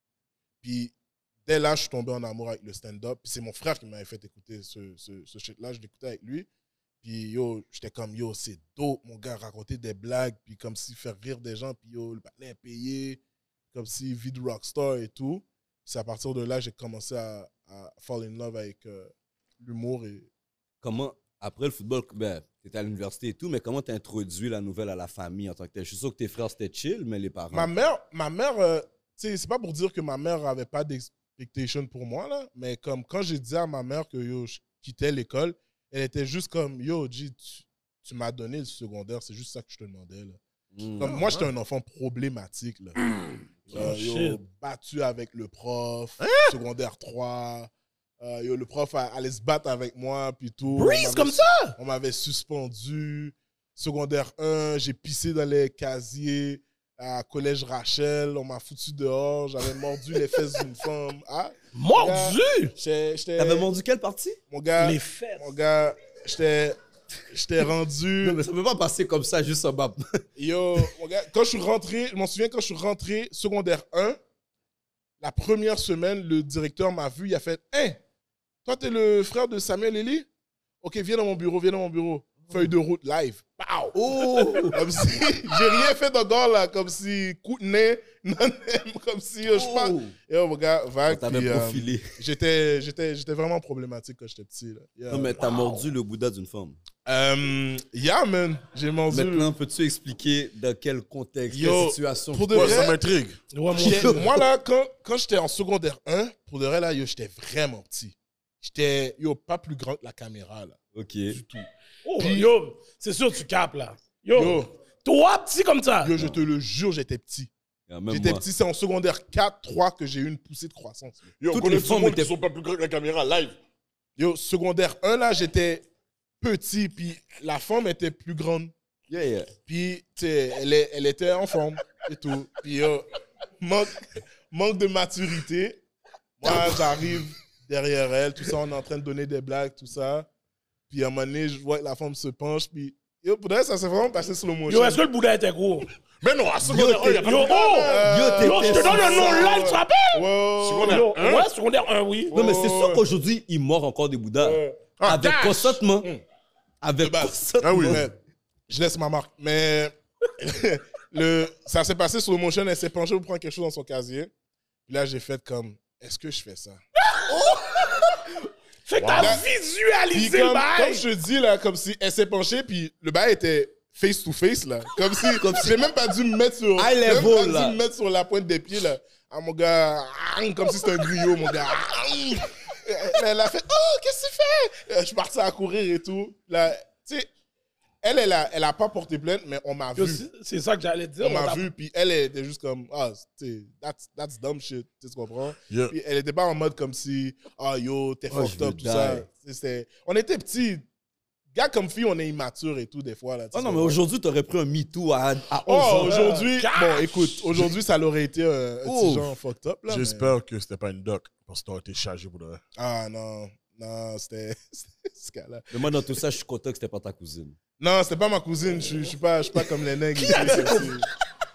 Puis dès là, je suis tombé en amour avec le stand-up. Puis c'est mon frère qui m'avait fait écouter ce, ce, ce shit-là. Je l'écoutais avec lui. Puis yo, j'étais comme, yo, c'est dope, mon gars, raconter des blagues. Puis comme si faire rire des gens. Puis yo, le patin est payé. Comme si vie de rockstar et tout. Puis c'est à partir de là, j'ai commencé à, à fall in love avec euh, l'humour. Et... Comment, après le football, ben, tu étais à l'université et tout, mais comment tu as introduit la nouvelle à la famille en tant que tel? Je suis sûr que tes frères, c'était chill, mais les parents... Ma mère, ma mère euh, tu sais, c'est pas pour dire que ma mère avait pas d'expectation pour moi, là, mais comme quand j'ai dit à ma mère que yo, je quittais l'école, elle était juste comme, yo, G, tu, tu m'as donné le secondaire, c'est juste ça que je te demandais, là. Mm. Comme, moi, j'étais un enfant problématique, là. Euh, Oh, yo, shit. battu avec le prof, secondaire trois. Euh, yo, le prof a- allait se battre avec moi, puis tout. On Breeze m'avait comme su- ça? On m'avait suspendu. Secondaire un, j'ai pissé dans les casiers. À Collège Rachel, on m'a foutu dehors. J'avais mordu les fesses d'une femme. Ah, Mordu! j'étais... j'étais- T'avais mordu quelle partie? Mon gars, Les fesses. mon gars, j'étais... J'étais rendu... Non, mais ça peut pas passer comme ça, juste en bas. Yo, mon gars, quand je suis rentré, je m'en souviens quand je suis rentré, secondaire un, la première semaine, le directeur m'a vu, il a fait « Hein, toi, t'es le frère de Samuel Eli? Ok, viens dans mon bureau, viens dans mon bureau. Feuille de route live. Pow! Oh! Comme si j'ai rien fait encore là, comme si coup de nez, non, comme si yo, je sais pas. Oh! Yo, mon gars, vague. T'avais puis, euh, profilé. J'étais, j'étais, j'étais vraiment problématique quand j'étais petit. Là. Yeah. Non, mais t'as mordu le Bouddha d'une femme. Euh, yeah, man, j'ai mordu. Maintenant, peux-tu expliquer dans quel contexte, Yo, quelle situation? pour de Ouais, vrai, ça m'intrigue. Ouais, mon J'étais- cher. moi, là, quand, quand j'étais en secondaire un, pour de vrai, là, yo, j'étais vraiment petit. J'étais, yo, pas plus grand que la caméra, là. Ok. Du tout. Oh, yo, c'est sûr que tu capes, là. Yo, Yo, toi, petit comme ça. yo, je te le jure, j'étais petit. Ah, même J'étais moi. petit, c'est en secondaire quatre, trois que j'ai eu une poussée de croissance. Yo, on Toutes connaît les tout le femmes monde étaient- qui sont pas plus grands que la caméra live. Yo, secondaire un, là, j'étais petit, puis la femme était plus grande. Yeah, yeah. Puis, tu sais, elle, est- elle était en forme et tout. Puis, yo, manque, manque de maturité. Moi, j'arrive derrière elle, tout ça, on est en train de donner des blagues, tout ça. Puis, à un moment donné, je vois que la femme se penche, puis, yo, pour vrai, ça s'est vraiment passé slow motion. Yo, est-ce que le Bouddha était gros? Mais non, à secondaire un, il y a pas Yo, de oh! Euh, Yo, t'es- Yo, je te donne un nom live, tu te rappelles? Ouais, Secondaire Yo, un? ouais, secondaire un, oui. Non, mais c'est Oh. sûr qu'aujourd'hui, il mord encore des Bouddhas. ouais. Ah, Avec dash! consentement. Avec De base. consentement. Ah oui. Mais je laisse ma marque. Mais le, ça s'est passé sur le motion. Elle s'est penchée pour prendre quelque chose dans son casier. Puis là, j'ai fait comme, est-ce que je fais ça? Fait que t'as Là- Puis visualisé comme, le comme bail. je te dis, là, comme si elle s'est penchée, puis le bail était face to face, là. Comme si, Comme si- j'ai même pas dû me mettre sur, High j'ai même level, pas dû là. me mettre sur la pointe des pieds, là. Ah, mon gars, ah, comme si c'était un griot, mon gars. Ah, elle, elle a fait, oh, qu'est-ce que tu fais? Je suis parti à courir et tout. Là, tu sais, elle, elle a, elle a pas porté plainte, mais on m'a Yo, vu. c'est- C'est ça que j'allais dire. On m'a t'a- vu, puis elle, elle était juste comme, ah, tu sais, that's, that's dumb shit, tu sais, tu comprends? Yeah. Puis elle était pas en mode comme si, ah, yo, t'es Oh, fucked je veux up, tout ça. die. Tu sais, c'était- on était petits. Gars comme fille, on est immature et tout, des fois. Là, tu Oh sais, non, tu mais comprends? aujourd'hui, t'aurais pris un MeToo à, à Oh, onze ans. aujourd'hui, Cash! bon, écoute, aujourd'hui, ça l'aurait été euh, un Oh. petit genre fucked up, là. mais- J'espère que c'était pas une doc, parce que t'aurais été chargé pour de vrai. Ah, non, non, c'était c'était ce cas-là. Mais moi, dans tout ça, je suis content que c'était pas ta cousine. Non, c'était pas ma cousine, je suis- je suis pas, je suis pas comme les nègres. ici, c'est- c'est-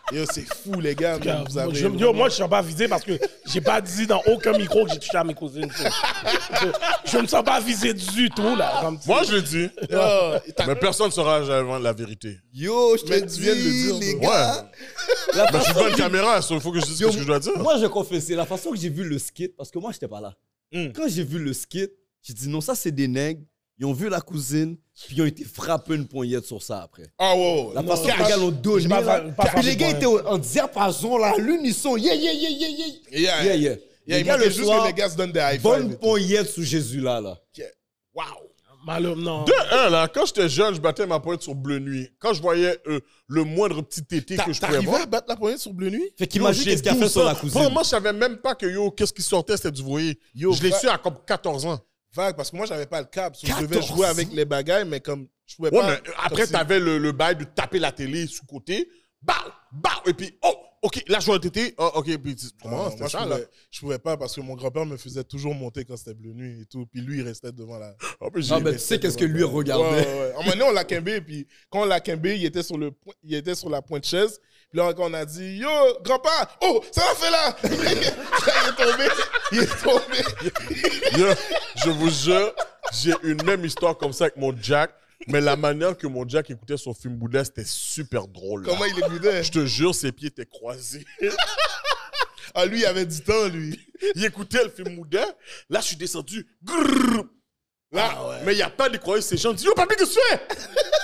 Yo, c'est fou, les gars. Man, vous avez je, yo, moi, je ne suis pas visé parce que j'ai pas dit dans aucun micro que j'ai touché à mes cousines. Je ne me sens pas visé du tout, là. Comme moi, je le dis. Yo, mais personne ne saura jamais la vérité. Yo, je te mais dis, tu viens de le dire, les bro. gars. Ouais. La Ben, je suis façon devant une que- caméra, il faut que je dise Yo, ce que je dois dire. Moi, je confesse, la façon que j'ai vu le skit, parce que moi, j'étais pas là. Mm. Quand j'ai vu le skit, j'ai dit non, ça, c'est des nègres. Ils ont vu la cousine, puis ils ont été frappés une poignette sur ça après. Ah, wow. La Non, façon que les cash. gars l'ont donné. J'ai pas là. fa- pas Puis frappé les gars de étaient en diapason, là, à l'unisson. Yeah, yeah, yeah, yeah, yeah. Yeah, Yeah, yeah. yeah, Les il gars, manquait le juste soir, que les gars se donnent des high five. bonne et tout. poignette sous Jésus, là, là. Wow. Malheureusement, non. De un, là, quand j'étais jeune, je battais ma pointe sur Bleu Nuit. Quand je voyais euh, le moindre petit tété T'a- que je pouvais T'arrivais voir. à battre la poignette sur Bleu Nuit? Fait Yo, qu'imagine j'ai qu'est-ce qu'il a fait douze sur la ans. cousine. Vraiment, je savais même pas que yo, qu'est-ce qui sortait, c'était du voyer. Yo, je l'ai va- su à comme quatorze ans. Vague, parce que moi, j'avais pas le câble. So, je devais quatorze jouer avec les bagailles, mais comme je pouvais Ouais, pas. mais après, comme si- t'avais le, le bail de taper la télé sous côté. Bah, bah, et puis, oh, ok, là, je vois un tété. Oh, ok, puis tu Non, comment moi, c'était je ça, là? pouvais, je pouvais pas parce que mon grand-père me faisait toujours monter quand c'était Bleu Nuit et tout. Puis lui, il restait devant la. Oh, puis j'ai- Non, mais tu sais qu'est-ce que lui Ouais, regardait. ouais, ouais. À un moment donné, on l'a quimbé, puis quand on l'a quimbé, il était sur le point- il était sur la pointe de chaise. Puis là, quand on a dit Yo, grand-père, oh, ça l'a fait là! Il est tombé, il est tombé. Yo, je vous jure, j'ai une même histoire comme ça avec mon Jack. Mais la manière que mon Jack écoutait son film Bouddha, c'était super drôle. là. Comment il écoutait? Je te jure, ses pieds étaient croisés. Ah, lui, il avait du temps, lui. Il écoutait le film Bouddha. Là, je suis descendu. Grrr. Là, mais il n'y a pas de croisés. Ces gens disent Yo, papy, qu'est-ce que tu fais?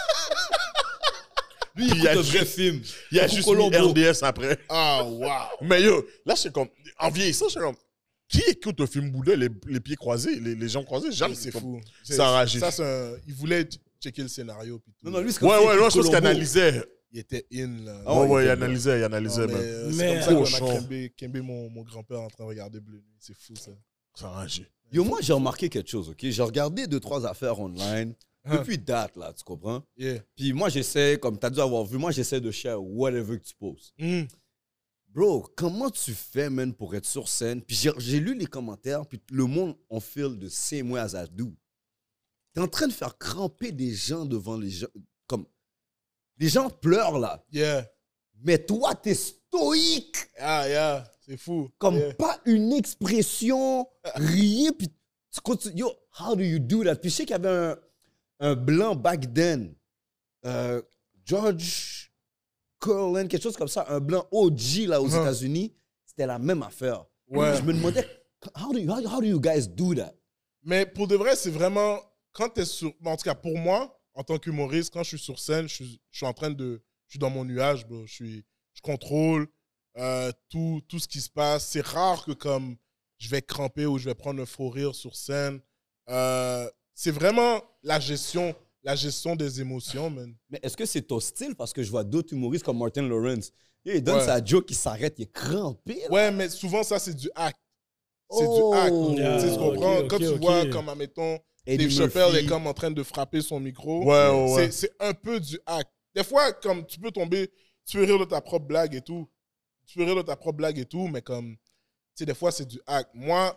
Lui, il il y a a un juste- vrai film. Il y a Pour juste mis Colombo. R D S après. Ah, wow. Mais yo, là, c'est comme. En vieillissant, c'est comme. Qui écoute un film Bouddha, les, les pieds croisés, les, les jambes croisées? Jamais. C'est comme- fou. C'est enragé. Ça, c'est un... Il voulait checker le scénario. Puis tout. Non, non, lui, c'est comme Ouais, s'il ouais, écoute non, je pense qu'il Colombo. analysait. Il était in, là. Ah ouais, ouais, ouais, il il était analysait, il Non, analysait, mais, même. euh, c'est Mais- comme ça qu'on a Cochon. quimbé, quimbé mon, mon grand-père en train de regarder Bleu Nuit. C'est fou, ça. C'est enragé. Yo, moi, j'ai remarqué quelque chose, OK? J'ai regardé deux, trois affaires online depuis date, là, tu comprends? Yeah. Puis moi, j'essaie, comme tu as dû avoir vu, moi, j'essaie de share whatever que tu poses. Mm. Bro, comment tu fais, man, pour être sur scène? Puis j'ai- j'ai lu les commentaires, puis le monde en file de same way as I do. T'es en train de faire cramper des gens devant les gens. Comme, les gens pleurent, là. Yeah. Mais toi, t'es stoïque. Ah, yeah. C'est fou. Comme Yeah. pas une expression, rien, puis tu continues. Yo, how do you do that? Puis je sais qu'il y avait un, un blanc back then, euh, George Carlin, quelque chose comme ça, un blanc O G là aux Uh-huh. États-Unis, c'était la même affaire. Ouais. Je me demandais, how do, you, how, how do you guys do that? Mais pour de vrai, c'est vraiment. Quand tu es sur. En tout cas, pour moi, en tant qu'humoriste, quand je suis sur scène, je suis, je suis en train de. Je suis dans mon nuage, bro. Je, suis, je contrôle euh, tout, tout ce qui se passe. C'est rare que, comme, je vais cramper ou je vais prendre un faux rire sur scène. Euh, c'est vraiment la gestion, la gestion des émotions, man. Mais est-ce que c'est ton style? Parce que je vois d'autres humoristes comme Martin Lawrence. Il donne Ouais. sa joke, il s'arrête, il est crampé. là. Ouais, mais souvent, ça, c'est du hack. C'est Oh. du hack. Yeah, Tu sais, tu comprends? ok, Quand ok, tu ok. vois, comme, admettons, Eddie Dave Chappelle Murphy. est comme en train de frapper son micro. Ouais, ouais, ouais. C'est c'est un peu du hack. Des fois, comme tu peux tomber, tu peux rire de ta propre blague et tout. Tu peux rire de ta propre blague et tout, mais comme, tu sais, des fois, c'est du hack. Moi,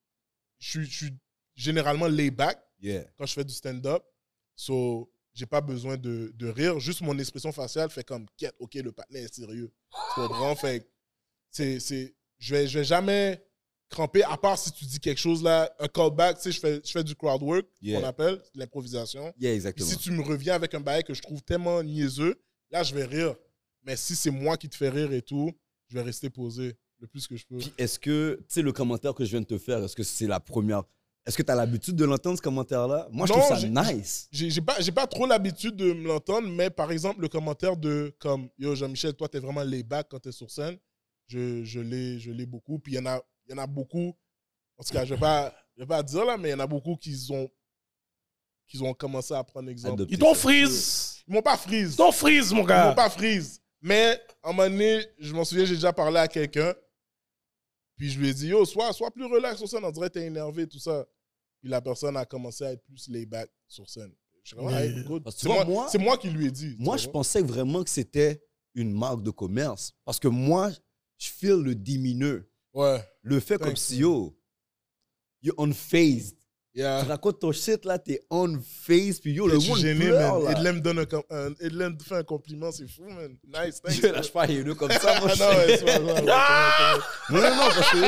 je suis- je suis généralement lay back Yeah. quand je fais du stand-up. So, j'ai pas besoin de, de rire. Juste mon expression faciale fait comme, quête, ok, le partenaire est sérieux. Tu comprends? Fait que c'est, c'est, je vais, je vais jamais cramper, à part si tu dis quelque chose là, un callback, tu sais, je fais, je fais du crowd work, Yeah. qu'on appelle, de l'improvisation. Yeah, Puis exactement. si tu me reviens avec un bail que je trouve tellement niaiseux, là, je vais rire. Mais si c'est moi qui te fais rire et tout, je vais rester posé le plus que je peux. Puis est-ce que, tu sais, le commentaire que je viens de te faire, est-ce que c'est la première. Est-ce que tu as l'habitude de l'entendre, ce commentaire-là? Moi, je Non, trouve ça j'ai- nice. J'ai j'ai pas, j'ai pas trop l'habitude de me l'entendre, mais par exemple, le commentaire de comme Yo, Jean-Michel, toi, t'es vraiment lay back quand t'es sur scène, je, je l'ai je l'ai beaucoup. Puis il y, en a- il y en a beaucoup, en tout cas, je vais pas, je vais pas dire là, mais il y en a beaucoup qui ont, qui ont commencé à prendre exemple. Adopté. Ils t'ont freeze. Ils m'ont pas freeze. Ils t'ont freeze, mon Ils gars. m'ont pas freeze. Mais à un moment donné, je m'en souviens, j'ai déjà parlé à quelqu'un. Puis je lui ai dit, yo, sois, sois plus relax sur scène, on dirait que t'es énervé, tout ça. Puis la personne a commencé à être plus lay-back sur scène. Je suis comme, Mais- hey, good. Parce que C'est tu vois, moi, moi- c'est moi qui lui ai dit. tu Moi, vois. je pensais vraiment que c'était une marque de commerce. Parce que moi, je feel le diminueux. Ouais. Le fait comme Thanks, si, yo, you're unfazed. Yeah. Tu racontes ton shit, là, t'es on face, puis yo, Je le suis monde gêné, pleure, man. là. Edlem donne un, com- un, Edlem fait un compliment, c'est fou, man. Nice, thanks. Je lâche pas haineux comme ça, moi. Ah non, ouais, c'est pas grave. Non, non, non, parce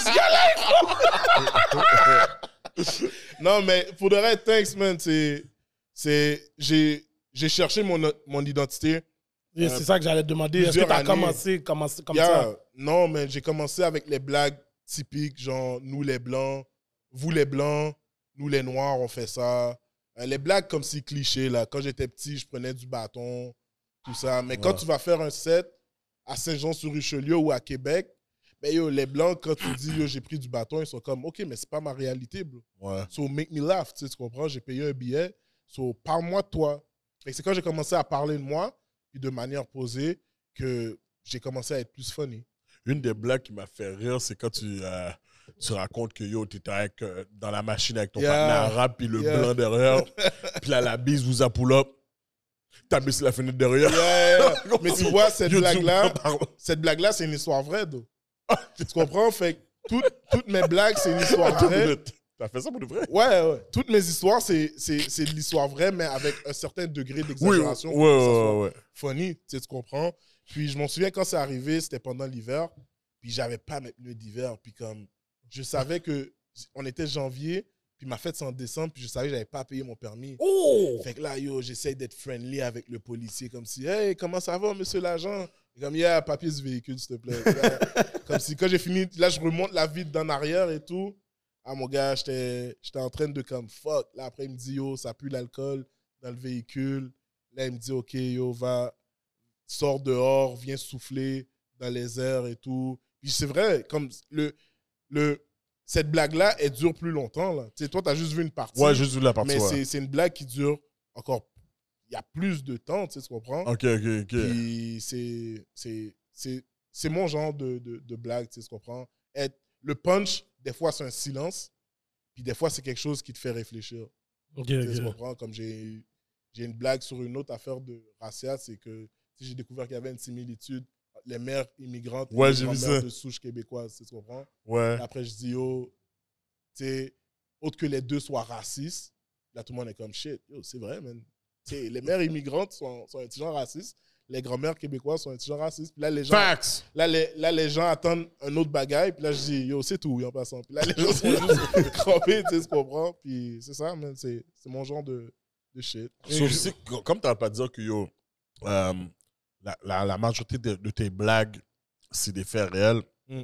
que... Non, mais pour de vrai, thanks, man. C'est, c'est, j'ai, j'ai cherché mon, mon identité. Et c'est ça que j'allais te demander. Est-ce que plusieurs tu as années. commencé, commencé comme Yeah. ça? Non, mais j'ai commencé avec les blagues typiques, genre nous les blancs, vous les blancs, nous les noirs, on fait ça. Euh, les blagues comme si clichés, là. Quand j'étais petit, je prenais du bâton, tout ça. Mais quand Ouais. tu vas faire un set à Saint-Jean-sur-Richelieu ou à Québec, ben yo, les blancs, quand tu dis yo, j'ai pris du bâton, ils sont comme, OK, mais c'est pas ma réalité, bro. Ouais. So, make me laugh, tu sais, tu comprends? J'ai payé un billet. So, parle-moi de toi. Et c'est quand j'ai commencé à parler de moi, puis de manière posée, que j'ai commencé à être plus funny. Une des blagues qui m'a fait rire, c'est quand tu, euh, tu racontes que yo, t'étais avec, euh, dans la machine avec ton Yeah. partenaire arabe, puis le Yeah. blanc derrière, puis là, la bise vous a pull up, t'as baissé la fenêtre derrière. Yeah, yeah. Mais tu vois, cette Yo, tu- blague-là, pardon. cette blague-là, c'est une histoire vraie, though. Tu comprends? Fait que toutes, toutes mes blagues, c'est une histoire vraie. T'as fait ça pour de vrai? Ouais, ouais. Toutes mes histoires, c'est, c'est, c'est de l'histoire vraie, mais avec un certain degré Oui, ouais, d'exagération. ouais, pour que ça ouais, soit ouais. funny, tu sais, tu comprends? Puis je m'en souviens quand c'est arrivé, c'était pendant l'hiver, puis j'avais pas mes pneus d'hiver, puis comme, je savais que on était janvier, puis ma fête c'est en décembre, puis je savais que j'avais pas payé mon permis. Oh! Fait que là, yo, j'essaye d'être friendly avec le policier, comme si, hey, comment ça va, monsieur l'agent? Et comme, yeah, papier du véhicule, s'il te plaît. Là, comme si, quand j'ai fini, là, je remonte la vitre d'en arrière et tout. Ah, mon gars, j'étais j'étais en train de, comme, fuck. Là, après, il me dit, yo, ça pue l'alcool dans le véhicule. Là, il me dit, OK, yo, va, sors dehors, viens souffler dans les airs et tout. Puis c'est vrai, comme, le, le, cette blague-là, elle dure plus longtemps, là. Tu sais, toi, t'as juste vu une partie. Ouais, juste vu la partie. Mais ouais. c'est, c'est une blague qui dure encore. Il y a plus de temps, tu sais, tu comprends? Ok, ok, ok. Puis c'est, c'est, c'est, c'est mon genre de, de, de blague, tu sais, tu comprends? Être, le punch, des fois, c'est un silence. Puis des fois, c'est quelque chose qui te fait réfléchir. Ok, Tu sais, tu ok. comprends? Comme j'ai, j'ai une blague sur une autre affaire de raciat, c'est que tu sais, j'ai découvert qu'il y avait une similitude entre les mères immigrantes Ouais, et les j'ai vu grand-mères ça. de souche québécoise, tu sais, tu comprends? Ouais. Après, je dis, yo, tu sais, autre que les deux soient racistes, là, tout le monde est comme shit. Yo, c'est vrai, man. Tu sais, les mères immigrantes sont, sont un petit genre raciste, les grand-mères québécoises sont un petit genre raciste. Puis là, les gens, Facts! là, les, là, les gens attendent un autre bagaille, puis là, je dis, yo, c'est tout, en passant. Puis là, les gens sont juste crampés, tu sais, tu comprends? Puis c'est ça, man, c'est, c'est mon genre de, de shit. So, je sais que, comme tu n'as pas dit que yo, euh, la, la, la majorité de, de tes blagues, c'est des faits réels. Mm.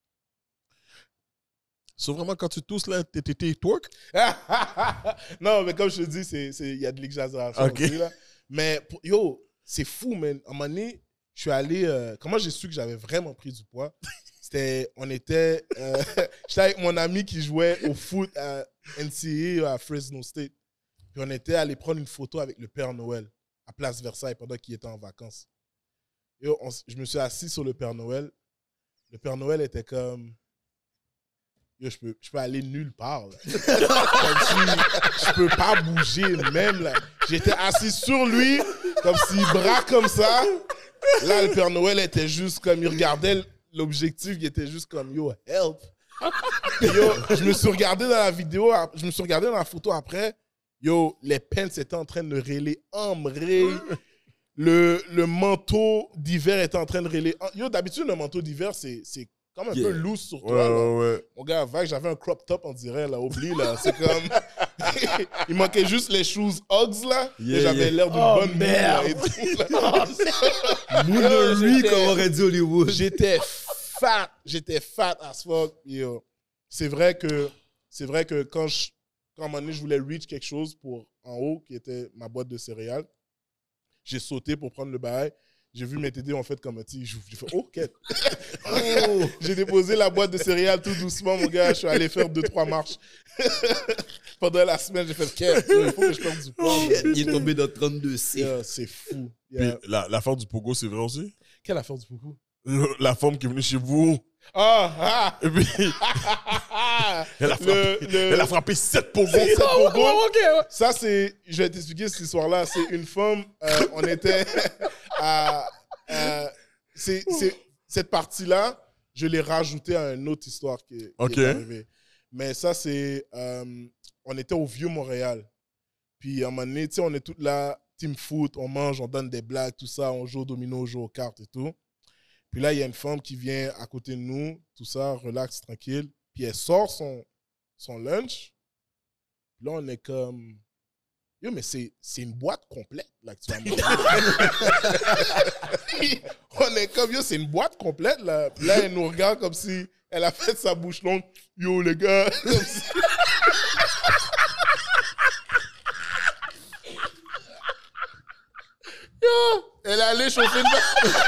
So, vraiment, quand tu tousses, là, t'es, t'es, t'es twerk? Non, mais comme je te dis, c'est, c'est, il y a de l'exagération Ok. aussi, là. Mais, pour- yo, c'est fou, man. À un moment donné, je suis allé... euh, comment j'ai su que j'avais vraiment pris du poids? C'était... On était... euh, j'étais avec mon ami qui jouait au foot à N C A A à Fresno State. Puis on était allé prendre une photo avec le Père Noël à Place Versailles pendant qu'il était en vacances. Et on s- je me suis assis sur le Père Noël. Le Père Noël était comme... Yo, je peux, je peux aller nulle part. Là. Comme si je peux pas bouger même. Là. J'étais assis sur lui, comme si bras comme ça. Là, le Père Noël était juste comme, il regardait l'objectif, il était juste comme, yo, help. Puis, yo, je me suis regardé dans la vidéo, je me suis regardé dans la photo après. Yo, les pants étaient en train de rêler ambré. Le, le manteau d'hiver était en train de rêler. Yo, d'habitude, un manteau d'hiver, c'est, c'est comme un Yeah. peu loose sur Ouais, toi. là. ouais, ouais. Mon gars, vague, j'avais un crop top, on dirait, là, oublie, là. C'est comme... Il manquait juste les shoes Uggs, là. Yeah, et j'avais yeah. l'air d'une Oh, bonne moule, là, merde. et tout, là. Moon de lui, j'étais- comme aurait dit Hollywood. J'étais fat. J'étais fat as fuck. Et, euh, c'est vrai que, c'est vrai que quand, je, quand à un moment donné, je voulais reach quelque chose pour en haut, qui était ma boîte de céréales, j'ai sauté pour prendre le bail. J'ai vu mes tétés en fait comme un petit. J'ai fait oh, quête. J'ai déposé la boîte de céréales tout doucement, mon gars. Je suis allé faire deux, trois marches. Pendant la semaine, j'ai fait quête. Il faut que je perde du poids. Il est tombé dans trente-deux C. Yeah, c'est fou. Puis, Yeah. la, la forme du pogo, c'est vrai aussi? Quelle affaire du beaucoup? Le- La forme qui est venue chez vous. Ah! ah. Et puis, elle a frappé, Le- le- elle a frappé sept pogos. C'est cette Oh, pogo. oh, ok, ouais. Ça, c'est. Je vais t'expliquer cette histoire-là. C'est une femme. euh, on était à. à- c'est, c'est, cette partie-là, je l'ai rajoutée à une autre histoire qui, qui Ok. est arrivée. Mais ça, c'est. euh, on était au Vieux-Montréal. Puis, à un moment donné, tu sais, on est tous là, team foot, on mange, on donne des blagues, tout ça, on joue au domino, on joue aux cartes et tout. Puis là, il y a une femme qui vient à côté de nous, tout ça, relax, tranquille. Puis elle sort son, son lunch. Puis là, on est comme... Yo, mais c'est, c'est une boîte complète, là, que tu vas manger. On est comme, yo, c'est une boîte complète, là. Puis là, elle nous regarde comme si elle a fait sa bouche longue. Yo, les gars, comme si... Yo, elle est allée chauffer le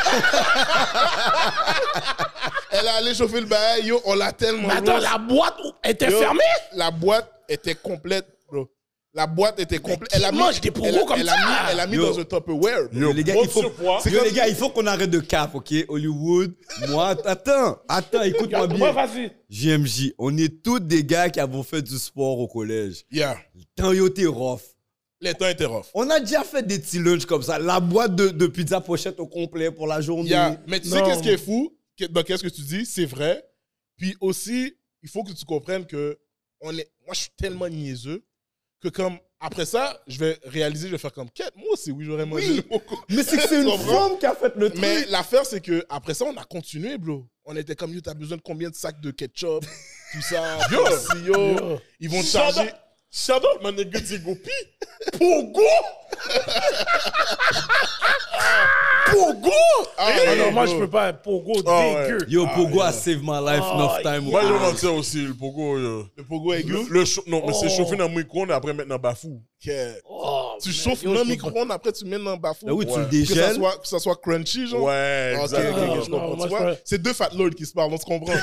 bail. Elle est allée chauffer le bail. Yo, on l'a tellement... Mais attends, roast. la boîte était Yo, fermée? La boîte était complète, bro. La boîte était complète. qui Elle a mis, mange des pogos elle a- comme elle ça? A mis, elle a mis Yo. dans un Tupperware, bro. Yo, les gars, il faut, C'est Yo, comme- les gars, il faut qu'on arrête de cap, ok? Hollywood, moi, attends, attends, écoute-moi Ouais, bien. vas-y. J M J, on est tous des gars qui avons fait du sport au collège. Yeah. Tant yo t'es rough. Les temps étaient rough. On a déjà fait des petits lunchs comme ça. La boîte de, de pizza pochette au complet pour la journée. Yeah. Mais tu sais Non. qu'est-ce qui est fou? Que- Dans qu'est-ce que tu dis? C'est vrai. Puis aussi, il faut que tu comprennes que on est... moi, je suis tellement niaiseux que comme... Après ça, je vais réaliser, je vais faire comme... Quête, moi aussi, oui, j'aurais mangé Oui. le moco. Mais c'est que c'est Tu une comprends? femme qui a fait le truc. Mais l'affaire, c'est que après ça, on a continué, bro. On était comme, yo, t'as besoin de combien de sacs de ketchup? Tout ça. Yo. Si, yo. Yo. Ils vont te Shout charger... out- Shout out, my nigga Digopi. Pogo! Pogo! Ah, Ah non, ouais, moi, bro. je peux pas. Pogo, Ah ouais. dégueu. Yo, Pogo a saved my life Oh, enough time. Moi, je Ah. m'en tiens aussi, le pogo. yo. Le pogo aigu? Le, le chau- non, mais c'est Oh. chauffé dans le micro-ondes et après mettre dans le bafou. Que- Oh, Tu mais chauffes yo, dans je le peux micro-ondes, après tu mets dans le bafou. Ah oui, tu Ouais. le Que ça, dégèles. soit, que ça soit crunchy, genre. Ouais, Ok, exact. ok, ok, je Non, comprends. moi, Tu je vois, pourrais- c'est deux fat lords qui se parlent, on se comprend.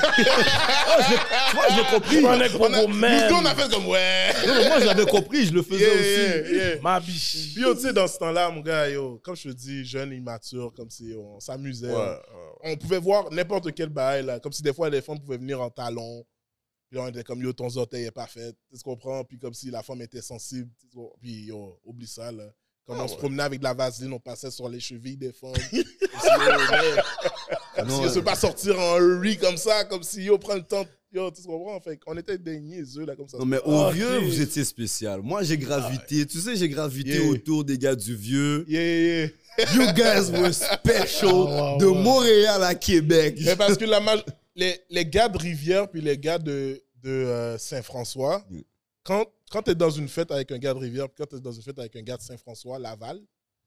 Moi, je l'ai compris. pas un mec on a, Pogo, nous man. deux, on a fait comme, ouais. Non, mais moi, je l'avais compris, je le faisais Yeah, aussi. yeah, yeah. Ma biche. Puis, yo, tu sais, dans ce temps-là, mon gars, yo, comme je te dis, jeune, immature, comme si on s'amusait. Ouais, on- ouais. On pouvait voir n'importe quel bail, là. Comme si des fois, les femmes pouvaient venir en talons. Puis là, on était comme, yo, ton orteil est pas fait. Tu comprends? Puis comme si la femme était sensible. tu sais, Puis, yo, oublie ça, là. Comme Ah on se ouais. promenait avec de la vaseline, on passait sur les chevilles des femmes. Comme si, yo, man, comme Non, si, yo, ouais. se pas sortir en hurry comme ça, comme si, yo, prends le temps. Yo, tu comprends? Fait qu'on était des niaiseux, là, comme ça. Non, mais au Ok. vieux, vous étiez spécial. Moi, j'ai gravité. Tu sais, j'ai gravité Yeah. autour des gars du vieux. Yeah, yeah, yeah. You guys were special Oh, wow, de wow. Montréal à Québec. Mais parce que la maj- les, les gars de Rivière puis les gars de, de euh, Saint-François, Mm. quand, quand tu es dans une fête avec un gars de Rivière puis quand tu es dans une fête avec un gars de Saint-François, Laval,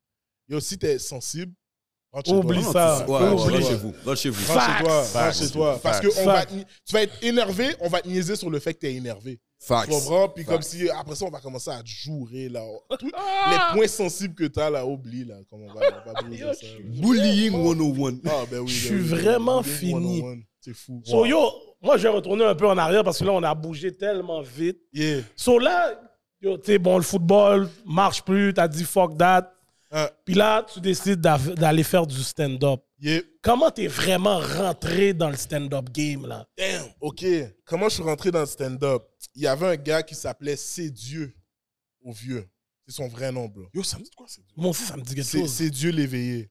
et aussi tu es sensible, rentre chez Oublie toi. ça. Ouais, ouais, Oublie. rentre chez vous. Rentre chez vous. Rentre chez toi, Facts. rentre chez toi. Parce que Facts. on va Facts. te ni- tu vas être énervé, on va te niaiser sur le fait que tu es énervé. Facts. Tu comprends? Puis comme Facts. si après ça, on va commencer à te jouer là. Tous les points sensibles que tu as là, oublie là. Comme on va, on va briser ça. Bullying one oh one. Ah, ben oui, Je ben suis oui, vraiment ben oui, fini. one-on-one. C'est fou. So, yo, moi, je vais retourner un peu en arrière parce que là, on a bougé tellement vite. Yeah. So, là, yo, tu sais, bon, le football marche plus, t'as dit fuck that. Hein, Puis là, tu décides d'av- d'aller faire du stand-up. yeah. Comment t'es vraiment rentré dans le stand-up game, là? Damn, ok. Comment je suis rentré dans le stand-up? Il y avait un gars qui s'appelait C'est Dieu au vieux. C'est son vrai nom, bro. Yo, ça me dit quoi, c'est Moi aussi, ça me dit quelque C'est chose. C'est Dieu l'éveillé.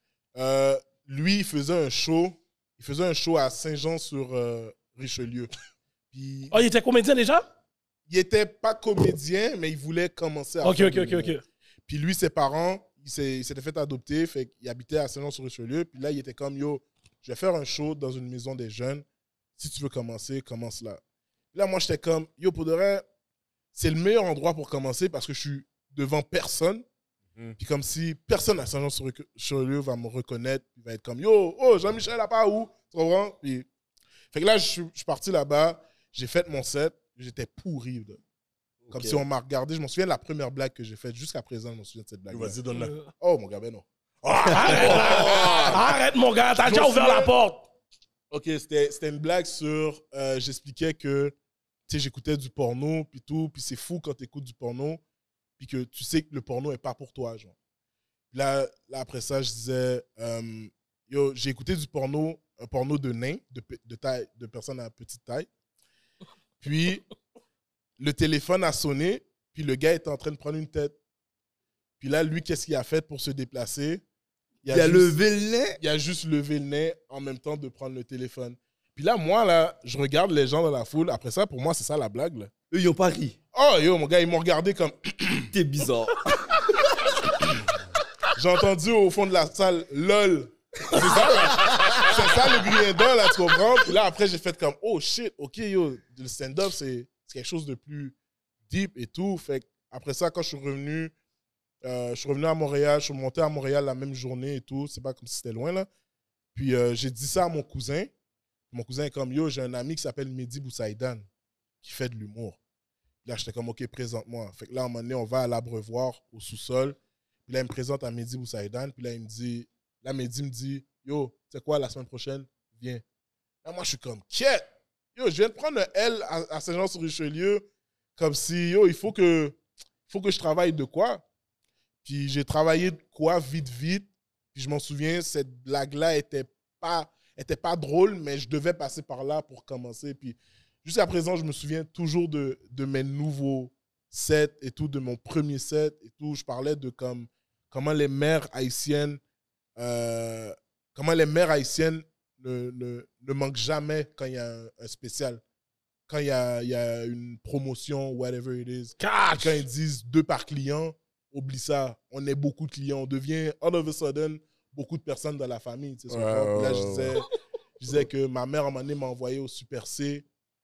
Euh, lui, il faisait un show. Il faisait un show à Saint-Jean-sur-Richelieu. Puis, Oh, il était comédien déjà? il était pas comédien, mais il voulait commencer à Ok, faire ok, de ok, l'humour. ok. Puis lui, ses parents, il s'est- il s'était fait adopter, fait qu'il habitait à Saint-Jean-sur-Richelieu. Puis là, il était comme, yo, je vais faire un show dans une maison des jeunes. Si tu veux commencer, commence là. Puis là, moi, j'étais comme, yo, pour de vrai, c'est le meilleur endroit pour commencer parce que je suis devant personne. Mhm. Puis comme si personne à Saint-Jean-sur-Richelieu va me reconnaître, il va être comme, yo, oh, Jean-Michel, là pas où? Tu comprends? Puis, fait que là, je suis je suis parti là-bas, j'ai fait mon set, j'étais pourri. là. Comme Ok. si on m'a regardé. Je m'en souviens de la première blague que j'ai faite. Jusqu'à présent, je m'en souviens de cette blague. Yo, vas-y, donne-la. Oh, mon gars, ben non. Arrête, arrête, mon gars, t'as Je déjà m'en ouvert souviens. la porte. Ok, c'était c'était une blague sur. euh, J'expliquais que, tu sais, j'écoutais du porno, puis tout. Puis c'est fou quand tu écoutes du porno, puis que tu sais que le porno est pas pour toi, genre. Puis là, là après ça, je disais, euh, yo, j'ai écouté du porno, un porno de nains, de, pe- de, taille, de personnes à petite taille. Puis le téléphone a sonné, puis le gars était en train de prendre une tête. Puis là, lui, qu'est-ce qu'il a fait pour se déplacer? Il a juste- levé le nez. il a juste levé le nez en même temps de prendre le téléphone. Puis là, moi, là, je regarde les gens dans la foule. Après ça, pour moi, c'est ça la blague, là. Eux, ils ont pas ri. Oh, yo, mon gars, ils m'ont regardé comme... T'es bizarre. J'ai entendu au fond de la salle, lol. C'est ça, c'est ça le griendon, là, tu comprends? Puis là, après, j'ai fait comme, oh shit, ok, yo, le stand-up, c'est quelque chose de plus deep et tout. Fait après ça, quand je suis revenu, euh, je suis revenu à Montréal, je suis monté à Montréal la même journée et tout. C'est pas comme si c'était loin, là. Puis euh, j'ai dit ça à mon cousin. Mon cousin est comme, yo, j'ai un ami qui s'appelle Mehdi Boussaïdan, qui fait de l'humour. Là, j'étais comme, ok, présente-moi. Fait que là, à un moment donné, on va à l'Abreuvoir, au sous-sol. Puis là, il me présente à Mehdi Boussaïdan. Puis là, il me dit, là, Mehdi me dit, yo, tu sais quoi, la semaine prochaine, viens. Là, moi, je suis comme, quête. Yo, je viens de prendre un L à, à Saint-Jean-sur-Richelieu, comme si, yo, il faut que, il faut que je travaille de quoi. Puis j'ai travaillé de quoi, vite, vite. Puis je m'en souviens, cette blague-là était pas, était pas drôle, mais je devais passer par là pour commencer. Puis jusqu'à présent, je me souviens toujours de, de mes nouveaux sets et tout, de mon premier set et tout. Je parlais de comme, comment les mères haïtiennes, euh, comment les mères haïtiennes ne, ne, ne manquent jamais quand il y a un, un spécial. Quand il y a, il y a une promotion, whatever it is. Catch! Quand ils disent deux par client, oublie ça. On est beaucoup de clients. On devient, all of a sudden, beaucoup de personnes dans la famille. Tu sais, ouais, ouais, là, je disais, je disais que ma mère, à un moment donné, m'a envoyé au Super C.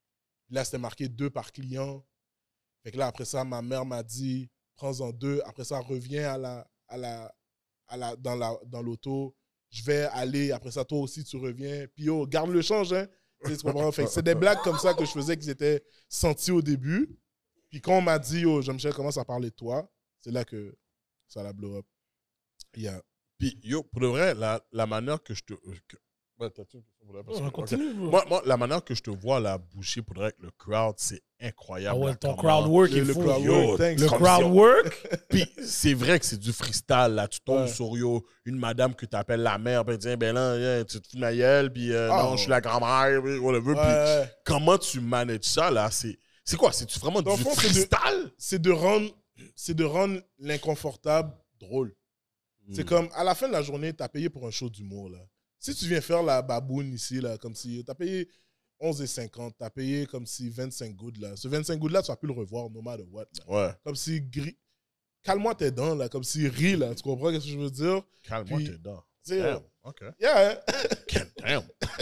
Là, c'était marqué deux par client. Fait que là, après ça, ma mère m'a dit, prends-en deux. Après ça, reviens à la, à la, à la, dans, la, dans l'auto. Je vais aller. Après ça, toi aussi, tu reviens. Puis, yo, garde le change, hein. Tu comprends? Fait que c'est des blagues comme ça que je faisais qui étaient senties au début. Puis quand on m'a dit, yo, Jean-Michel commence à parler de toi, c'est là que ça l'a blow up. Yeah. Puis, yo, pour de vrai, la, la manière que je te... Que, ouais, t'as-tu une question pour la personne? On continue. Okay. Moi, moi, la manière que je te vois là bouger pour de vrai avec le crowd, c'est incroyable. Ah ouais, là, ton comment... crowd work le, est le fou. crowd Yo, work, thanks. Le crowd work. Puis c'est vrai que c'est du freestyle, là. Tu tombes Ouais. sur yo, une madame que tu appelles la mère, puis elle dit, ben là, yeah, tu te fous de ma gueule, puis euh, Ah, non, ouais. je suis la grand-mère, puis whatever. Ouais, Puis ouais. comment tu manages ça, là? C'est, c'est quoi? C'est-tu vraiment Dans du le fond, c'est de- freestyle? C'est de rendre, c'est de rendre l'inconfortable drôle. Mm. C'est comme, à la fin de la journée, tu as payé pour un show d'humour, là. Si tu viens faire la baboune ici, là, comme si tu as payé onze et cinquante, tu as payé comme si vingt-cinq gouttes, là. Ce vingt-cinq gouttes-là, tu vas plus le revoir, no matter what, là. Ouais. Comme si gris. Calme-moi tes dents, là. Comme si ris, là. Tu comprends ce que je veux dire? Calme-moi Puis- tes dents. C'est- Damn. OK. Yeah. God damn.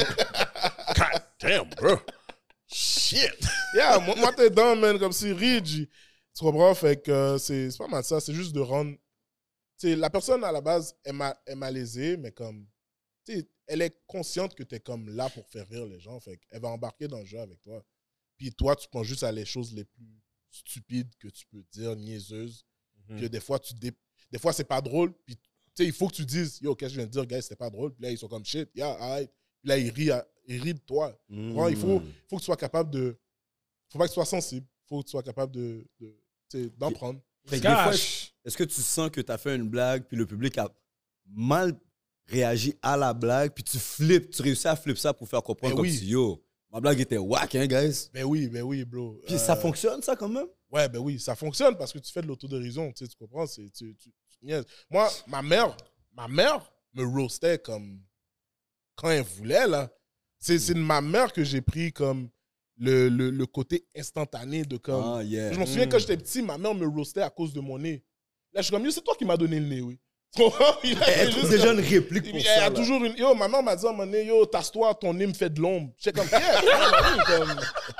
God damn, bro. Shit. Yeah, moi, moi tes dents, man, comme si ris, G. Tu comprends? Fait que euh, c'est c'est pas mal ça. C'est juste de rendre. Tu sais, la personne, à la base, est, ma, est malaisée, mais comme. Tu sais, elle est consciente que tu es comme là pour faire rire les gens. Fait qu'elle va embarquer dans le jeu avec toi. Puis toi, tu penses juste à les choses les plus stupides que tu peux dire, niaiseuses. Mhm. Que des fois, tu dé... des fois, c'est pas drôle. Puis, tu sais, il faut que tu dises, yo, qu'est-ce que je viens de dire, gars, c'était pas drôle. Puis là, ils sont comme shit, yeah, alright. Puis là, ils rient, à- ils rient de toi. Mm. Bon, il faut, faut que tu sois capable de. Faut pas que tu sois sensible. Faut que tu sois capable de, de, tu sais, d'en Ok. prendre. Fait que des fois, Cash. est-ce que tu sens que tu as fait une blague, puis le public a mal réagi à la blague, puis tu flippes, tu réussis à flipper ça pour faire comprendre Ben comme oui. si, yo, ma blague était whack, hein, guys? Ben oui, ben oui, bro. Puis Euh, ça fonctionne, ça, quand même? Ouais, ben oui, ça fonctionne parce que tu fais de l'autodérision, tu sais, tu comprends? C'est, tu, tu, tu niaises. Moi, ma mère, ma mère me roastait comme quand elle voulait, là. C'est, c'est de ma mère que j'ai pris comme le, le, le côté instantané de comme. Ah, yeah. Je m'en souviens quand j'étais petit, ma mère me roastait à cause de mon nez. Là, je suis comme, yo, c'est toi qui m'as donné le nez, oui. Tu comprends? Puis là, Elle c'est trouve juste déjà comme- une réplique pour Il y ça, a là. toujours une. Yo, ma mère m'a dit à un moment donné, yo, tasse-toi, ton nez me fait de l'ombre. J'étais comme, yeah, yeah, bah oui, comme.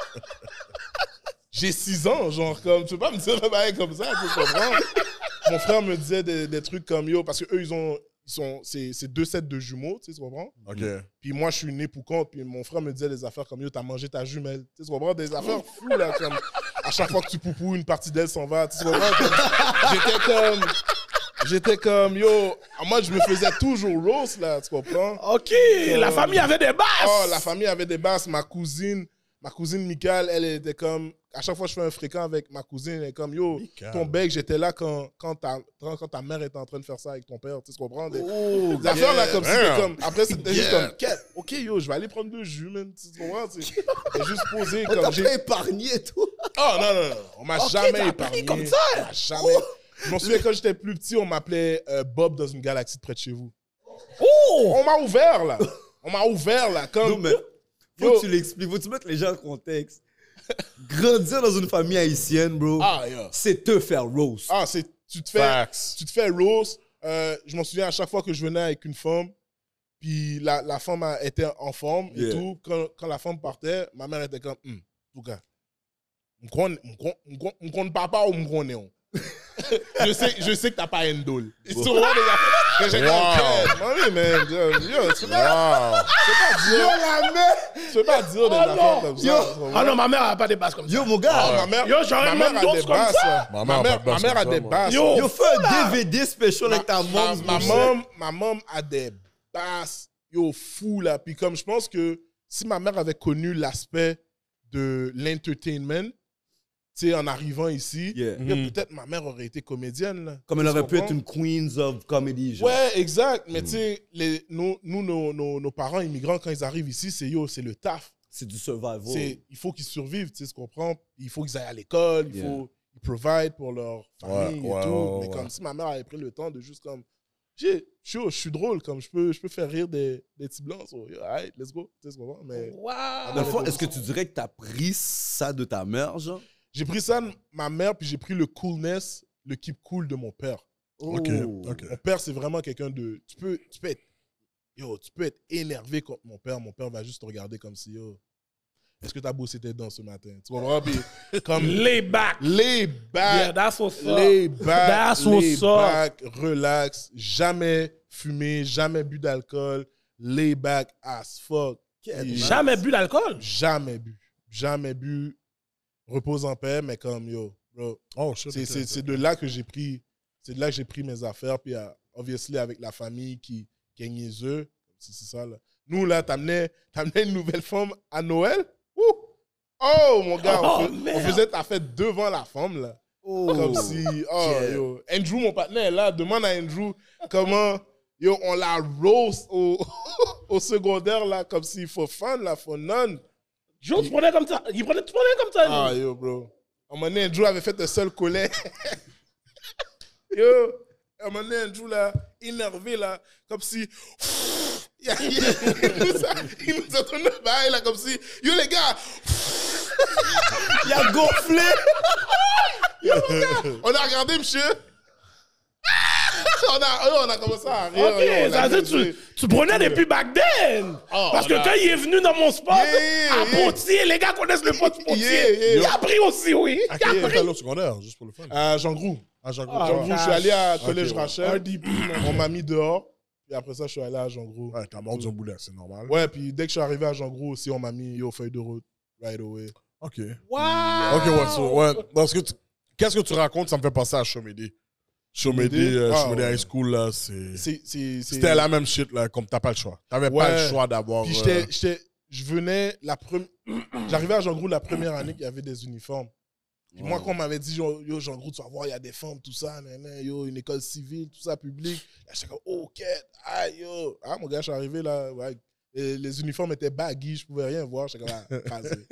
J'ai six ans, genre, comme, tu peux pas me dire un bail comme ça, tu comprends? Mon frère me disait des, des trucs comme, yo, parce qu'eux, ils ont. Ils sont, c'est, c'est deux sets de jumeaux, tu sais, tu comprends? OK. Puis moi, je suis né poucon, puis mon frère me disait des affaires comme, yo, t'as mangé ta jumelle. Tu sais, tu comprends? Des affaires fous, là, comme, à chaque fois que tu poupoues, une partie d'elle s'en va. Tu sais, tu comprends? Comme, j'étais comme, j'étais comme, yo, moi, je me faisais toujours roast, là, tu comprends? OK. La famille avait des basses. Oh, la famille avait des basses. Ma cousine, ma cousine Michael, elle était comme, à chaque fois que je fais un fréquent avec ma cousine, elle est comme, yo, Michael. ton bec, j'étais là quand, quand, ta, quand quand ta mère était en train de faire ça avec ton père. Tu sais, tu comprends? Des, Oh, des affaires là, comme si c'était Damn. comme. Après, c'était juste Yeah. comme, Quête, ok, yo, je vais aller prendre deux jus, man. Tu comprends? C'est c'est juste posé On t'a comme. j'ai- pas épargné et tout. Oh non, non, non. On m'a Ok, jamais t'as épargné. appris comme ça? On m'a jamais. Je m'en souviens quand j'étais plus petit, on m'appelait euh, Bob dans une galaxie de près de chez vous. Oh! On m'a ouvert, là. On m'a ouvert, là. Comme. Non, mais faut Yo. que tu l'expliques. Faut que tu mettes les gens en contexte. Grandir dans une famille haïtienne, bro, Ah, yeah. c'est te faire roast. Ah, c'est, tu te fais, Facts. tu te fais roast. Euh, je m'en souviens à chaque fois que je venais avec une femme, puis la, la femme a- était en forme et Yeah. tout. Quand, quand la femme partait, ma mère était comme, hum, en tout cas, on compte papa ou on compte néon. je, sais, je sais que t'as pas un dole. C'est souvent des affaires que j'ai comme, Wow. Mamie, man, yo, yo, tu peux pas, Wow. tu peux pas dire, Yo, la mère! tu peux pas dire des Oh, affaires non. comme ça. Yo. tu comprends? Ah non, ma mère a pas des bases comme ça. Yo, mon gars! Ah, ma mère, Yo, j'aurais ma mère même a d'autres des comme basses. ça. Ma Ma mère a mère, pas de ma mère a basses des comme ça, basses. Yo. Yo, fais un D V D special avec ta Ma, mom. ma, bro. mom, ma mom a des basses, yo, fou, là. Puis comme je pense que si ma mère avait connu l'aspect de l'entertainment, tu sais, en arrivant ici, Yeah. yo, Mhm. peut-être ma mère aurait été comédienne, là. Comme elle Tu aurait pu comprends? être une queens of comedy, genre. Ouais, exact. Mais tu sais, les- nous, nous nos, nos, nos parents immigrants, quand ils arrivent ici, c'est yo, c'est le taf. C'est du survival. C'est, il faut qu'ils survivent, tu sais, ce qu'on comprend. Il faut qu'ils aillent à l'école, il Yeah. faut ils provide pour leur famille Ouais, et ouais, tout. ouais, Mais ouais. comme si ma mère avait pris le temps de juste comme, j'ai- je suis- je suis drôle, comme je peux, je peux faire rire des, des petits blancs. So, yo, alright, let's go. Tu sais ce qu'on comprend? Mais Wow. Dans le fond, est-ce que tu dirais que t'as pris ça de ta mère, genre? j'ai pris ça de ma mère, puis j'ai pris le coolness, le keep cool de mon père. Ok, Oh. ok. Mon père, c'est vraiment quelqu'un de. Tu peux, tu peux être. Yo, tu peux être énervé contre mon père. Mon père va juste te regarder comme si, yo, est-ce que t'as bossé tes dents ce matin? Tu comprends? Puis, comme. Lay back. Lay Yeah, back. that's what's up. Lay back. That's lay what's up. back. Relax. Jamais fumé. Jamais bu d'alcool. Lay back as fuck. Puis, Jamais bu d'alcool. Jamais bu. Jamais bu. Repose en paix, mais comme, yo, bro. Oh, shit. C'est, ok, c'est, ok. c'est de là que j'ai pris, c'est de là que j'ai pris mes affaires, puis uh, obviously avec la famille qui, qui est niaiseux, c'est, c'est ça là. Nous là, t'amenais, t'amenais une nouvelle femme à Noël, Ouh! Oh mon gars, on, Oh, fais- on merde. faisait ta fête devant la femme là, Oh. comme si, oh Yeah. yo, Andrew mon partenaire est là, demande à Andrew comment, yo, on la roast au, au secondaire là, comme s'il faut fun là, for none. Joe, tu prenais comme ça. Il prenait, tu prenais comme ça. Ah, lui. yo, bro. À un moment donné, Andrew avait fait un seul collet. Yo, à un moment donné, Andrew, là, énervé, là, comme si... il, a- il nous a, il nous a tourné le bail, là, comme si... Yo, les gars! Il a gonflé! Yo, mon gars, on a regardé, monsieur. on, a, yo, on a commencé à rire. Ok, yo, on a ça veut dire amusé. tu, tu prenais depuis back then. Oh, Parce que on a- quand il est venu dans mon spot, Yeah, à yeah. Potier, les gars connaissent le pot Potier. Yeah, yeah. Il a pris aussi, oui. À Il a quel pris. école au secondaire, juste pour le fun? À Jean Groux. À Jean Ah, Jean Groux, je suis allé à Ok, Collège ouais. Rachel. R D P. On m'a mis dehors. Puis après ça, je suis allé à Jean Groux. Ouais, t'as mordu un boulet, c'est normal. Ouais, puis dès que je suis arrivé à Jean Gros aussi, on m'a mis yo feuille de route right away. Ok. Wow. Ok, ouais, so, ouais. Parce que tu- qu'est-ce que tu racontes, ça me fait penser à Chomedey. Chomedey, euh, Ah, Chomedey ouais. High School, là, c'est. C'est, c'est, c'est... C'était la même shit, là, comme t'as pas le choix. T'avais pas Ouais. le choix d'avoir. Puis euh, j'étais, j'étais, je venais la première, j'arrivais à Jean Gros la première année qu'il y avait des uniformes. Puis moi, quand on m'avait dit, yo, yo, Jean Gros, tu vas voir, il y a des femmes, tout ça, nan, nan, yo, une école civile, tout ça, public. Là, j'étais comme, ok, ah, yo. Ah, mon gars, je suis arrivé là, ouais, les, les uniformes étaient baggy, je pouvais rien voir. J'étais comme, ah, rasé.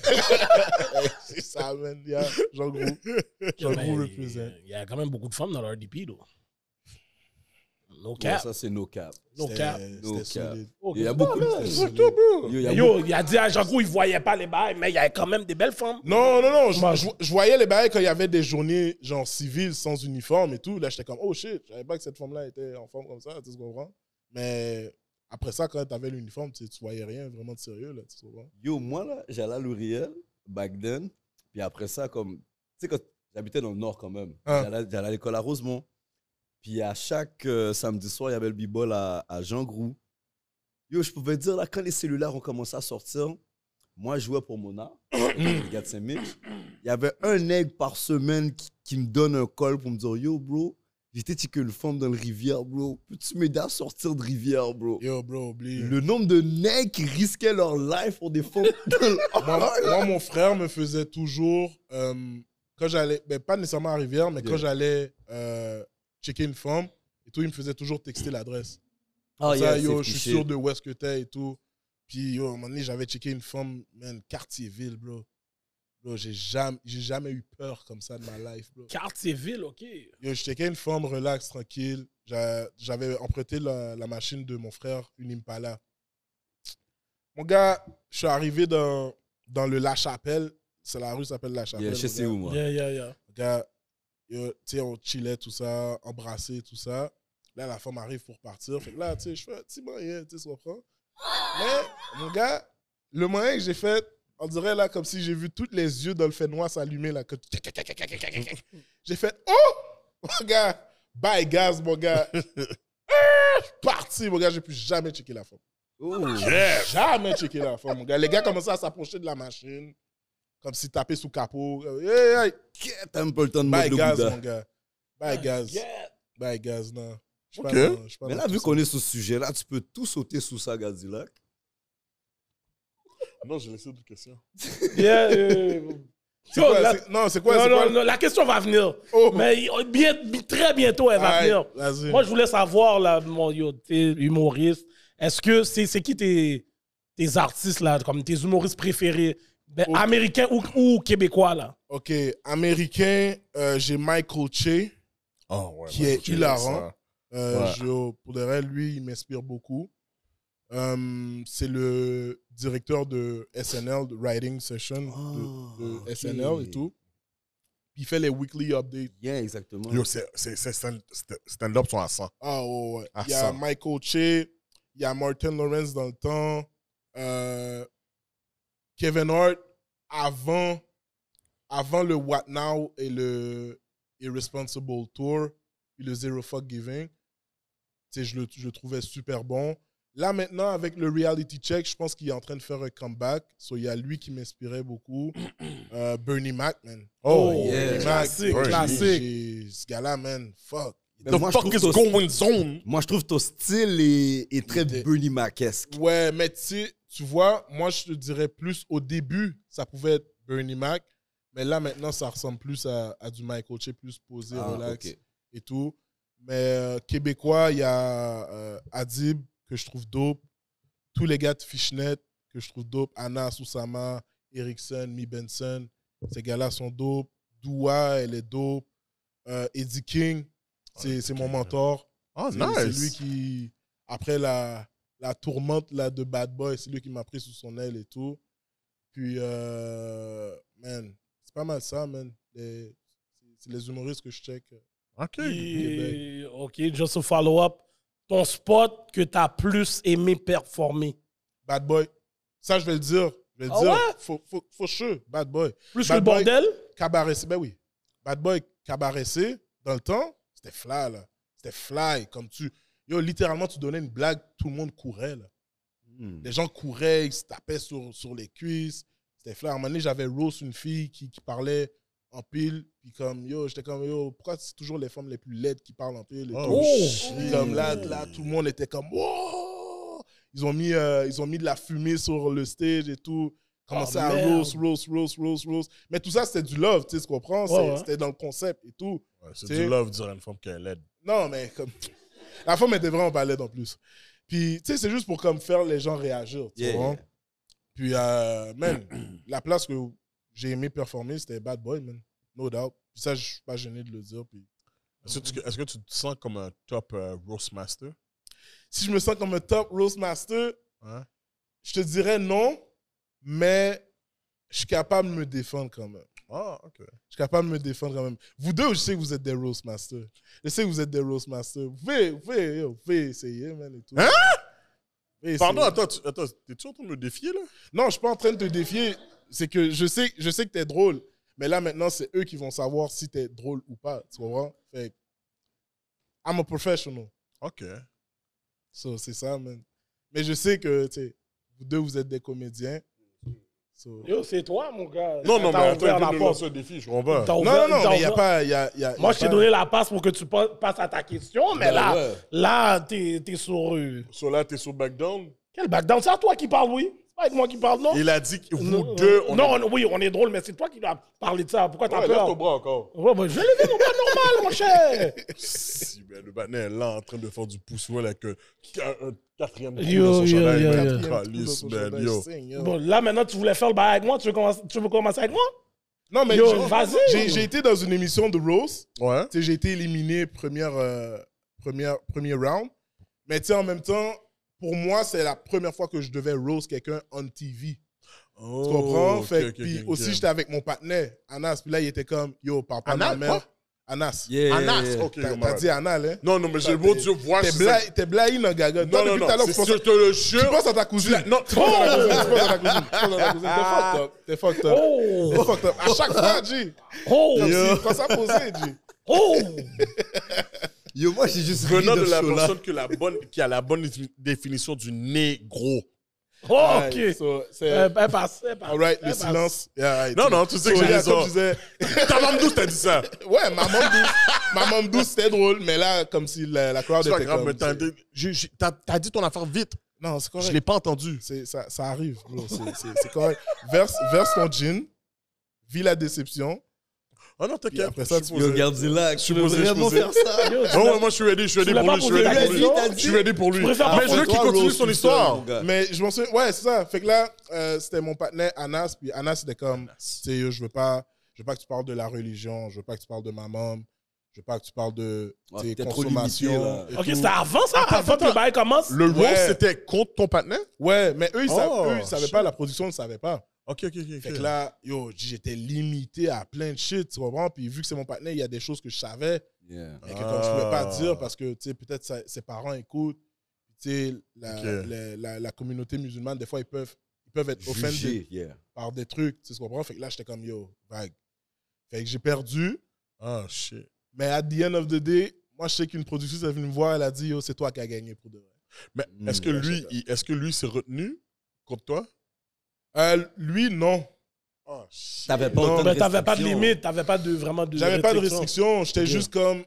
C'est ça, man, yeah, Jean Gros. Jean Mais Gros represent. Il y a quand même beaucoup de femmes dans le R D P, though. No Ouais, cap. ça, c'est no cap. No C'était- cap. No C'était cap. solide. Ok, Il y a c'est beaucoup pas de. mal. Yo, il y a Yo, il a dit à Jean-Gros, il voyait pas les bails, mais il y avait quand même des belles femmes. Non, non, non. Je, Moi, je- je voyais les bails quand il y avait des journées genre civiles sans uniforme et tout. Là, j'étais comme, oh shit, je savais pas que cette femme-là était en forme comme ça, tu sais, tu comprends? Mais après ça, quand tu avais l'uniforme, tu sais, tu voyais rien vraiment de sérieux, là, tu comprends? Yo, moi, là, j'allais à L'Oréal, back then. Puis après ça, comme. Tu sais, quand j'habitais dans le Nord quand même. Ah. J'allais, j'allais à l'école à Rosemont. Puis à chaque euh, samedi soir, il y avait le b-ball à, à Jean Groux. Yo, je pouvais dire, là, quand les cellulaires ont commencé à sortir, moi, je jouais pour Mona, les gars de Saint-Mich. Il y avait un nègre par semaine qui, qui me donne un call pour me dire, yo, bro, j'étais tiqué une femme dans le rivière, bro. Peux-tu m'aider à sortir de rivière, bro? Yo, bro, oublie. Le nombre de nègres qui risquaient leur life pour des femmes dans le... Moi, moi, mon frère me faisait toujours, euh, quand j'allais, ben, pas nécessairement à Rivière, mais Yeah. quand j'allais euh, checker une femme et tout, il me faisait toujours texter l'adresse. Ah, ça, yeah, yo, c'est je suis fiché. sûr de où est-ce que t'es et tout. Puis, yo, à un moment donné, j'avais checké une femme, man, quartier-ville, bro. Bro, j'ai jamais, j'ai jamais eu peur comme ça de ma life, bro. Quartier-ville, OK. Yo, je checkais une femme relax, tranquille. J'a- J'avais emprunté la, la machine de mon frère, une Impala. Mon gars, je suis arrivé dans, dans le La Chapelle. c'est la rue s'appelle La Chapelle. Yeah, je sais où, moi. Yeah, yeah, yeah. Gars, tu sais, on chillait, tout ça, embrassé, tout ça. Là, la femme arrive pour partir. Fait que là, tu sais, je fais un petit moyen, tu sais, tu comprends? Mais, mon gars, le moyen que j'ai fait, on dirait là, comme si j'ai vu tous les yeux dans le fait noir s'allumer, là. Que... J'ai fait, oh! Mon gars, bye, gaz, mon gars. Je suis parti, mon gars, j'ai plus jamais checké la femme. Oh. Yeah. Jamais checké la femme, mon gars. Les gars commençaient à s'approcher de la machine, comme si taper sous capot. Hey, hey. T'as même pas le temps de Bye, mode gaz, Bouddha. mon gars. Bye, gaz. Yeah. Bye, gaz, non. Je suis Ok. pas dans- je suis pas Mais dans là, tout vu ça. qu'on est sur ce sujet-là, tu peux tout sauter sous ça, Gazilac. Non, j'ai laissé d'autres questions. Yeah, euh, C'est yo, quoi, la- c'est- Non, c'est quoi? non, c'est non, quoi? non, la question va venir. Oh. Mais bien, très bientôt, elle va Aïe, venir. vas-y. Moi, je voulais savoir, là, mon yo, t'es humoriste. Est-ce que c'est c'est qui tes, tes artistes, là, comme tes humoristes préférés, ben, Oh. américains ou, ou québécois, là? OK, américain, euh, j'ai Michael Che, Oh, ouais. qui ouais, est j'ai hilarant. ça. Euh, Ouais. je- pour de vrai, lui, il m'inspire beaucoup. Euh, c'est le directeur de S N L, de Writing Session de, de Ah, S N L ok. et tout. Puis il fait les weekly updates. Yeah, exactement. Yo, c'est c'est- c'est stand- stand-up sont à cent. Ah ouais, ouais. Ah, Il y a ça. Michael Che, il y a Martin Lawrence dans le temps, euh, Kevin Hart avant, avant le What Now et le Irresponsible Tour, puis le Zero Fuck Giving. Tu sais, je le, je le trouvais super bon. Là, maintenant, avec le Reality Check, je pense qu'il est en train de faire un comeback. So, il y a lui qui m'inspirait beaucoup. Euh, Bernie Mac, man. Oh, yeah. Bernie Mac, Classique, j'ai- classique. j'ai- Ce gars-là, man, fuck. Mais The moi, je fuck trouve is ton- going zone? Moi, je trouve ton style est, est très était- Bernie Mac-esque. Ouais, mais tu sais, tu vois, moi, je te dirais plus au début, ça pouvait être Bernie Mac, mais là, maintenant, ça ressemble plus à, à du Michael Che, plus posé, Ah, relax ok. et tout. Mais euh, québécois, il y a euh, Adib, que je trouve dope. Tous les gars de Fishnet, que je trouve dope. Anna Susama, Erickson, Mi Benson. Ces gars-là sont dope. Doua, elle est dope. Euh, Eddie King, c'est c'est mon mentor. Oh, C'est- nice. C'est lui qui, après la, la tourmente là, de Bad Boy, c'est lui qui m'a pris sous son aile et tout. Puis, euh, man, c'est pas mal ça, man. Les- C'est les humoristes que je check. OK. Et- OK, just a follow-up. Ton spot que t'as plus aimé performer? Bad Boy. Ça, je vais le dire. Je vais le Ah dire. ouais? Faut, faut, faut chaud. Bad Boy. Plus Bad que le Boy, bordel? Cabaret C, ben oui. Bad Boy, Cabaret C, dans le temps, c'était fly, là. C'était fly. Comme tu. Yo, littéralement, tu donnais une blague, tout le monde courait, là. Hmm. Les gens couraient, ils se tapaient sur, sur les cuisses. C'était fly. À un moment donné, j'avais Rose, une fille qui, qui parlait en pile. Puis comme, yo, j'étais comme, yo, pourquoi c'est toujours les femmes les plus laides qui parlent en pile? Et Oh, tout. Puis comme là, là, tout le monde était comme, wow! Ils ont mis, euh, ils ont mis de la fumée sur le stage et tout. Commençaient Oh, à merde. rose, rose, rose, rose, rose. Mais tout ça, c'était du love, tu sais, tu comprends? Ouais, C'est- ouais. C'était dans le concept et tout. Ouais, c'est C'est- du love dire à une femme qui est laide. Non, mais comme. La femme était vraiment pas laide en plus. Puis, tu sais, c'est juste pour comme faire les gens réagir, tu Yeah. vois? Puis, euh, man, la place que j'ai aimé performer, c'était Bad Boy, man. No doubt. Puis ça, je suis pas gêné de le dire. Puis, Est-ce que, tu- est-ce que tu te sens comme un top euh, roast master? si je me sens comme un top roast master, Hein? je te dirais non, mais je suis capable de me défendre quand même. Ah, OK. Je suis capable de me défendre quand même. Vous deux, je sais que vous êtes des roast masters. Je sais que vous êtes des roast masters. Vous pouvez, vous pouvez, yo, vous pouvez essayer, man, et tout. Hein? Vous pouvez Pardon, essayer. attends, tu, attends, t'es-tu en train de me défier, là? Non, je suis pas en train de te défier. C'est que je sais, je sais que t'es drôle. Mais là, maintenant, c'est eux qui vont savoir si t'es drôle ou pas. Tu comprends? Fait que, I'm a professional. OK. So, c'est ça, man. Mais je sais que, tu sais, vous deux, vous êtes des comédiens. So- Yo, c'est toi, mon gars. Non, non, mais T'as attends, ouvert il la vient de me porte. lancer un défi, je comprends pas. T'as Non, ouvert- non, non, t'as mais il n'y a ouvert- pas... Y a, y a, y Moi, a je t'ai pas- donné la passe pour que tu pa- passes à ta question, mais Ben là, ouais. là, t'es t'es sur eux. So là, t'es sur back down. Quel backdown? C'est à toi qui parle, oui. C'est pas avec moi qui parle, non? Il a dit que vous Non, deux, on non, est... non, oui, on est drôle, mais c'est toi qui dois parler de ça. Pourquoi t'as Ouais, lève peur? ton bras encore. Ouais, bah, je l'ai levé, mon bras normal, mon cher. Si, ben, le Batman est là en train de faire du pouce-voile avec euh, un, un quatrième trou Yo, dans son yo, chandail, yo, man. yo. Quatrième trou dans Calice, son man, chandail, yo. signe, yo. Bon, là, maintenant, tu voulais faire le bail avec moi. Tu veux commencer, tu veux commencer avec moi? Non, mais Yo, j'ai- vas-y. j'ai- j'ai été dans une émission de Rose. Ouais. Tu sais, j'ai été éliminé première, euh, première, premier round. Mais tu sais, en même temps, pour moi, c'est la première fois que je devais Rose quelqu'un on T V. Tu comprends? ok, Fait, ok, puis ok, aussi, ok. j'étais avec mon partenaire, Anas. Puis là, il était comme, yo, parle pas de Anas, ma mère. quoi? Anas. Yeah. Anas, ok. T'as yo, t'as man. dit Anal, hein? Non, non, mais j'ai le T'es- mot Dieu voir. T'es c'est bla- ça- T'es blahi, non, gaga. Non, Toi, non, depuis non, tout à l'heure, c'est tu penses- sûr, je te le Tu jure. penses à ta cousine. Non, Tu penses à ta cousine. Tu penses à ta cousine. Tu penses à ta cousine. T'es fucked up. T'es fucked up. Oh! T'es fucked up. À chaque fois, G. Oh! Comme si, prends ça posé, G. Oh! Yo, moi, j'ai juste ri venant de de ce la show-là. personne qui a la bonne, qui a la bonne défi- définition du négro. Oh, Alright, ok. so, c'est- Euh, Elle passe, elle passe. All right, elle le passe. silence. Yeah, alright. Non, non, tu sais que So, j'ai yeah, raison. comme je disais, Ta maman douce t'a dit ça. ouais, ma maman douce, ma maman douce, c'était drôle, mais là, comme si la, la crowd C'est pas était grave, comme... mais t'as c'est- j'ai- j'ai- t'as- t'as dit ton affaire vite. Non, c'est Je correct. l'ai pas entendu. C'est, ça, ça arrive, bro. C'est, c'est, c'est correct. Verse, verse ton jean, vis la déception, Oh non, puis t'inquiète. après ça, je tu suis Yo, posé. regarde là, tu suis veux posé, je suis vraiment posé. faire ça? Yo, tu Non, l'as- ouais, moi je suis ready, je suis ready l'as pour pas lui, je suis posé la ready pour lui. question? Je suis ready pour lui. préfères Mais pas je veux Toi, qu'il continue Rose, son tout histoire. seul, mon gars. Mais je m'en souviens, ouais, c'est ça. Fait que là, euh, c'était mon partenaire Anas, puis Anas, c'était comme, tu sais, yo, je veux pas, je veux pas que tu parles de la religion, je veux pas que tu parles de ma maman, je veux pas que tu parles de Ouais, tes t'es trop consommations. limité, là. et Ok, tout. c'était avant ça? Attends, Avant que attends. le bail commence? Le roast, Ouais. c'était contre ton partenaire? Ouais, mais eux, ils, savent- Oh, eux, ils savaient shit. pas, la production ne savait pas. Ok, ok, ok. Fait que là, yo, j'étais limité à plein de shit, tu comprends? Puis vu que c'est mon partenaire, il y a des choses que je savais, Yeah. mais que comme je pouvais pas Ah. dire parce que, tu sais, peut-être sa- ses parents écoutent, tu sais, la, Ok. la, la- la communauté musulmane, des fois, ils peuvent, ils peuvent être offended Jugé, yeah. par des trucs, tu sais, tu comprends? Fait que là, j'étais comme, yo, vague. Fait que j'ai perdu, Ah, shit. mais at the end of the day, moi, je sais qu'une productrice est venue me voir, elle a dit, yo, c'est toi qui as gagné pour de vrai. Mais Mm. est-ce que lui, il- est-ce que lui s'est retenu contre toi? Euh, lui, non. Oh, shit. T'avais pas Non, autant de Mais t'avais pas de restrictions. limite, t'avais pas de vraiment de. J'avais pas de restriction. restrictions, j'étais Ok. juste comme,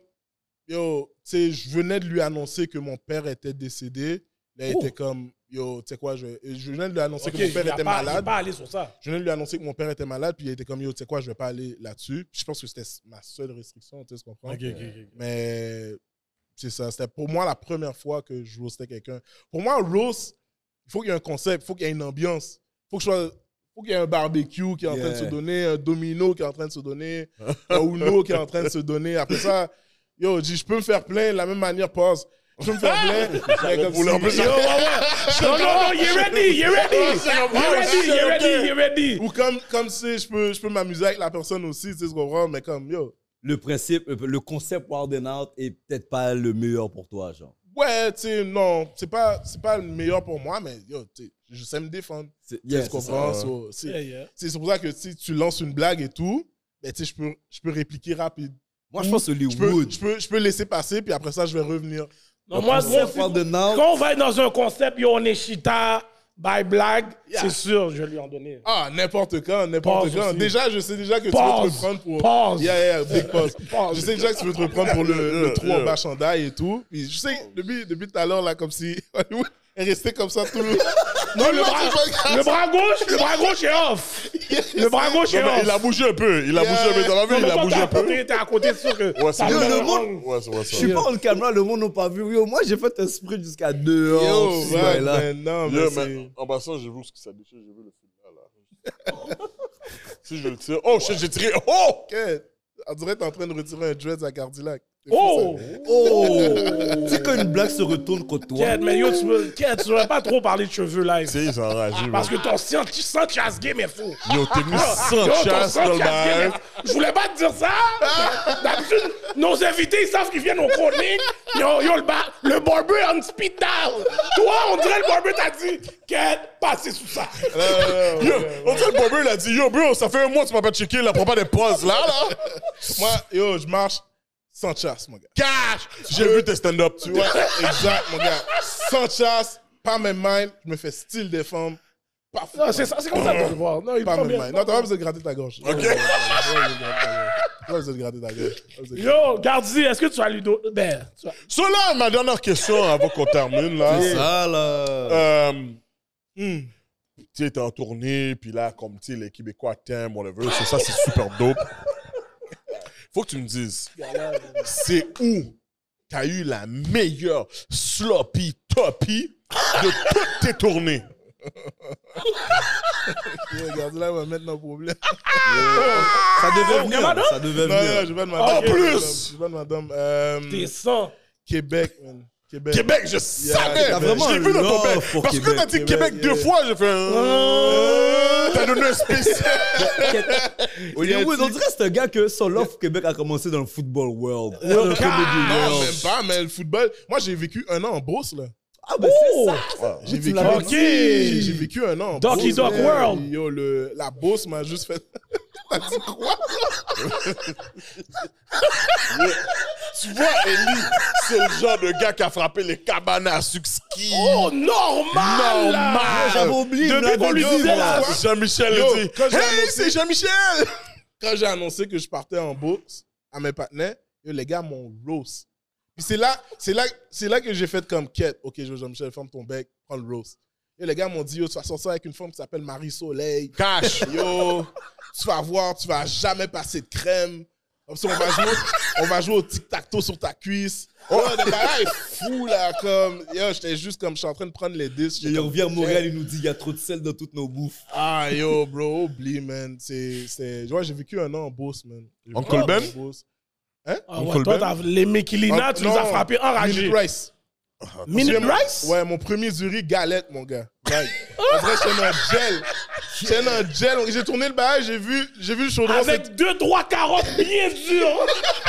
yo, tu sais, je venais de lui annoncer que mon père était décédé. Là, il Oh. était comme, yo, tu sais quoi, je, je venais de lui annoncer Ok, que mon père il a était pas- il est malade. pas allé sur ça. Je venais de lui annoncer que mon père était malade, puis il était comme, yo, tu sais quoi, je vais pas aller là-dessus. Puis je pense que c'était ma seule restriction, tu sais, tu comprends? Ok, ok, ok. Mais c'est ça, c'était pour moi la première fois que je roastais quelqu'un. Pour moi, roast, il faut qu'il y ait un concept, il faut qu'il y ait une ambiance. Il faut que je sois. Faut qu'il y ait un barbecue qui est en train de se Yeah. donner, un domino qui est en train de se donner, un Uno qui est en train de se donner. Après ça, yo, je dis, je peux me faire plein de la même manière, pause. Je peux me faire plein. mais comme voulait en plus- si- Yo, ouais, ouais. Non, non, non, il est ready, il est ready. Il est ready, il est ready, il est ready. Ou comme, comme si je peux, je peux m'amuser avec la personne aussi, tu sais, tu comprends? Mais comme, yo, Le principe, le concept Wild and Out est peut-être pas le meilleur pour toi, genre. ouais, tu sais, non, c'est pas, c'est pas le meilleur pour moi, mais yo, tu sais, je sais me défendre. C'est- Tu sais, yeah, tu c'est ça. comprends? ça. So, c'est- Yeah, yeah. C'est c'est pour ça que si tu lances une blague et tout, ben, tu sais, je peux, je peux répliquer rapide. Moi, je pense que Je peux, Hollywood. je, peux, je peux laisser passer, puis après ça, je vais revenir. Non, moi, moi concept aussi, Wild and Out. quand on va être dans un concept, yo, on est chita, by blague, c'est sûr, je vais lui en donner. Ah, n'importe quand, n'importe Pause quand. aussi. Déjà, je sais déjà que tu Pause. veux te reprendre pour... Pause. Yeah, yeah, big pause. Pause. Je sais déjà que tu veux te reprendre pour le, le Yeah, trou yeah. en bas chandail et tout. Puis je sais que depuis, depuis tout à l'heure, là, comme si Hollywood est resté comme ça tout le... Non, le bras, le bras gauche, le bras gauche est off. Le bras gauche est Non, mais off. il a bougé un peu. Il a Yeah. bougé un peu dans la vie. Non, Il mais a toi, bougé t'es un à peu. côté, t'es à côté, c'est sûr que. Ouais, c'est ça bien. me Le rend- monde- Ouais, c'est ouais, Je ça. suis pas en caméra, le monde n'a pas vu. Yo, moi, j'ai fait un sprint jusqu'à dehors. Yo, si, ouais, ouais, là. mais non, mais Yeah, c'est... mais en passant, j'ai vu ce que ça déchire. J'ai vu le film là. là. Si je le tire. Oh shit, j'ai tiré. Oh! Ok. On dirait que t'es en train de retirer un dreads à Cardillac. C'est fou, Oh! ça. Oh! Tu sais, quand une blague se retourne contre toi. Quête, mais yo, tu veux, Quête, tu veux pas trop parler de cheveux live. C'est, ils sont enragés. Parce que ton Sanchez game est fou. Yo, t'es mis Yo, sans ton chasse dans le Sanchez game bail. est fou. Je voulais pas te dire ça. D'habitude, nos invités, ils savent qu'ils viennent au chronique. Yo, yo, le, bar, le barber on speed dial. Toi, on dirait le barber t'a dit, Quête, passez sous ça. Yo, on dirait le barber, il a dit, yo, bro, ça fait un mois que tu m'as pas checké, là, prends pas des pauses, là, là. Moi, yo, je marche sans chasse, mon gars. Cash! J'ai vu tes stand-up. Tu vois, exact, mon gars. Sans chasse, pas même mind, je me fais style des femmes. Pas fou. Non, c'est ça, c'est comme ça que tu le vois. Non, il Pas prend même bien. mind. Non, t'as pas besoin de gratter ta gorge. Ok. T'as pas besoin de gratter ta gorge. T'as pas besoin de gratter ta gorge. Yo, Gardi, est-ce que tu as lu d'autres. Ben, tu as. So là, ma dernière question avant qu'on termine, là. C'est ça, là. Euh, hmm, tu sais, t'es en tournée, puis là, comme tu sais, les Québécois t'aiment, whatever. So ça, c'est super dope. Faut que tu me dises, c'est où t'as eu la meilleure sloppy toppy de toutes tes tournées? Regarde, là, on va mettre nos problèmes. Ça devait venir. madame? Ça devait Non, non, venir. je vais de En madame. plus! Je vais de madame. Euh, T'es sans. Québec, man. Québec. Québec, je savais! t'as vraiment Je l'ai vu un dans ton love bec. pour Parce que Québec. quand t'as dit Québec, Québec deux yeah. fois, j'ai fait un... t'as donné un spécial. Hollywood, on dirait que c'est un gars que son love au Québec a commencé dans le football world. Yo, Dans le car- comedy Non, world. même pas, mais le football. Moi, j'ai vécu un an en Beauce, là. Ah, ben c'est ça. ça. J'ai Oui, tu vécu, l'avais Ok. dit. j'ai, j'ai vécu un an en Doggy Beauce. Dog là. World. Yo, le, la Beauce m'a juste fait. T'as dit quoi? Tu vois, Eli, c'est le genre de gars qui a frappé les cabanes à Suxki. Oh, normal! là. J'avais oublié. il me Depuis l'avait qu'on lui dit, disait, moi. là. Jean-Michel Yo, le dit. quand j'ai Hey, annoncé- c'est Jean-Michel! Quand j'ai annoncé que je partais en Beauce à mes partenaires, yo, les gars m'ont roast. Puis c'est là, c'est là, c'est là que j'ai fait comme quête. Ok, je Jean-Michel, ferme ton bec, prends le roast. Et les gars m'ont dit, yo, tu vas sortir avec une femme qui s'appelle Marie Soleil. Cash. Yo, tu vas voir, tu vas jamais passer de crème. Comme ça, on va jouer, on va jouer au tic-tac-toe sur ta cuisse. Oh, le gars est fou, là, comme... Yo, j'étais juste comme, je suis en train de prendre les disques. Il revient à Montréal, il nous dit qu'il y a trop de sel dans toutes nos bouffes. Ah, yo, bro, oublie, man. C'est, c'est... Ouais, j'ai vécu un an en Beauce, man. J'ai vécu Uncle un an Ben? en Beauce. Ah ouais, Uncle toi, Ben? t'as les Mekilina, Ah, tu nous non, as frappé enragé. Minute Rice. Minute Parce que- Rice? Ouais, mon premier Zuri, galette, mon gars. Right. En vrai, j'étais dans un gel. J'étais dans un gel. J'ai tourné le bail, j'ai vu, j'ai vu le chaudron. Avec deux, trois carottes bien dures.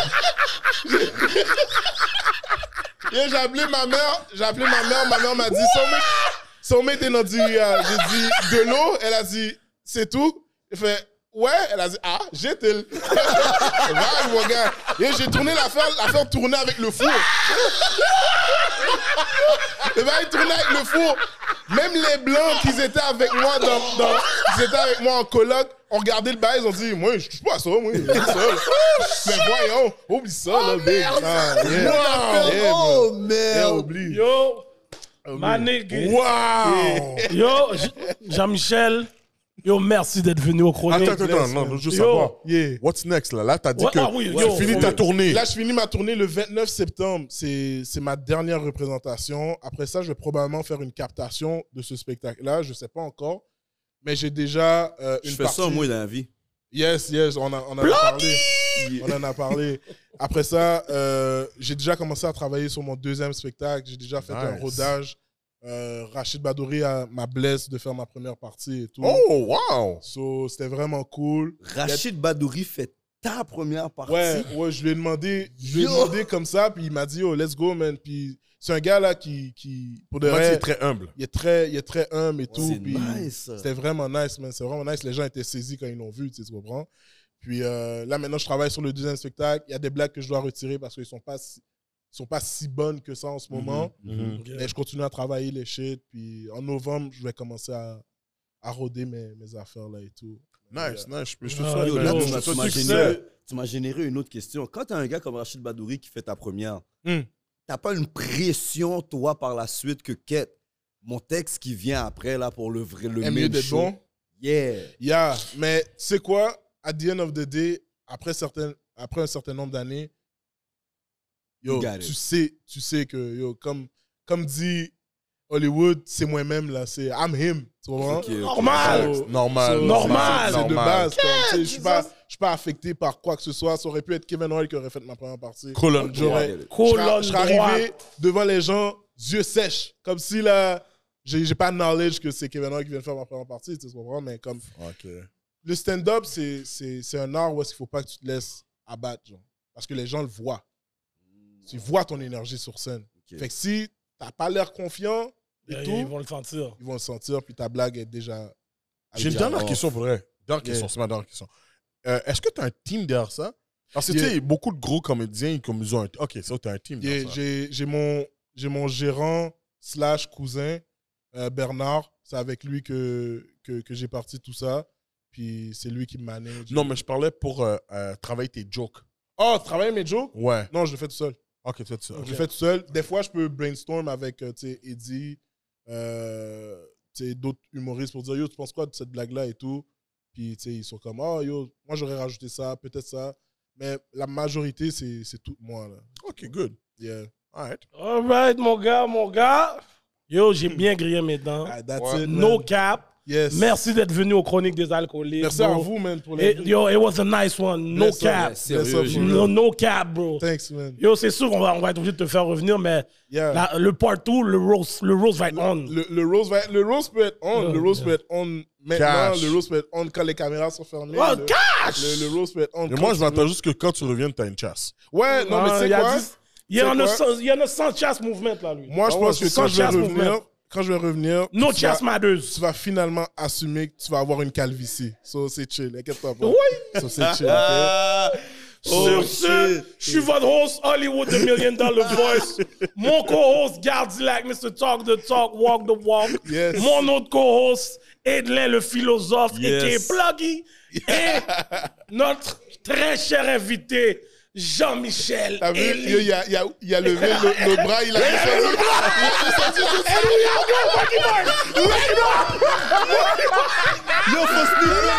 Et j'ai appelé ma mère, j'ai appelé ma mère, ma mère m'a dit, son mec est dans du, euh, j'ai dit, de l'eau, elle a dit, c'est tout? Elle fait, ouais, elle a dit, ah, j'ai-t-il? Ouais, mon gars. Et j'ai tourné l'affaire, l'affaire tournait avec le four. Le bail tournait avec le four. Même les blancs qui étaient avec moi dans, dans, qui étaient avec moi en coloc, ont regardé le bail, ils ont dit, moi, je touche pas à ça, moi, oublie ça, là. Mais voyons, oublie ça, là, big. Ah, yeah. Yeah, Oh, man. Yeah, merde. oublie. Yo, ma nigga. Wow! Yo, J- Jean-Michel. Yo, merci d'être venu au chronique. Attends, attends, attends, non, non, juste Yo. savoir. Yeah. What's next, là? Là, t'as dit Ouais, que ah oui, tu yo, finis faut- ta tournée. Là, je finis ma tournée le vingt-neuf septembre. C'est c'est ma dernière représentation. Après ça, je vais probablement faire une captation de ce spectacle-là. Je sais pas encore. Mais j'ai déjà euh, une Je fais partie. ça, moi, dans la vie. Yes, yes, on, a, on en a parlé. On en a parlé. Après ça, euh, j'ai déjà commencé à travailler sur mon deuxième spectacle. J'ai déjà fait un Nice. rodage. Euh, Rachid Badouri a- m'a blessé de faire ma première partie et tout. Oh, wow! So, c'était vraiment cool. Rachid Badouri fait ta première partie. Ouais, ouais, je lui ai demandé, je lui ai Yo. demandé comme ça, puis il m'a dit, oh, let's go, man. Puis c'est un gars là qui, qui pour de Moi, vrai, c'est très humble. il est très, il est très humble et tout. C'est Puis nice. c'était vraiment nice, man. C'est vraiment nice. Les gens étaient saisis quand ils l'ont vu, tu sais, tu comprends. Puis euh, là, maintenant, je travaille sur le deuxième spectacle. Il y a des blagues que je dois retirer parce qu'ils sont pas, si- ils sont pas si bonnes que ça en ce moment. Mhm. Mais je continue à travailler les shit. Puis en novembre, je vais commencer à, à roder mes, mes affaires là et tout. Nice, nice. Je peux- je te Ah, souhaite Yo, ouais, là, yo, tu je m'as- te tu souhaite m'as succès. généré, tu m'as généré une autre question. Quand tu as un gars comme Rachid Badouri qui fait ta première, Hmm. t'as pas une pression, toi, par la suite, que quête mon texte qui vient après, là, pour le vrai, le Et mieux main d'être show. bon. Yeah. Yeah, mais tu sais quoi? At the end of the day, après, certains, après un certain nombre d'années, yo, You got it. tu sais, tu sais que, yo, comme, comme dit Hollywood, c'est moi-même, là, c'est I'm him, tu comprends? Ok, ok. Normal. So- Normal. so- Normal. C'est de Normal. base. comme, tu sais, Je suis pas, je suis pas affecté par quoi que ce soit. Ça aurait pu être Kevin Hart qui aurait fait ma première partie. Colonne J'aurais, droite. je serais- Colonne je serais arrivé droite. devant les gens, yeux sèches, comme si là, j'ai j'ai pas de knowledge que c'est Kevin Hart qui vient de faire ma première partie, tu comprends? Mais comme OK. le stand-up, c'est, c'est, c'est un art où est-ce qu'il faut pas que tu te laisses abattre, genre. Parce que les gens le voient. Tu vois ton énergie sur scène. Ok. Fait que si t'as pas l'air confiant et Ils tout, vont le sentir. ils vont le sentir, puis ta blague est déjà... J'ai une déjà dernière off. question pour vrai. Dernière Yeah. question, c'est ma dernière question. Euh, Est-ce que tu as un team derrière ça? Parce que tu Yeah. sais, beaucoup de gros comédiens, ils comme ils ont un. Ok, ça, tu as un team J'ai, derrière ça. j'ai, j'ai mon, j'ai mon gérant slash cousin, euh, Bernard. C'est avec lui que, que, que j'ai parti tout ça. Puis c'est lui qui me manage. Non, mais je parlais pour euh, euh, travailler tes jokes. Oh, travailler mes jokes? Ouais. Non, je le fais tout seul. Ok, tu fais ça. Je le fais tout seul. Des fois, je peux brainstorm avec euh, tu sais, Eddie, euh, tu sais, d'autres humoristes pour dire yo, tu penses quoi de cette blague-là et tout. Puis tu sais, ils sont comme oh yo, moi j'aurais rajouté ça, peut-être ça. Mais la majorité, c'est, c'est tout moi. Là. Ok, good. Yeah. Alright. All right, mon gars, mon gars. Yo, j'ai bien grillé mes dents. Ah, that's Ouais. it, man. No cap. Yes. Merci d'être venu aux Chroniques des Alcooliques. Merci bro. à vous, man, pour les. It, yo, it was a nice one. No Bless up, cap. yeah, sérieux, Bless up, No, no cap, bro. Thanks, man. Yo, c'est sûr qu'on va, on va être obligé de te faire revenir, mais Yeah. la- le part deux, le rose, le rose va être on. Le, le rose va, le rose peut être on, Yeah, le rose yeah. peut être on maintenant, Cash. le rose peut être on quand les caméras sont fermées. Oh, le, cash! le, le rose peut être on. Et quand moi, tu je m'attends veux. juste que quand tu reviennes, t'as une chasse. Ouais, non, mais Ah, c'est il y a quoi? dix- Il y en C'est a quoi? cent- il y en a cent chasse movement là, lui. Moi, je Ah pense ouais, que cent quand je vais chasse revenir, movement. quand je vais revenir, No tu chasse vas, madeuse. tu vas finalement assumer que tu vas avoir une calvitie. So, c'est chill, inquiète-toi pas. Oui. So, c'est chill, ok? Ah, Sur ce, je suis votre host Hollywood The Million Dollar Voice. Mon co-host Gardilac, mister Talk the Talk, Walk the Walk. Yes. Mon autre co-host Edlin le philosophe, Yes. a.k.a. Pluggy. Et notre très cher invité Jean-Michel T'as vu? Elie. Il a, il a, il a levé le, le bras, il a descendu. Yo, faut se